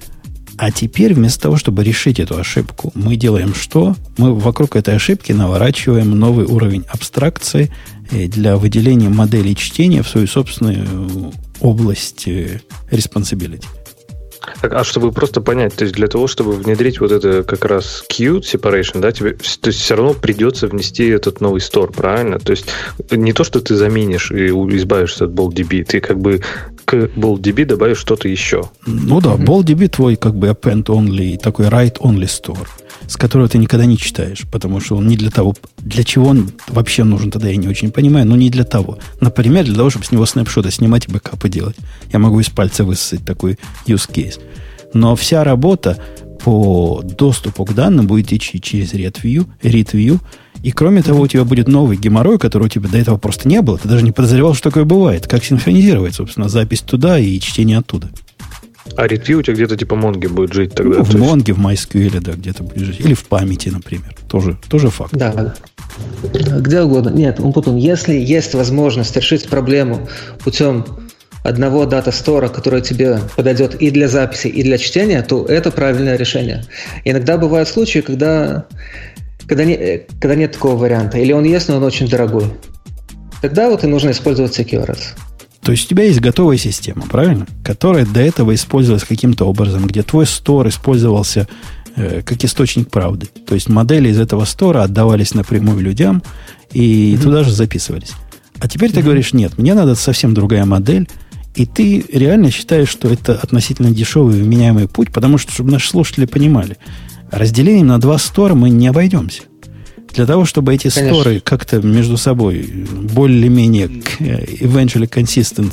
А теперь вместо того, чтобы решить эту ошибку, мы делаем что? Мы вокруг этой ошибки наворачиваем новый уровень абстракции для выделения моделей чтения в свою собственную область responsibility. Так, а чтобы просто понять, то есть для того, чтобы внедрить вот это как раз queue separation, да, тебе, то есть все равно придется внести этот новый store, правильно? То есть не то, что ты заменишь и избавишься от BoltDB, ты как бы к BoltDB добавишь что-то еще. Ну да, BoltDB твой как бы append-only, такой write-only store, с которого ты никогда не читаешь, потому что он не для того, для чего он вообще нужен, тогда я не очень понимаю, но не для того. Например, для того, чтобы с него снапшоты снимать и бэкапы делать. Я могу из пальца высосать такой use case. Но вся работа по доступу к данным будет идти через ReadView, ReadView, и кроме того, у тебя будет новый геморрой, который у тебя до этого просто не было. Ты даже не подозревал, что такое бывает. Как синхронизировать, собственно, запись туда и чтение оттуда. А ReadView у тебя где-то типа Mongo будет жить тогда? Ну, в Mongo, в MySQL, да, где-то будет жить. Или в памяти, например. Тоже, тоже факт. Да. Где угодно. Нет, он потом, если есть возможность решить проблему путем одного дата-стора, который тебе подойдет и для записи, и для чтения, то это правильное решение. Иногда бывают случаи, когда, когда, не, когда нет такого варианта. Или он есть, но он очень дорогой. Тогда вот и нужно использовать си кью ар эс. То есть у тебя есть готовая система, правильно? Которая до этого использовалась каким-то образом, где твой стор использовался э, как источник правды. То есть модели из этого стора отдавались напрямую людям и mm-hmm. туда же записывались. А теперь mm-hmm. ты говоришь, нет, мне надо совсем другая модель, и ты реально считаешь, что это относительно дешевый и вменяемый путь, потому что, чтобы наши слушатели понимали, разделением на два стора мы не обойдемся. Для того, чтобы эти Конечно. Сторы как-то между собой более-менее eventually consistent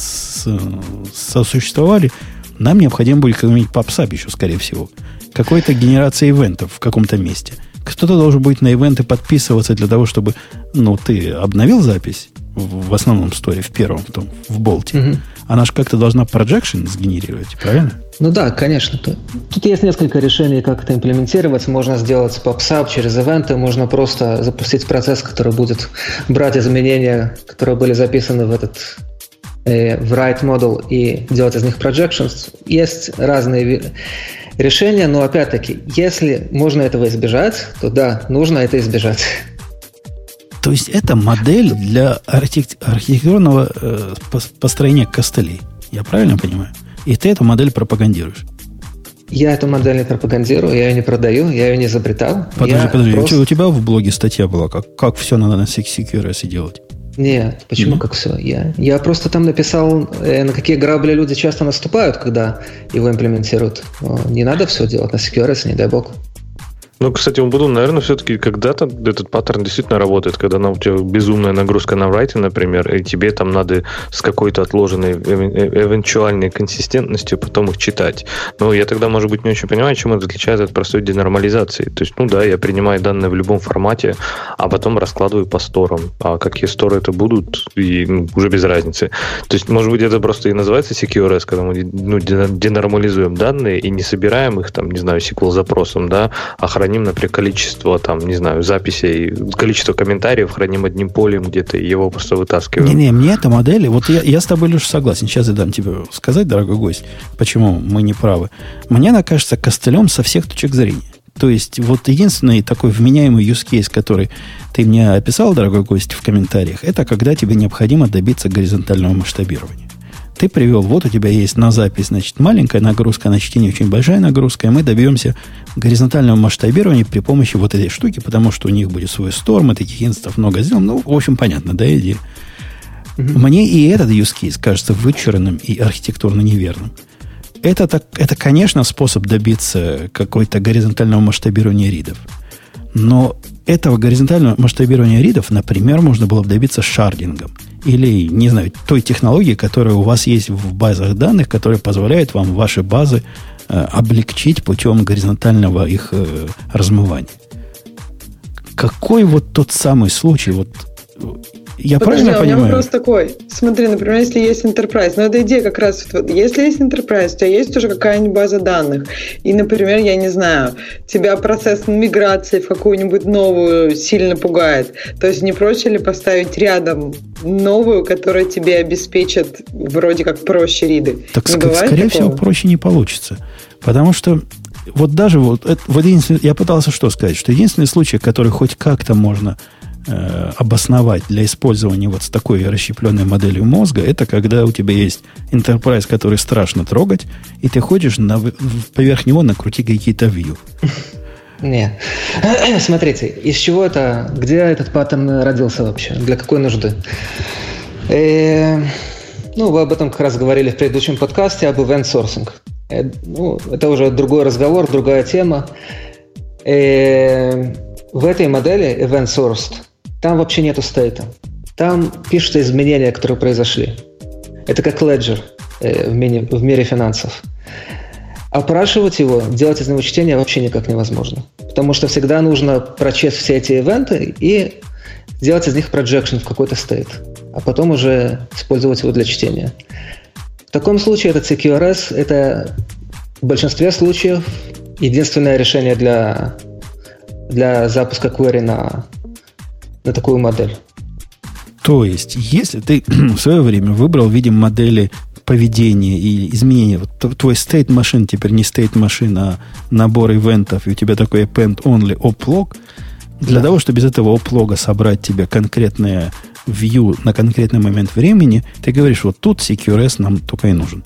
сосуществовали, нам необходимо будет какой-нибудь попсап еще, скорее всего. Какой-то генерация ивентов в каком-то месте. Кто-то должен будет на ивенты подписываться для того, чтобы, ну, ты обновил запись в, в основном сторе, в первом, в, том, в болте. Угу. Она же как-то должна projection сгенерировать, правильно? Ну да, конечно. Тут есть несколько решений, как это имплементировать. Можно сделать попсап через ивенты, можно просто запустить процесс, который будет брать изменения, которые были записаны в этот э, в write model и делать из них projections. Есть разные решения, но опять-таки, если можно этого избежать, то да, нужно это избежать. То есть это модель для архитек- архитектурного э, построения костылей. Я правильно понимаю? И ты эту модель пропагандируешь? Я эту модель не пропагандирую, я ее не продаю, я ее не изобретал. Подожди, я подожди. просто... У тебя в блоге статья была, как, как все надо на си кью ар эс делать? Нет, почему mm-hmm. как все? Я, я просто там написал, э, на какие грабли люди часто наступают, когда его имплементируют. Но не надо все делать на си кью ар эс, не дай бог. Ну, кстати, он буду, наверное, все-таки когда-то этот паттерн действительно работает, когда у тебя безумная нагрузка на writing, например, и тебе там надо с какой-то отложенной эвенчуальной консистентностью потом их читать. Но я тогда, может быть, не очень понимаю, чем это отличается от простой денормализации. То есть, ну да, я принимаю данные в любом формате, а потом раскладываю по сторам. А какие сторы это будут, и ну, уже без разницы. То есть, может быть, это просто и называется си кью ар эс, когда мы ну, денормализуем данные и не собираем их, там, не знаю, эс ку эль-запросом, да, а храним, например, количество, там, не знаю, записей, количество комментариев храним одним полем где-то, и его просто вытаскиваем. Не-не, мне эта модель, вот я, я с тобой, Леша, согласен. Сейчас я дам тебе сказать, дорогой гость, почему мы не правы. Мне она кажется костылем со всех точек зрения. То есть, вот единственный такой вменяемый use case, который ты мне описал, дорогой гость, в комментариях, это когда тебе необходимо добиться горизонтального масштабирования. Ты привел, вот у тебя есть на запись, значит, маленькая нагрузка, на чтение очень большая нагрузка, и мы добьемся горизонтального масштабирования при помощи вот этой штуки, потому что у них будет свой стор, мы таких инстов много сделаем. Ну, в общем, понятно, да, идея. Mm-hmm. Мне и этот use case кажется вычурным и архитектурно неверным. Это, так, это, конечно, способ добиться какой-то горизонтального масштабирования ридов. Но этого горизонтального масштабирования ридов, например, можно было бы добиться шардингом. Или, не знаю, той технологией, которая у вас есть в базах данных, которая позволяет вам ваши базы э, облегчить путем горизонтального их э, размывания. какой вот тот самый случай, вот я Подожди, правильно а у меня понимаю? вопрос такой. Смотри, например, если есть Enterprise, но эта идея как раз, вот, если есть Enterprise, у тебя есть уже какая-нибудь база данных, и, например, я не знаю, тебя процесс миграции в какую-нибудь новую сильно пугает, то есть не проще ли поставить рядом новую, которая тебе обеспечит вроде как проще риды? Так, не ск- скорее всего, проще не получится. Потому что вот даже вот, это, вот единственный, я пытался что сказать, что единственный случай, который хоть как-то можно э, обосновать для использования вот с такой расщепленной моделью мозга, это когда у тебя есть Enterprise, который страшно трогать, и ты ходишь на, поверх него накрути какие-то view. Не. Смотрите, из чего это, где этот паттерн родился вообще, для какой нужды? Э, ну, вы об этом как раз говорили в предыдущем подкасте, об event sourcing. Э, ну, это уже другой разговор, другая тема. Э, в этой модели event sourced там вообще нету стейта. Там пишутся изменения, которые произошли. Это как ledger э, в, мире, в мире финансов. Опрашивать его, делать из него чтение вообще никак невозможно. Потому что всегда нужно прочесть все эти ивенты и сделать из них projection в какой-то стейт, а потом уже использовать его для чтения. В таком случае этот си кью ар эс – это в большинстве случаев единственное решение для, для запуска query на, на такую модель. То есть, если ты в свое время выбрал, видим, модели поведения и изменения, вот твой state machine теперь не state machine, а набор ивентов, и у тебя такой append only oplog, для да. того, чтобы из этого оплога собрать тебе конкретное view на конкретный момент времени, ты говоришь, вот тут си кью ар эс нам только и нужен.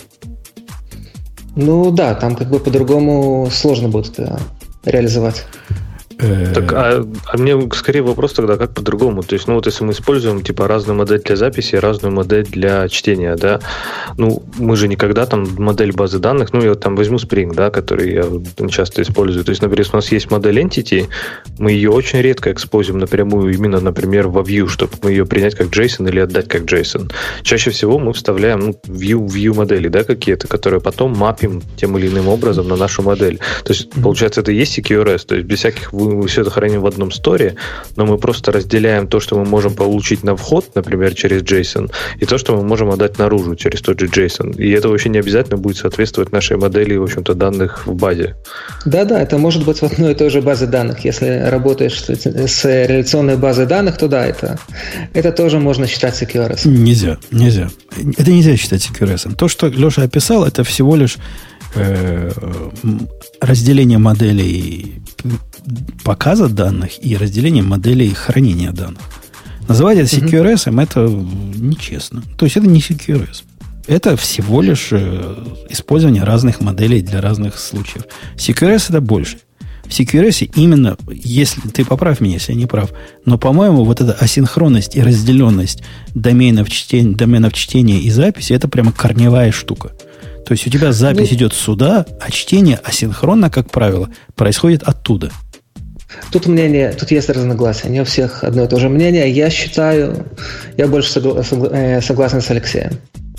Ну да, там как бы по-другому сложно будет это реализовать. Так, а, а мне скорее вопрос тогда, как по-другому? То есть, ну вот если мы используем типа разную модель для записи, разную модель для чтения, да, ну мы же никогда там модель базы данных, ну я вот там возьму Spring, да, который я часто использую. То есть, например, если у нас есть модель Entity, мы ее очень редко экспозим напрямую именно, например, во view, чтобы мы ее принять как JSON или отдать как JSON. Чаще всего мы вставляем ну, view, view модели, да, какие-то, которые потом мапим тем или иным образом на нашу модель. То есть, mm-hmm. получается, это и есть си кью ар эс, то есть без всяких мы все это храним в одном сторе, но мы просто разделяем то, что мы можем получить на вход, например, через JSON, и то, что мы можем отдать наружу через тот же JSON. И это вообще не обязательно будет соответствовать нашей модели, в общем-то, данных в базе. Да-да, это может быть в одной и той же базе данных. Если работаешь с, с реляционной базой данных, то да, это, это тоже можно считать си кью ар эс. Нельзя, нельзя. Это нельзя считать си кью ар эс. То, что Леша описал, это всего лишь э, разделение моделей показа данных и разделение моделей хранения данных. Называть это си кью ар эс, mm-hmm. это нечестно. То есть это не си кью ар эс. Это всего лишь использование разных моделей для разных случаев. си кью ар эс это больше. В си кью ар эс именно, если ты поправь меня, если я не прав, но, по-моему, вот эта асинхронность и разделенность доменов чтения, доменов чтения и записи, это прямо корневая штука. То есть у тебя запись ну, идет сюда, а чтение асинхронно, как правило, происходит оттуда. Тут мнение, тут есть разногласия. Не у всех одно и то же мнение. Я считаю, я больше согла- согла- согласен с Алексеем.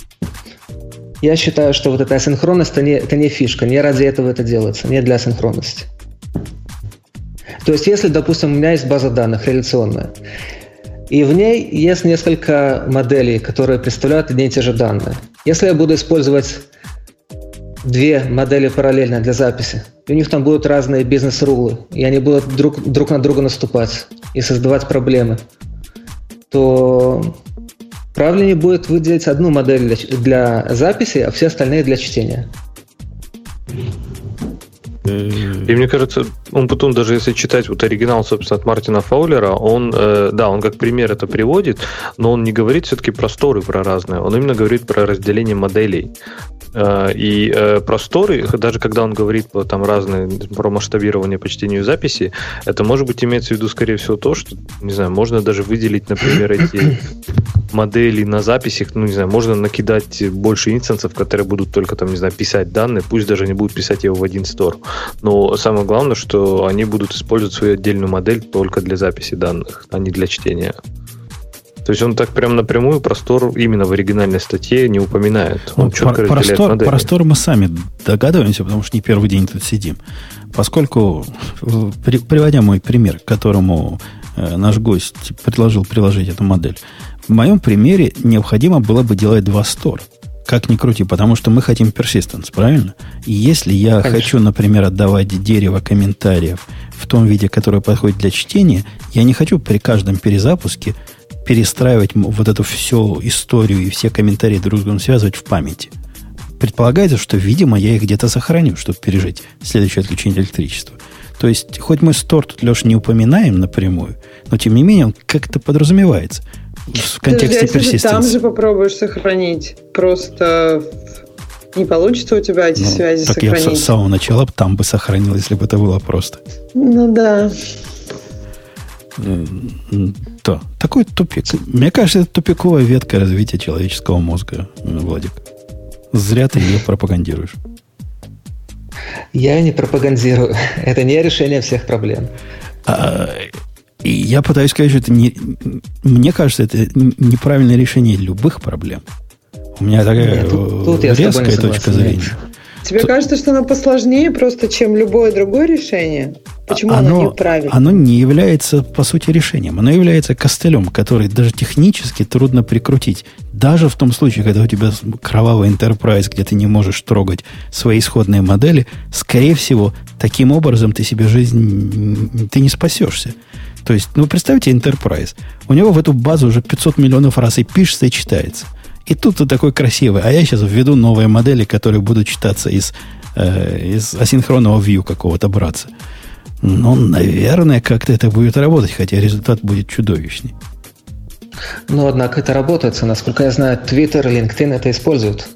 Я считаю, что вот эта асинхронность это не, это не фишка, не ради этого это делается, не для асинхронности. То есть, если, допустим, у меня есть база данных реляционная, и в ней есть несколько моделей, которые представляют одни и те же данные. Если я буду использовать две модели параллельно для записи, и у них там будут разные бизнес-рулы, и они будут друг, друг на друга наступать и создавать проблемы, то правильнее будет выделить одну модель для, для записи, а все остальные для чтения. И мне кажется, он потом, даже если читать вот оригинал, собственно, от Мартина Фаулера, он, э, да, он как пример это приводит, но он не говорит все-таки про сторы, про разные, он именно говорит про разделение моделей. Э, и э, про сторы, даже когда он говорит про, там, разные, про масштабирование по чтению и записи, это, может быть, имеется в виду, скорее всего, то, что, не знаю, можно даже выделить, например, эти модели на записях, ну, не знаю, можно накидать больше инстансов, которые будут только, там, не знаю, писать данные, пусть даже не будут писать его в один стор. Но самое главное, что они будут использовать свою отдельную модель только для записи данных, а не для чтения. То есть он так прям напрямую простор именно в оригинальной статье не упоминает. Он ну, четко про- разделяет простор, модели. Простор мы сами догадываемся, потому что не первый день тут сидим. Поскольку, при, приводя мой пример, к которому наш гость предложил приложить эту модель. В моем примере необходимо было бы делать два стора. Как ни крути, потому что мы хотим persistence, правильно? И если я Конечно. хочу, например, отдавать дерево комментариев в том виде, которое подходит для чтения, я не хочу при каждом перезапуске перестраивать вот эту всю историю и все комментарии друг с другом связывать в памяти. Предполагается, что, видимо, я их где-то сохраню, чтобы пережить следующее отключение электричества. То есть, хоть мы стор тут, Леш, не упоминаем напрямую, но, тем не менее, он как-то подразумевается в контексте persistence. Ты там же попробуешь сохранить. Просто не получится у тебя эти ну, связи так сохранить. Так я с самого начала там бы сохранил, если бы это было просто. Ну да. Да, такой тупик. Мне кажется, это тупиковая ветка развития человеческого мозга, Владик. Зря ты ее пропагандируешь. Я не пропагандирую. Это не решение всех проблем. А, и я пытаюсь сказать, что это не... Мне кажется, это неправильное решение любых проблем. У меня такая Нет, тут, тут резкая точка зрения. Тебе Т... кажется, что оно посложнее просто, чем любое другое решение? Почему оно, оно неправильно? Оно не является, по сути, решением. Оно является костылем, который даже технически трудно прикрутить. Даже в том случае, когда у тебя кровавый enterprise, где ты не можешь трогать свои исходные модели, скорее всего, таким образом ты себе жизнь ты не спасешься. То есть, ну, представьте enterprise. У него в эту базу уже пятьсот миллионов раз и пишется, и читается. И тут ты такой красивый. А я сейчас введу новые модели, которые будут читаться из, э, из асинхронного view какого-то браться. Ну, наверное, как-то это будет работать, хотя результат будет чудовищный. Но, однако, это работает. Насколько я знаю, Twitter и LinkedIn это используют.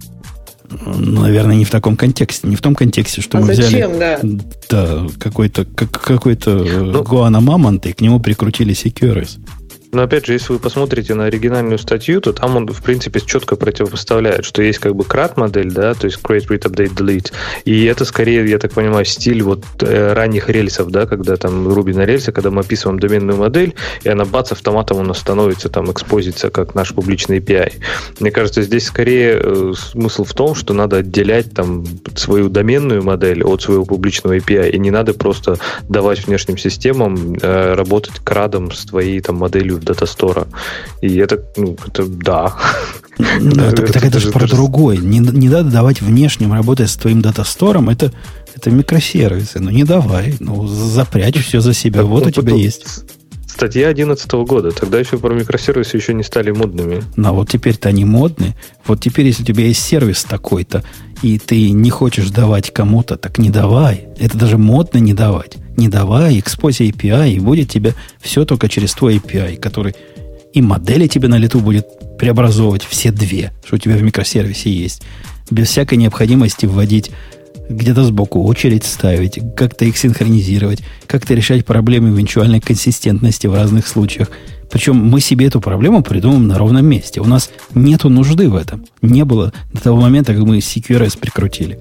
Ну, наверное, не в таком контексте. Не в том контексте, что а мы зачем, взяли да? Да, какой-то, как, какой-то ну, Гуана Мамонт, и к нему прикрутили си кью ар эс. Но опять же, если вы посмотрите на оригинальную статью, то там он, в принципе, четко противопоставляет, что есть как бы крат-модель, да, то есть create, read, update, delete. И это скорее, я так понимаю, стиль вот э, ранних рельсов, да, когда там Ruby на рельсе, когда мы описываем доменную модель, и она бац, автоматом у нас становится там экспозится как наш публичный эй пи ай. Мне кажется, здесь скорее э, смысл в том, что надо отделять там свою доменную модель от своего публичного эй пи ай, и не надо просто давать внешним системам э, работать крадом с твоей там моделью в дата-стора. И это, ну, это да. Да, так, так это же про другое. Не, не надо давать внешним работать с твоим дата-стором. Это, это микросервисы. Ну, не давай. Ну, запрячь все за себя. Вот у тебя есть. Статья две тысячи одиннадцатого года. Тогда еще про микросервисы еще не стали модными. Ну, вот теперь-то они модные. Вот теперь, если у тебя есть сервис такой-то, и ты не хочешь давать кому-то, так не давай. Это даже модно не давать. Не давай, экспозия эй пи ай, и будет тебе все только через твой эй пи ай, который и модели тебе на лету будет преобразовывать все две, что у тебя в микросервисе есть. Без всякой необходимости вводить где-то сбоку очередь ставить, как-то их синхронизировать, как-то решать проблемы эвенtuальной консистентности в разных случаях. Причем мы себе эту проблему придумаем на ровном месте. У нас нету нужды в этом. Не было до того момента, как мы си кью ар эс прикрутили.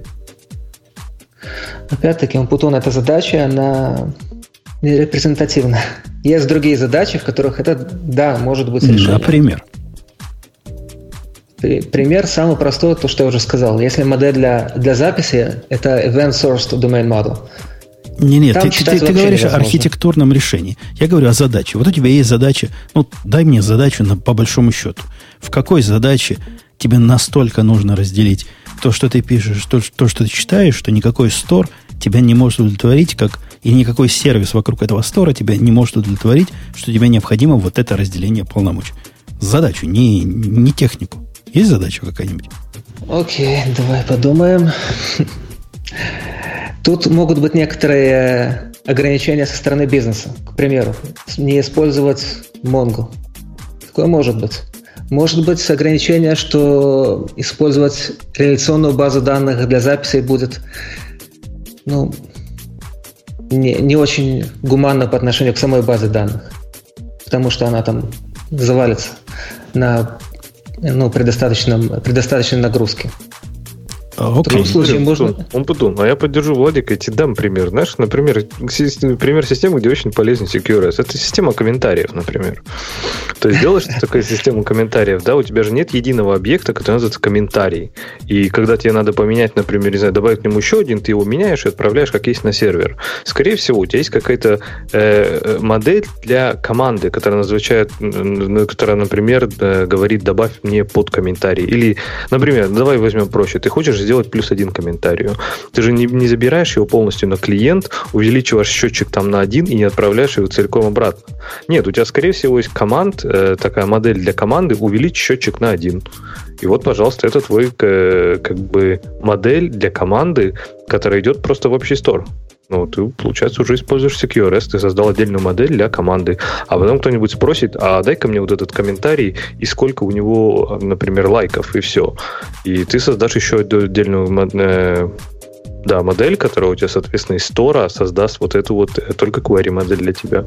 Опять-таки, Умпутун, эта задача, она не репрезентативна. Есть другие задачи, в которых это, да, может быть решение. Например? Пример самый простой, то, что я уже сказал. Если модель для, для записи, это event-sourced domain model. Не, нет, ты, ты, ты говоришь невозможно. О архитектурном решении. Я говорю о задаче. Вот у тебя есть задача, ну, дай мне задачу на, по большому счету. В какой задаче тебе настолько нужно разделить то, что ты пишешь, то, то что ты читаешь, что никакой стор тебя не может удовлетворить, как, и никакой сервис вокруг этого стора тебя не может удовлетворить, что тебе необходимо вот это разделение полномочий. Задачу, не, не технику. Есть задача какая-нибудь? Окей, давай подумаем. Тут могут быть некоторые ограничения со стороны бизнеса. К примеру, не использовать Mongo. Такое может быть. Может быть ограничение, что использовать реляционную базу данных для записи будет, ну, не, не очень гуманно по отношению к самой базе данных. Потому что она там завалится на, ну, предостаточном, предостаточной нагрузке. В таком случае можно... Он подумал, а я поддержу Владика, я тебе дам пример. Знаешь, например, пример системы, где очень полезен си кью ар эс. Это система комментариев, например. То есть делаешь ты такую систему комментариев, да, у тебя же нет единого объекта, который называется комментарий. И когда тебе надо поменять, например, не знаю, добавить к нему еще один, ты его меняешь и отправляешь как есть на сервер. Скорее всего, у тебя есть какая-то э, модель для команды, которая называет, которая, например, говорит, добавь мне под комментарий. Или, например, давай возьмем проще. Ты хочешь сделать плюс один комментарию. Ты же не, не забираешь его полностью на клиент, увеличиваешь счетчик там на один и не отправляешь его целиком обратно. Нет, у тебя, скорее всего, есть команд, э, такая модель для команды, увеличь счетчик на один. И вот, пожалуйста, это твой э, как бы модель для команды, которая идет просто в общий стор. Ну, ты, получается, уже используешь си кью ар эс, ты создал отдельную модель для команды, а потом кто-нибудь спросит, а дай-ка мне вот этот комментарий, и сколько у него, например, лайков, и все. И ты создашь еще отдельную э, да, модель, которая у тебя, соответственно, из стора создаст вот эту вот только query модель для тебя.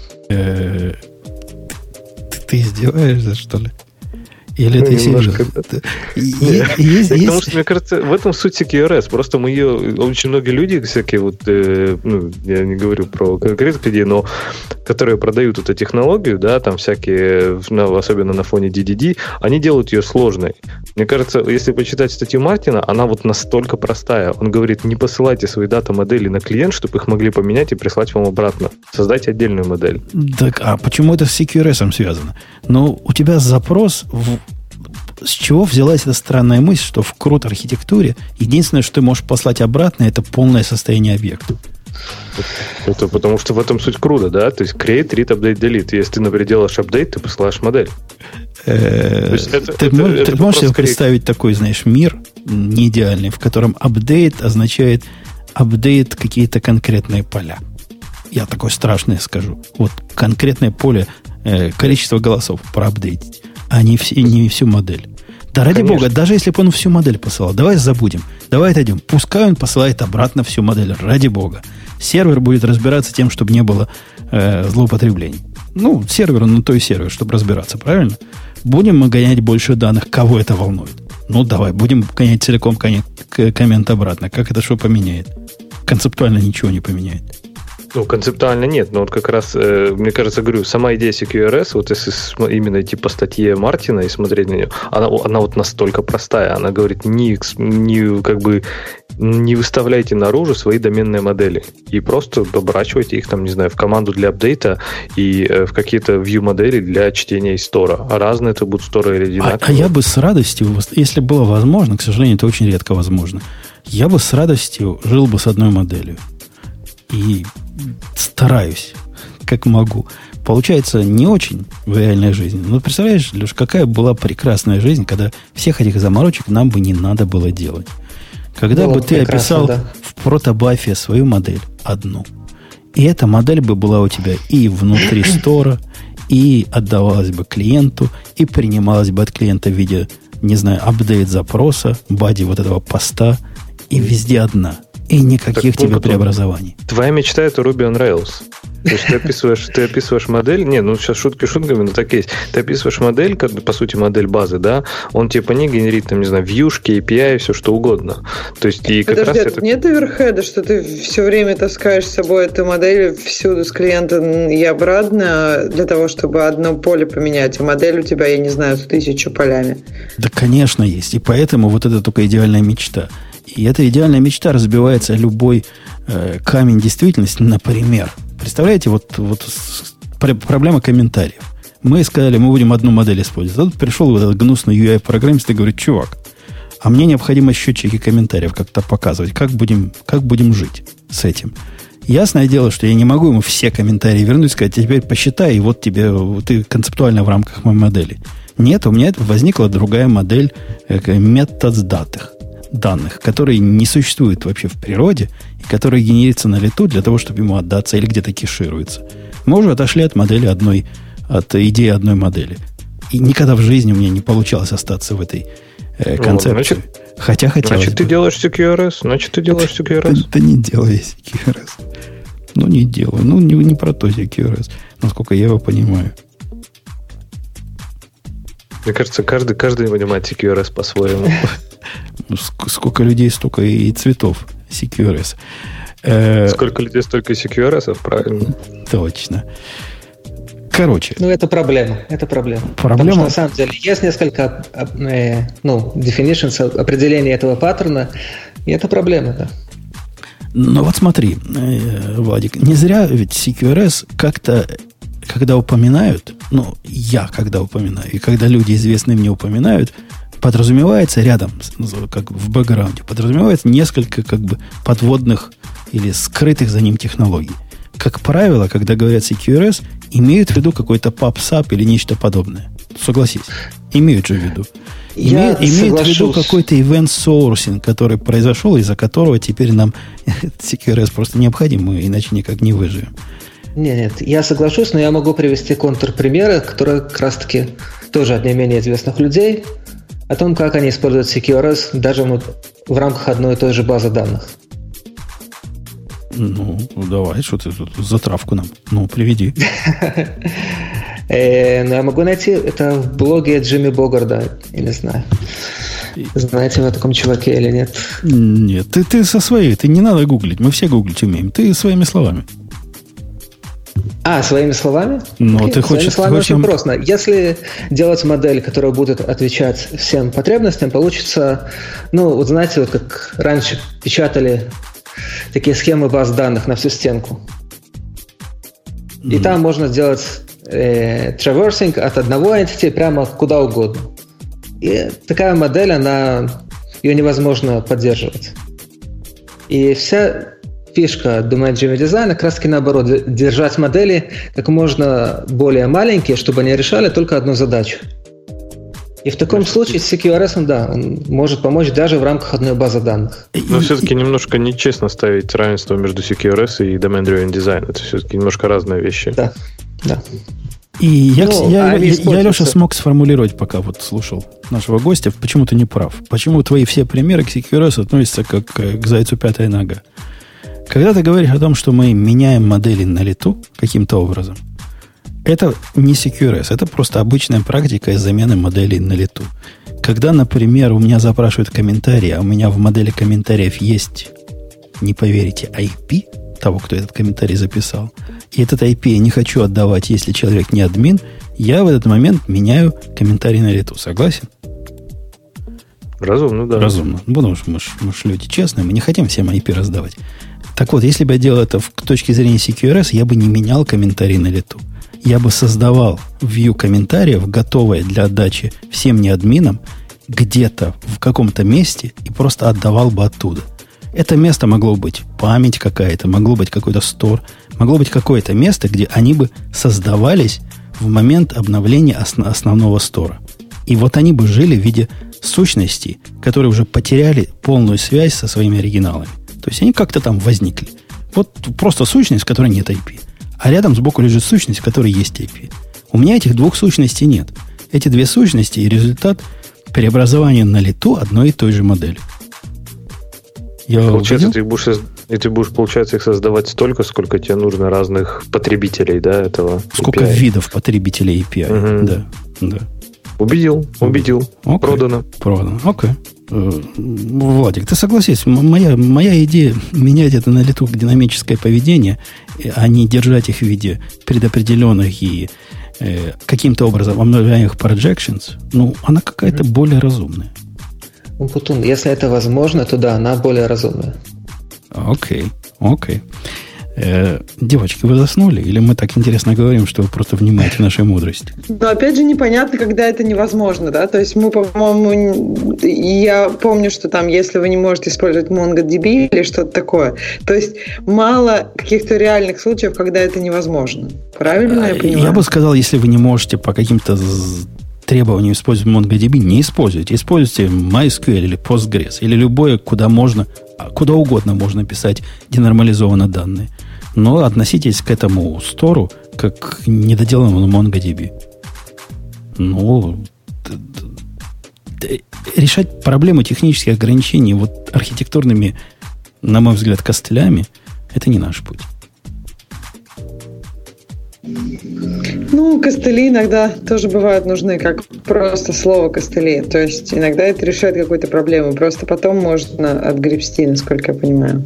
Ты издеваешься, что ли? Или это серьезно? Потому что, мне кажется, в этом суть си кью ар эс. Просто мы ее... Очень многие люди всякие вот... Ну, я не говорю про конкретных людей, но которые продают эту технологию, да, там всякие, особенно на фоне ди ди ди, они делают ее сложной. Мне кажется, если почитать статью Мартина, она вот настолько простая. Он говорит, не посылайте свои дата-модели на клиент, чтобы их могли поменять и прислать вам обратно. Создайте отдельную модель. Так, а почему это с си кью ар эс связано? Ну, у тебя запрос... В... С чего взялась эта странная мысль, что в крут архитектуре единственное, что ты можешь послать обратно, это полное состояние объекта? Это потому что в этом суть круда, да? То есть create, read, update, delete. Если ты, например, делаешь апдейт, ты посылаешь модель. Ты можешь себе представить такой, знаешь, мир не идеальный, в котором апдейт означает апдейт какие-то конкретные поля. Я такое страшное скажу. Вот конкретное поле, количество голосов проапдейтить, а не, все, не всю модель. Да ради Конечно. Бога, даже если бы он всю модель посылал, давай забудем, давай отойдем. Пускай он посылает обратно всю модель, ради Бога. Сервер будет разбираться тем, чтобы не было э, злоупотреблений. Ну, сервер, ну то и сервер, чтобы разбираться, правильно? Будем мы гонять больше данных, кого это волнует? Ну, давай, будем гонять целиком коммент обратно. Как это что поменяет? Концептуально ничего не поменяет. Ну, концептуально нет, но вот как раз, э, мне кажется, говорю, сама идея си кью ар эс, вот если именно идти по статье Мартина и смотреть на нее, она, она вот настолько простая. Она говорит, не, не, как бы, не выставляйте наружу свои доменные модели и просто оборачивайте их, там, не знаю, в команду для апдейта и э, в какие-то view-модели для чтения из стора. А разные это будут сторы или одинаковые. А, а я бы с радостью, если было возможно, к сожалению, это очень редко возможно, я бы с радостью жил бы с одной моделью. И стараюсь, как могу. Получается не очень в реальной жизни. Но представляешь, Леш, какая была прекрасная жизнь, когда всех этих заморочек нам бы не надо было делать. Когда было бы ты описал да. в протобафе свою модель одну, и эта модель бы была у тебя и внутри стора, и отдавалась бы клиенту, и принималась бы от клиента в виде, не знаю, апдейт запроса, бади вот этого поста, и везде одна. И никаких так, тебе потом, преобразований. Твоя мечта — это Ruby on Rails. То есть ты описываешь, ты описываешь модель, не, ну сейчас шутки шутками, но так есть. Ты описываешь модель, как бы, по сути, модель базы, да, он тебе по ней генерит, там, не знаю, вьюшки, эй пи ай, все что угодно. То есть и как Подожди, раз это... нет оверхеда, что ты все время таскаешь с собой эту модель всюду с клиента и обратно для того, чтобы одно поле поменять, а модель у тебя, я не знаю, с тысячу полями. Да, конечно, есть. И поэтому вот это только идеальная мечта. И эта идеальная мечта разбивается о любой э, камень действительности, например. Представляете, вот, вот проблема комментариев. Мы сказали, мы будем одну модель использовать. Тут пришел вот этот гнусный ю ай-программист и говорит, чувак, а мне необходимо счетчики комментариев как-то показывать. Как будем, как будем жить с этим? Ясное дело, что я не могу ему все комментарии вернуть и сказать, а теперь посчитай, и вот тебе, ты концептуально в рамках моей модели. Нет, у меня возникла другая модель, э, метод данных. данных, которые не существуют вообще в природе и которые генерятся на лету для того, чтобы ему отдаться или где-то кешируются. Мы уже отошли от модели одной, от идеи одной модели. И никогда в жизни у меня не получалось остаться в этой э, концепции. Вот, значит, Хотя хотелось Значит, бы. ты делаешь си кью ар эс? Значит, ты делаешь си кью ар эс? Да, да не делаю я си кью ар эс. Ну, не делаю. Ну, не, не про то си кью ар эс, насколько я его понимаю. Мне кажется, каждый, каждый понимает си кью ар эс по-своему. Сколько людей, столько и цветов си кью ар эс. Сколько людей, столько си кью ар эс, правильно. Точно. Короче. Ну, это проблема. Это проблема. Проблема. Потому что, на самом деле, есть несколько э, ну, definitions, определений этого паттерна, и это проблема, да. Но вот смотри, Владик, не зря ведь си кью ар эс как-то, когда упоминают, ну, я когда упоминаю, и когда люди известные мне упоминают, подразумевается рядом, как в бэкграунде, подразумевается несколько как бы подводных или скрытых за ним технологий. Как правило, когда говорят си кью ар эс, имеют в виду какой-то папсап или нечто подобное. Согласись, имеют же в виду. Я имеет, имеет в виду какой-то event sourcing, который произошел, из-за которого теперь нам си кью ар эс просто необходим, мы иначе никак не выживем. Нет, нет, я соглашусь, но я могу привести контрпримеры, которые как раз-таки тоже от не менее известных людей, о том, как они используют си кью ар эс даже в рамках одной и той же базы данных. Ну, давай, что ты тут затравку нам. Ну, приведи. Но я могу найти это в блоге Джимми Богарда, я не знаю. Знаете вы о таком чуваке или нет? Нет, ты, ты со своей, ты не надо гуглить, мы все гуглить умеем. Ты своими словами. А, своими словами? Ну, Окей, ты хочешь... Своими словами хочешь очень нам... просто. Если делать модель, которая будет отвечать всем потребностям, получится, ну, вот знаете, вот как раньше печатали такие схемы баз данных на всю стенку. И mm. там можно сделать э, traversing от одного entity прямо куда угодно. И такая модель, она, ее невозможно поддерживать. И вся фишка Domain джи эй эм дизайна как раз таки наоборот, держать модели как можно более маленькие, чтобы они решали только одну задачу. И в таком случае с си кью ар эс, да, он может помочь даже в рамках одной базы данных. Но все-таки немножко нечестно ставить равенство между си кью ар эс и Domain Driven Design. Это все-таки немножко разные вещи. Да, да. И я, ну, я, а я, я, Леша, смог сформулировать, пока вот слушал нашего гостя, почему ты не прав. Почему твои все примеры к си кью ар эс относятся как к зайцу пятая нога. Когда ты говоришь о том, что мы меняем модели на лету каким-то образом, это не си кью ар эс, это просто обычная практика из замены моделей на лету. Когда, например, у меня запрашивают комментарии, а у меня в модели комментариев есть, не поверите, ай пи того, кто этот комментарий записал, и этот ай пи я не хочу отдавать, если человек не админ, я в этот момент меняю комментарий на лету. Согласен? Разумно, да. Разумно. Потому что мы ж, мы ж люди честные, мы не хотим всем ай пи раздавать. Так вот, если бы я делал это с точки зрения си кью ар эс, я бы не менял комментарий на лету. Я бы создавал view комментариев, готовое для отдачи всем неадминам, где-то в каком-то месте, и просто отдавал бы оттуда. Это место могло быть память какая-то, могло быть какой-то стор, могло быть какое-то место, где они бы создавались в момент обновления основ- основного стора. И вот они бы жили в виде сущностей, которые уже потеряли полную связь со своими оригиналами. То есть они как-то там возникли. Вот просто сущность, в которой нет ай пи. А рядом сбоку лежит сущность, в которой есть ай пи. У меня этих двух сущностей нет. Эти две сущности и результат преобразования на лету одной и той же модели. Я получается, ты будешь, и ты будешь, получается, их создавать столько, сколько тебе нужно разных потребителей, да, этого сколько эй пи ай. Видов потребителей эй пи ай. Угу. Да, да. Убедил, убедил. Okay. Продано. Продано. Окей. Okay. Владик, ты согласись, моя, моя идея менять это на лету динамическое поведение, а не держать их в виде предопределенных и э, каким-то образом обновляемых projections, ну, она какая-то mm-hmm. более разумная. Путун, если это возможно, то да, она более разумная. Окей, okay. окей. Okay. Э, девочки, вы заснули? Или мы так интересно говорим, что вы просто внимаете нашей мудрости? Но опять же непонятно, когда это невозможно, да? То есть мы, по-моему, я помню, что там, если вы не можете использовать MongoDB или что-то такое, то есть мало каких-то реальных случаев, когда это невозможно. Правильно я понимаю? Я бы сказал, если вы не можете по каким-то требованиям использовать MongoDB, не используйте. Используйте MySQL или Postgres, или любое, куда можно, куда угодно можно писать денормализованно данные. Но относитесь к этому стору как к недоделанному MongoDB. Ну, решать проблему технических ограничений вот архитектурными, на мой взгляд, костылями, это не наш путь. Ну, костыли иногда тоже бывают нужны, как просто слово костыли. То есть иногда это решает какую-то проблему. Просто потом можно отгребсти, насколько я понимаю.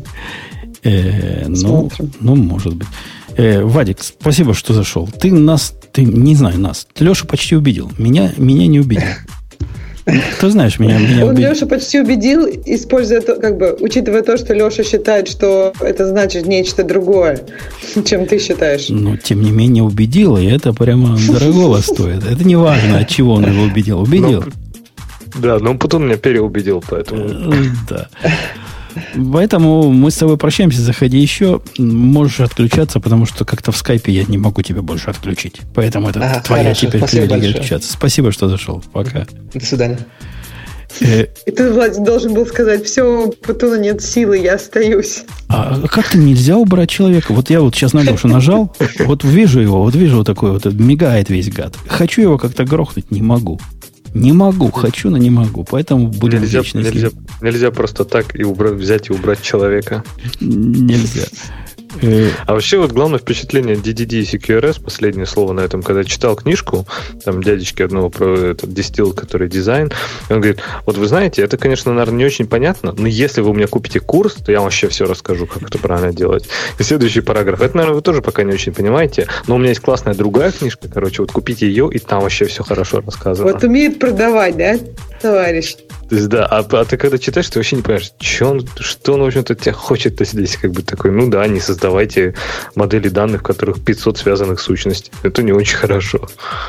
Э, ну, ну, может быть. Э, Вадик, спасибо, что зашел. Ты нас, ты не знаю нас. Ты Лешу почти убедил. Меня, меня не убедил. Ты знаешь, меня, меня Он убедил. Леша почти убедил, используя то, как бы, учитывая то, что Леша считает, что это значит нечто другое, чем ты считаешь. Но, тем не менее, убедил, и это прямо дорогого стоит. Это не важно, от чего он его убедил. Убедил. Но, да, но он потом меня переубедил, поэтому... Да. Поэтому мы с тобой прощаемся. Заходи еще. Можешь отключаться, потому что как-то в скайпе я не могу тебя больше отключить. Поэтому это ага, твоя хорошо, теперь привилегия отключаться. Спасибо, что зашел. Пока. До свидания. Э, И ты, Владик, должен был сказать: все, у Путуна нет силы, я остаюсь. А как-то нельзя убрать человека? Вот я вот сейчас на Лешу нажал, вот вижу его, вот вижу вот такой вот, мигает весь гад. Хочу его как-то грохнуть, не могу. Не могу, хочу, но не могу. Поэтому будем нельзя, вечно. Нельзя, нельзя просто так и убрать, взять и убрать человека. Нельзя. А вообще вот главное впечатление ди ди ди и си кью ар эс, последнее слово на этом, когда читал книжку, там дядечки одного про этот дистилл, который дизайн, он говорит: вот вы знаете, это, конечно, наверное, не очень понятно, но если вы у меня купите курс, то я вам вообще все расскажу, как это правильно делать. И следующий параграф. Это, наверное, вы тоже пока не очень понимаете, но у меня есть классная другая книжка, короче, вот купите ее, и там вообще все хорошо рассказано. Вот умеет продавать, да, товарищ? То есть, да, а, а ты когда читаешь, ты вообще не понимаешь, что он, что он, в общем-то, тебя хочет-то здесь, как бы такой, ну да, не создавайте модели данных, в которых пятьсот связанных сущностей. Это не очень хорошо.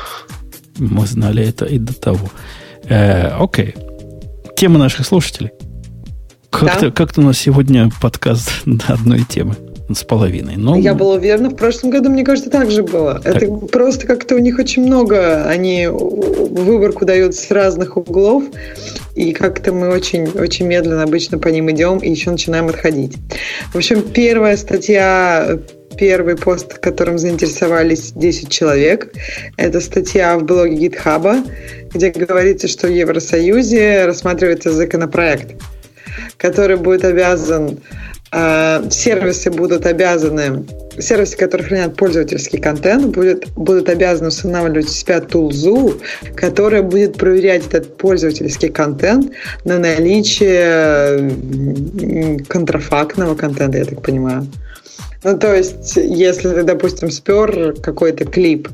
Мы знали это и до того. Э, окей. Тема наших слушателей. Как-то, да? как-то у нас сегодня подкаст до одной темы. С половиной. Но... Я была уверена, в прошлом году, мне кажется, так же было. Так. Это просто как-то у них очень много, они выборку дают с разных углов, и как-то мы очень, очень медленно обычно по ним идем, и еще начинаем отходить. В общем, первая статья, первый пост, которым заинтересовались десять человек, это статья в блоге GitHub, где говорится, что в Евросоюзе рассматривается законопроект, который будет обязан сервисы будут обязаны, сервисы, которые хранят пользовательский контент, будут, будут обязаны устанавливать у себя тулзу, которая будет проверять этот пользовательский контент на наличие контрафактного контента, я так понимаю. Ну, то есть, если ты, допустим, спер какой-то клип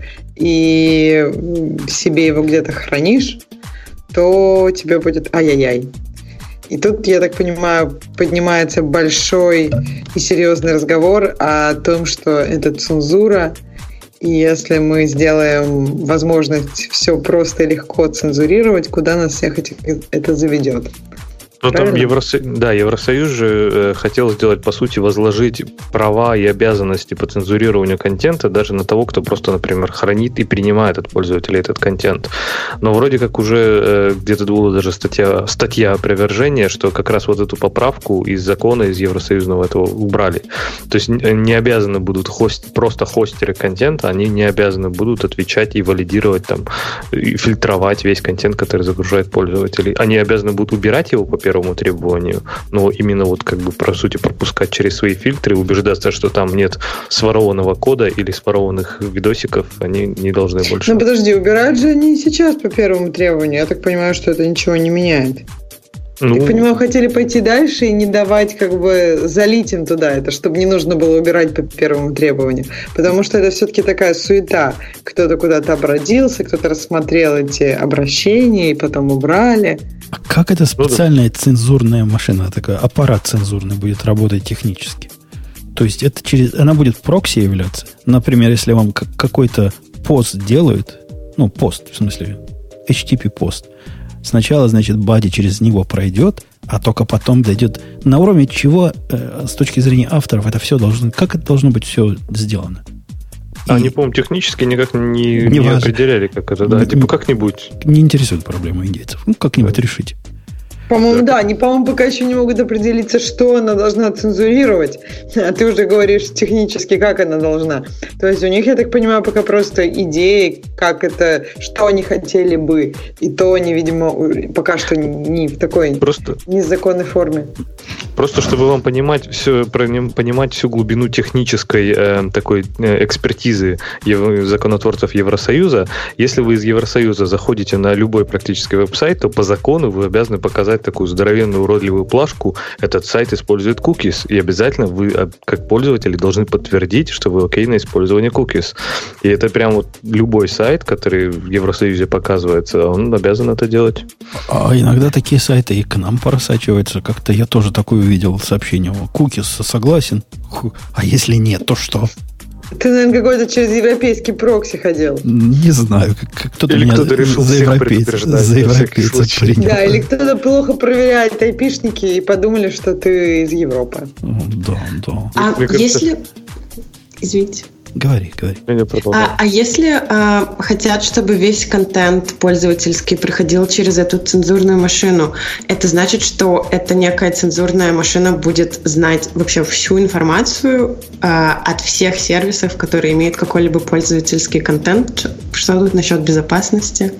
и себе его где-то хранишь, то тебе будет ай-яй-яй. И тут, я так понимаю, поднимается большой и серьезный разговор о том, что это цензура, и если мы сделаем возможность все просто и легко цензурировать, куда нас всех это заведет. Ну, там Евросоюз, да, Евросоюз же э, хотел сделать, по сути, возложить права и обязанности по цензурированию контента даже на того, кто просто, например, хранит и принимает от пользователей этот контент. Но вроде как уже э, где-то была даже статья, статья опровержения, что как раз вот эту поправку из закона, из евросоюзного этого убрали. То есть не обязаны будут хост, просто хостеры контента, они не обязаны будут отвечать и валидировать там, и фильтровать весь контент, который загружает пользователей. Они обязаны будут убирать его по первому первому требованию, но именно вот как бы, по сути, пропускать через свои фильтры и убеждаться, что там нет сворованного кода или сворованных видосиков, они не должны больше. Ну, подожди, убирают же они сейчас по первому требованию. Я так понимаю, что это ничего не меняет. Ну, я понимаю, хотели пойти дальше и не давать, как бы, залить им туда это, чтобы не нужно было убирать по первому требованию. Потому что это все-таки такая суета. Кто-то куда-то обратился, кто-то рассмотрел эти обращения и потом убрали. А как эта специальная цензурная машина, такой аппарат цензурный будет работать технически? То есть это через, она будет прокси являться? Например, если вам какой-то пост делают, ну, пост, в смысле, эйч ти ти пи пост, сначала, значит, бади через него пройдет, а только потом дойдет. На уровне чего, э, с точки зрения авторов, это все должно... Как это должно быть все сделано? А они, по-моему, технически никак не, не, не определяли, как это, да, не, типа как-нибудь. Не интересует проблема индейцев. Ну, как-нибудь да. решите. По-моему, да, они, по-моему, пока еще не могут определиться, что она должна цензурировать. А ты уже говоришь технически, как она должна. То есть у них, я так понимаю, пока просто идеи, как это, что они хотели бы. И то они, видимо, пока что не в такой просто, незаконной форме. Просто чтобы вам понимать, все, понимать всю глубину технической э, такой э, экспертизы ев, законотворцев Евросоюза, если вы из Евросоюза заходите на любой практически веб-сайт, то по закону вы обязаны показать такую здоровенную уродливую плашку. Этот сайт использует cookies, и обязательно вы, как пользователи, должны подтвердить, что вы окей на использование cookies. И это прям вот любой сайт, который в Евросоюзе показывается, он обязан это делать. А иногда такие сайты и к нам просачиваются. Как-то я тоже такое увидел сообщение. Cookies согласен? А если нет, то что? Ты, наверное, какой-то через европейский прокси ходил. Не знаю, как кто-то или меня кто-то решил за европейца, за европейца принял. Да, или кто-то плохо проверяет айпишники и подумали, что ты из Европы. Да, да. А Мне если... Кажется... Извините. Говори, говори. А, а если а, хотят, чтобы весь контент пользовательский проходил через эту цензурную машину, это значит, что эта некая цензурная машина будет знать вообще всю информацию а, от всех сервисов, которые имеют какой-либо пользовательский контент? Что тут насчет безопасности?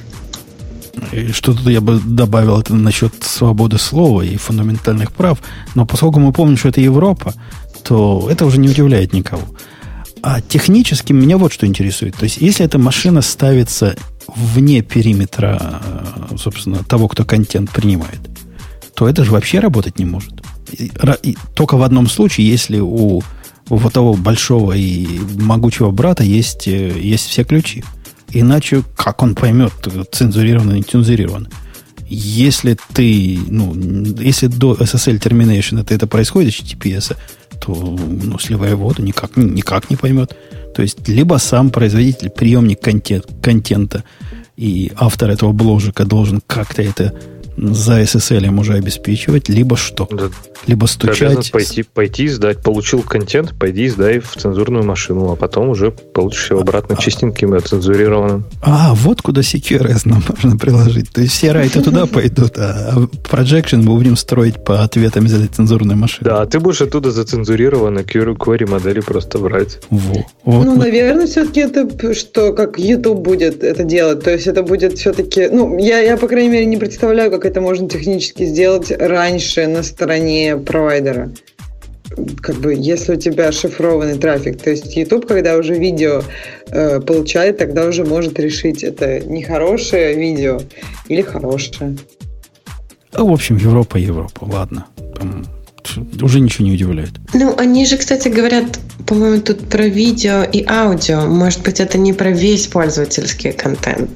И что тут я бы добавил, это насчет свободы слова и фундаментальных прав. Но поскольку мы помним, что это Европа, то это уже не удивляет никого. А технически меня вот что интересует. То есть, если эта машина ставится вне периметра, собственно, того, кто контент принимает, то это же вообще работать не может. И, и только в одном случае, если у, у вот того большого и могучего брата есть, есть все ключи. Иначе как он поймет, цензурировано или не цензурировано? Если ты, ну, если до эс эс эл Termination это, это происходит, эйч ти ти пи эс, то, ну, сливая воду, никак, никак не поймет. То есть, либо сам производитель, приемник контент, контента и автор этого бложика должен как-то это за эс эс эл уже обеспечивать, либо что? Да. Либо стучать. Пойти, пойти сдать, получил контент, пойди сдай в цензурную машину, а потом уже получишь его обратно чистеньким и оцензурированным. А, вот куда си кью ар эс нам можно приложить. То есть все райты туда пойдут, а projection мы будем строить по ответам из этой цензурной машины. Да, ты будешь оттуда зацензурированные query модели просто брать. Во. Вот. Ну, наверное, все-таки это что, как YouTube будет это делать. То есть это будет все-таки... Ну, я, я по крайней мере, не представляю, как это можно технически сделать раньше на стороне провайдера. Как бы, если у тебя шифрованный трафик. То есть YouTube, когда уже видео э, получает, тогда уже может решить, это нехорошее видео или хорошее. А, в общем, Европа, Европа. Ладно. Там уже ничего не удивляет. Ну, они же, кстати, говорят, по-моему, тут про видео и аудио. Может быть, это не про весь пользовательский контент.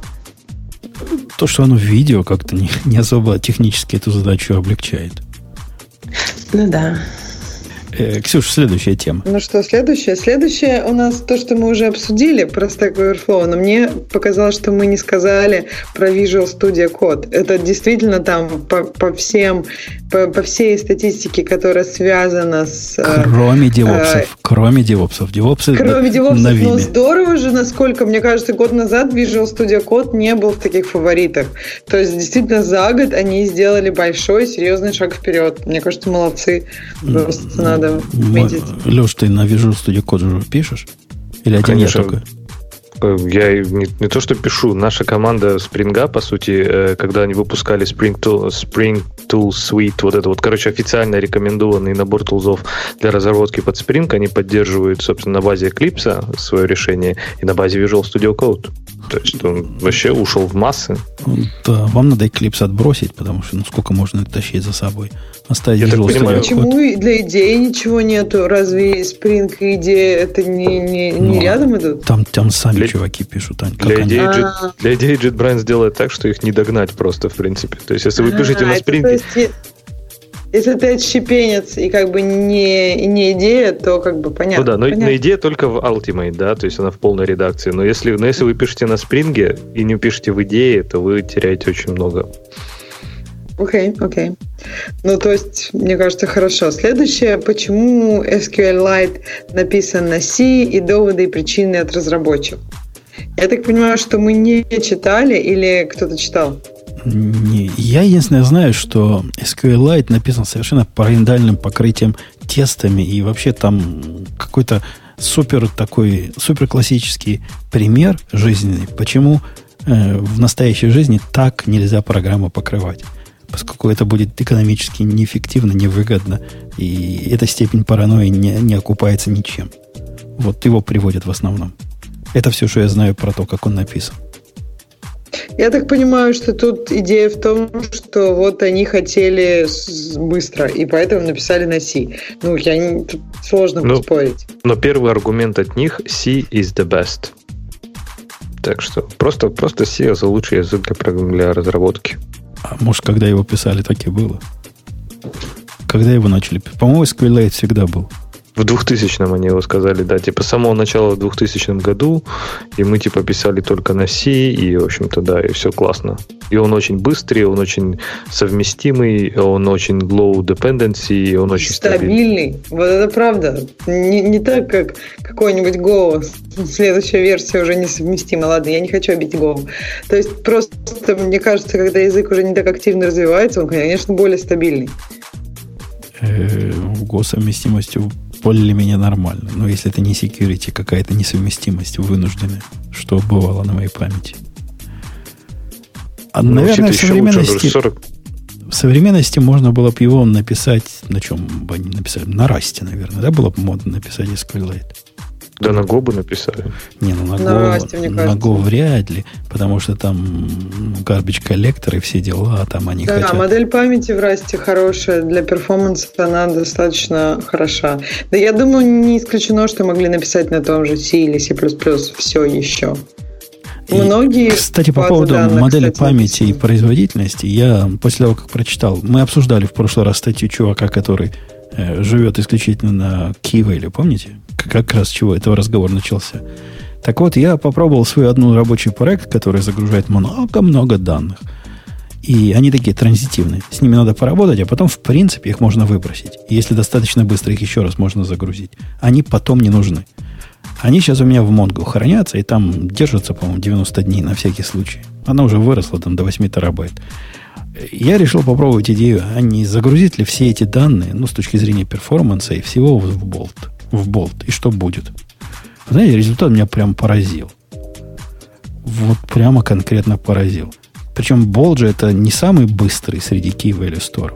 То, что оно в видео, как-то не, не особо технически эту задачу облегчает. Ну да. Э, Ксюша, следующая тема. Ну что, следующее? Следующее у нас то, что мы уже обсудили про Stack Overflow, но мне показалось, что мы не сказали про Visual Studio Code. Это действительно там по, по всем, по, по всей статистике, которая связана с... Кроме девопсов. Э, кроме девопсов. Девопсы кроме девопсов. Но здорово же, насколько, мне кажется, год назад Visual Studio Code не был в таких фаворитах. То есть, действительно, за год они сделали большой, серьезный шаг вперед. Мне кажется, молодцы. Просто надо... Леш, ты на Visual Studio Code уже пишешь? Или один Конечно. я только? Я не, не то, что пишу. Наша команда Spring, по сути, когда они выпускали Spring Tool, Spring Tool Suite, вот это вот, короче, официально рекомендованный набор тулзов для разработки под Spring, они поддерживают, собственно, на базе Eclipse свое решение и на базе Visual Studio Code. То есть он вообще ушел в массы. Да, вам надо Eclipse отбросить, потому что ну сколько можно это тащить за собой. Оставить Visual Studio Code. Почему для идеи ничего нету? Разве Spring и идея это не, не, не ну, рядом идут? Там, там сами для, чуваки пишут. Ань, для, идеи Jet, для идеи JetBrains делает так, что их не догнать просто, в принципе. То есть если вы пишете на Spring... Если ты отщепенец и как бы не, не идея, то как бы понятно. Ну да, но, понятно. но идея только в Ultimate, да, то есть она в полной редакции. Но если, но если вы пишете на Spring и не пишете в идее, то вы теряете очень много. Окей, okay, окей. Okay. Ну, то есть, мне кажется, хорошо. Следующее, почему эс кью эль-Lite написан на C и доводы и причины от разработчиков. Я так понимаю, что мы не читали или кто-то читал? Не, я единственное знаю, что SQLite написан совершенно параноидальным покрытием тестами, и вообще там какой-то супер такой, супер классический пример жизненный, почему э, в настоящей жизни так нельзя программу покрывать. Поскольку это будет экономически неэффективно, невыгодно, и эта степень паранойи не, не окупается ничем. Вот его приводят в основном. Это все, что я знаю про то, как он написан. Я так понимаю, что тут идея в том, что вот они хотели быстро, и поэтому написали на C. Ну, я не, тут сложно ну, поспорить. Но первый аргумент от них – C is the best. Так что просто, просто C – это лучший язык для, для разработки. А может, когда его писали, так и было? Когда его начали? По-моему, SQLite всегда был. В двухтысячном они его сказали, да, типа с самого начала в двухтысячном году, и мы типа писали только на C, и, в общем-то, да, и все классно. И он очень быстрый, он очень совместимый, он очень low dependency, он очень стабильный. стабильный. Вот это правда. Не, не так, как какой-нибудь Go. Следующая версия уже несовместима. Ладно, я не хочу обидеть Go. То есть просто, мне кажется, когда язык уже не так активно развивается, он, конечно, более стабильный. Go совместимостью более-менее нормально. Но если это не security, какая-то несовместимость вынужденная, что бывало на моей памяти. А, ну, наверное, в современности, сорок... в современности можно было бы его написать, на чем бы они написали? На Rust, наверное, да, было бы модно написать SQLite. Да на Go бы написали. Не, ну на, на Go, Rust, на Go вряд ли, потому что там garbage коллектор и все дела, там они да, хотят... Да, модель памяти в Rust хорошая, для перформанса она достаточно хороша. Да я думаю, не исключено, что могли написать на том же C или C++ все еще. И, многие кстати, по поводу данных, модели кстати, памяти написаны. И производительности, я после того, как прочитал, мы обсуждали в прошлый раз статью чувака, который э, живет исключительно на Keyvalue, помните? Как раз с чего этого разговор начался. Так вот, я попробовал свой одну рабочий проект, который загружает много-много данных. И они такие транзитивные. С ними надо поработать, а потом, в принципе, их можно выбросить. Если достаточно быстро их еще раз можно загрузить. Они потом не нужны. Они сейчас у меня в Mongo хранятся, и там держатся, по-моему, девяносто дней на всякий случай. Она уже выросла там до восемь терабайт. Я решил попробовать идею, а не загрузить ли все эти данные, ну, с точки зрения перформанса и всего в Bolt. В Bolt. И что будет? Знаете, результат меня прям поразил. Вот прямо конкретно поразил. Причем Bolt же это не самый быстрый среди key-value сторов.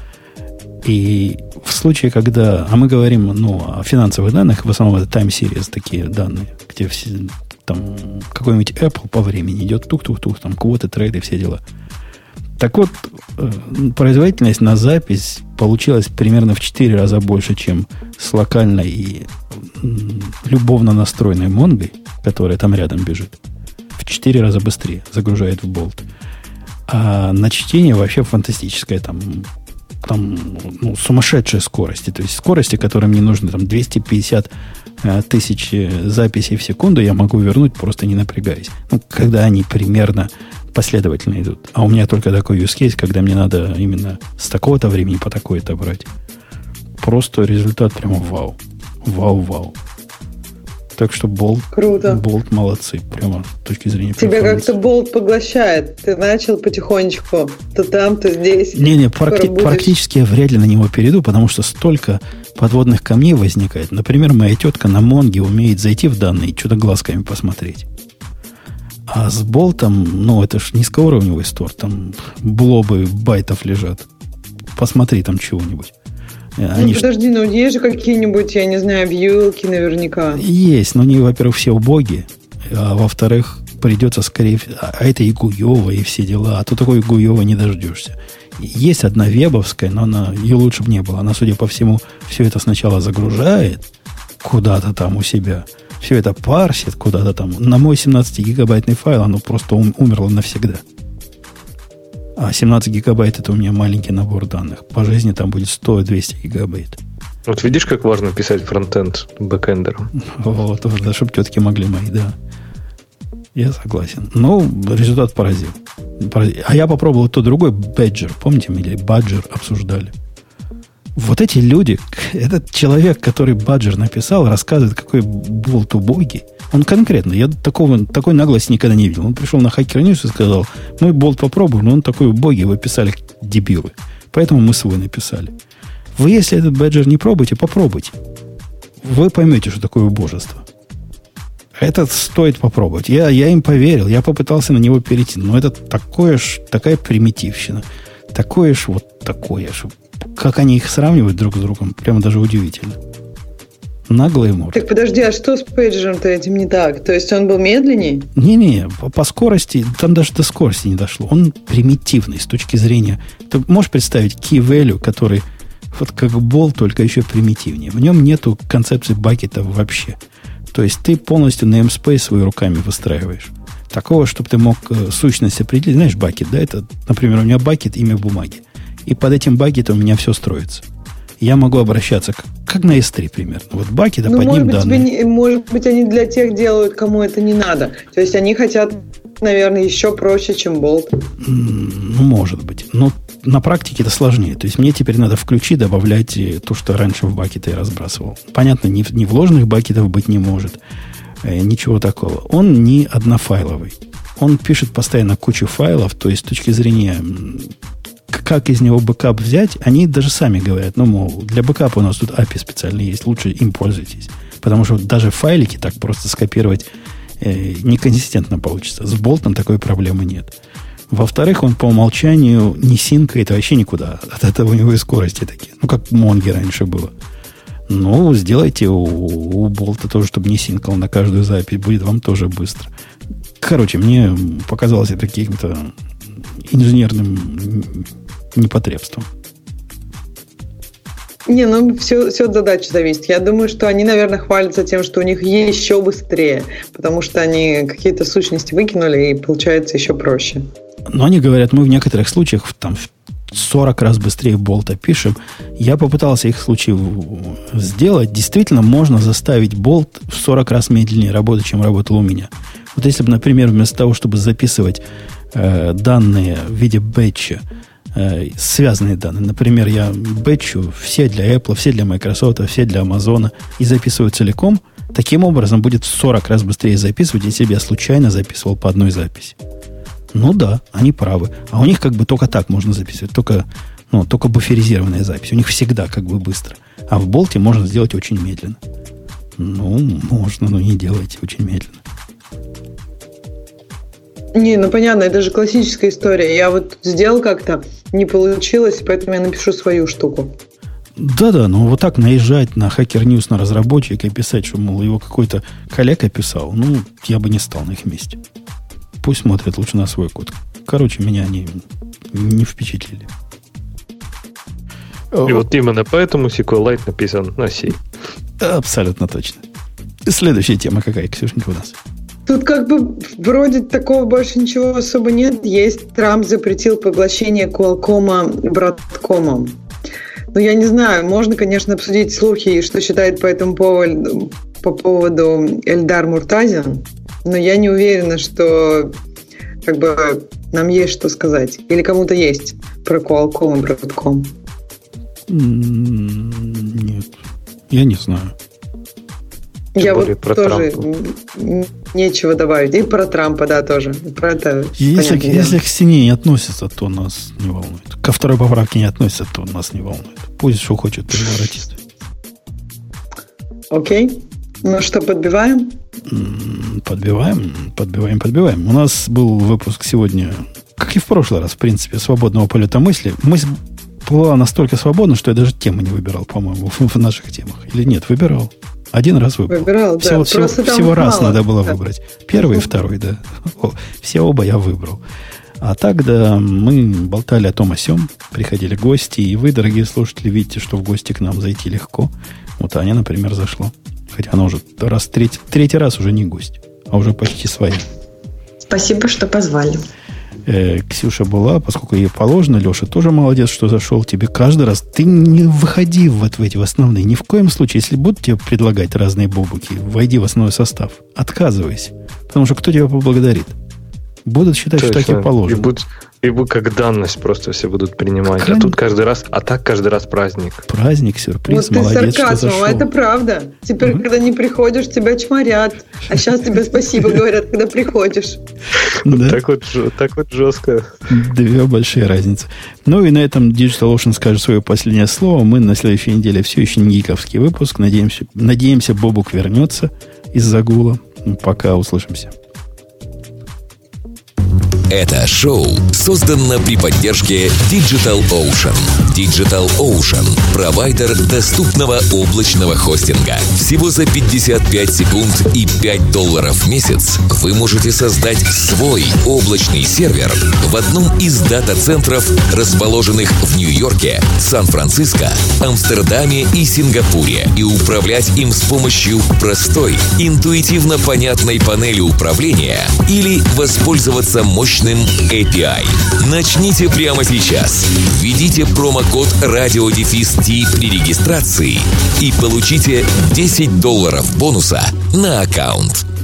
И в случае, когда... А мы говорим ну, о финансовых данных, в основном это time series такие данные, где все, там какой-нибудь Apple по времени идет тух-тух-тух, там квоты, трейды, все дела. Так вот, производительность на запись получилась примерно в четыре раза больше, чем с локальной и любовно настроенной Монгой, которая там рядом бежит. В четыре раза быстрее загружает в Bolt. А на чтение вообще фантастическое. Там, там ну, сумасшедшие скорости. То есть скорости, которые мне нужны, там двести пятьдесят тысяч записей в секунду, я могу вернуть, просто не напрягаясь. Ну, когда они примерно последовательно идут. А у меня только такой use case, когда мне надо именно с такого-то времени по такое-то брать. Просто результат прямо вау. Вау-вау. Так что Bolt, Круто. Bolt молодцы, прямо с точки зрения тебя как-то Bolt поглощает. Ты начал потихонечку то там, то здесь. Не-не, практи- практически я вряд ли на него перейду, потому что столько подводных камней возникает. Например, моя тетка на Монге умеет зайти в данные и что-то глазками посмотреть. А с Болтом, ну, это ж низкоуровневый стор, там блобы байтов лежат. Посмотри там чего-нибудь. Они ну, подожди, ну есть же какие-нибудь, я не знаю, вьюлки наверняка. Есть, но они, во-первых, все убогие, а во-вторых, придется скорее... А это и Гуева, и все дела. А то такой Гуева не дождешься. Есть одна вебовская, но она, ее лучше бы не было. Она, судя по всему, все это сначала загружает куда-то там у себя. Все это парсит куда-то там. На мой семнадцатигигабайтный файл оно просто ум, умерло навсегда. А семнадцать гигабайт это у меня маленький набор данных. По жизни там будет сто-двести гигабайт. Вот видишь, как важно писать фронтенд бэкэндером. Вот, да, чтобы тетки могли мои, да. Я согласен. Ну, результат поразил. поразил. А я попробовал то другой Badger. Помните, мы или Badger обсуждали? Вот эти люди, этот человек, который Badger написал, рассказывает, какой болт убогий. Он конкретно, я такого, такой наглости никогда не видел. Он пришел на Hacker News и сказал, мы болт попробуем, но он такой убогий, вы писали дебилы. Поэтому мы свой написали. Вы, если этот бэджер не пробуете, попробуйте. Вы поймете, что такое убожество. Это стоит попробовать. Я, я им поверил, я попытался на него перейти. Но это такое ж, такая примитивщина. Такое ж вот такое ж. Как они их сравнивают друг с другом, прямо даже удивительно. Наглые морды. Так подожди, а что с пейджером-то этим не так? То есть он был медленнее? Не-не, по, по скорости, там даже до скорости не дошло. Он примитивный с точки зрения... Ты можешь представить key value, который вот как бол, только еще примитивнее. В нем нету концепции бакетов вообще. То есть ты полностью namespace своими руками выстраиваешь. Такого, чтобы ты мог э, сущность определить. Знаешь, бакет, да? Это, например, у меня бакет, имя бумаги. И под этим бакетом у меня все строится. Я могу обращаться как, как на эс три примерно. Вот бакет, а ну, под может ним быть, данные. Не, может быть, они для тех делают, кому это не надо. То есть они хотят, наверное, еще проще, чем болт. Ну, может быть. Но на практике это сложнее. То есть мне теперь надо в ключи добавлять то, что раньше в бакеты я разбрасывал. Понятно, не, не вложенных бакетов быть не может. Э, ничего такого. Он не однофайловый. Он пишет постоянно кучу файлов. То есть с точки зрения... Как из него бэкап взять, они даже сами говорят, ну, мол, для бэкапа у нас тут эй пи ай специальный есть, лучше им пользуйтесь. Потому что даже файлики так просто скопировать э, неконсистентно получится. С болтом такой проблемы нет. Во-вторых, он по умолчанию не синкает вообще никуда. От этого у него и скорости такие. Ну, как в Монге раньше было. Ну, сделайте у, у болта тоже, чтобы не синкал на каждую запись. Будет вам тоже быстро. Короче, мне показалось это каким-то инженерным непотребством. Не, ну все, все от задачи зависит. Я думаю, что они, наверное, хвалятся тем, что у них еще быстрее, потому что они какие-то сущности выкинули, и получается еще проще. Но они говорят, мы в некоторых случаях там в сорок раз быстрее болта пишем. Я попытался их случаев сделать. Действительно, можно заставить болт в сорок раз медленнее работать, чем работал у меня. Вот если бы, например, вместо того, чтобы записывать э, данные в виде бэтча, э, связанные данные, например, я бэтчу все для Apple, все для Microsoft, все для Amazon и записываю целиком, таким образом будет в сорок раз быстрее записывать, если бы я случайно записывал по одной записи. Ну да, они правы. А у них как бы только так можно записывать, только, ну, только буферизированная запись. У них всегда как бы быстро. А в болте можно сделать очень медленно. Ну, можно, но не делайте очень медленно. Не, ну понятно, это же классическая история. Я вот сделал как-то, не получилось, поэтому я напишу свою штуку. Да-да, но вот так наезжать на Hacker News, на разработчика и писать, что, мол, его какой-то коллега писал, ну, я бы не стал на их месте. Пусть смотрят лучше на свой код. Короче, меня они не впечатлили. И вот именно поэтому SQLite написан на C. Абсолютно точно. Следующая тема какая, Ксюшенька, у нас? Тут как бы вроде такого больше ничего особо нет. Есть, Трамп запретил поглощение Qualcomm Broadcom. Ну, я не знаю, можно, конечно, обсудить слухи, что считает по этому поводу, по поводу Эльдар Муртазин, но я не уверена, что как бы нам есть что сказать. Или кому-то есть про Qualcomm и Broadcom. Нет, я не знаю. Тем я более вот про тоже Трампа. Нечего добавить. И про Трампа, да, тоже. Про это, если, если к стене не относится, то нас не волнует. Ко второй поправке не относится, то нас не волнует. Пусть что хочет переворотить. Окей. Ну что, подбиваем? Подбиваем, подбиваем, подбиваем. У нас был выпуск сегодня, как и в прошлый раз, в принципе, свободного полета мысли. Мысль была настолько свободна, что я даже темы не выбирал, по-моему, в наших темах. Или нет, выбирал. Один раз выбрал. Выбирал, всего, да. всего, всего раз надо было да. выбрать. Первый и второй, да. О, все оба я выбрал. А так, да, мы болтали о том о сём, приходили гости, и вы, дорогие слушатели, видите, что в гости к нам зайти легко. Вот Аня, например, зашла. Хотя она уже раз третий, третий раз уже не гость, а уже почти своя. Спасибо, что позвали. Э, Ксюша была, поскольку ей положено. Леша тоже молодец, что зашел. Тебе каждый раз... Ты не выходи вот в эти в основные. Ни в коем случае, если будут тебе предлагать разные бобуки, войди в основной состав. Отказывайся. Потому что кто тебя поблагодарит? Будут считать, Точно. что так и положено. И будут, и будут как данность просто все будут принимать. Как... А тут каждый раз, а так каждый раз праздник. Праздник, сюрприз, вот молодец, ты сарказмом, что зашел. А это правда. Теперь, угу. когда не приходишь, тебя чморят. А сейчас тебе спасибо говорят, когда приходишь. Так вот жестко. Две большие разницы. Ну и на этом DigitalOcean скажет свое последнее слово. Мы на следующей неделе все еще не гиковский выпуск. Надеемся, надеемся, Бобук вернется из загула. Пока, услышимся. Это шоу создано при поддержке DigitalOcean. DigitalOcean – провайдер доступного облачного хостинга. Всего за пятьдесят пять секунд и пять долларов в месяц вы можете создать свой облачный сервер в одном из дата-центров, расположенных в Нью-Йорке, Сан-Франциско, Амстердаме и Сингапуре, и управлять им с помощью простой, интуитивно понятной панели управления или воспользоваться мощным эй пи ай. Начните прямо сейчас. Введите промокод радиодефис-ти при регистрации и получите десять долларов бонуса на аккаунт.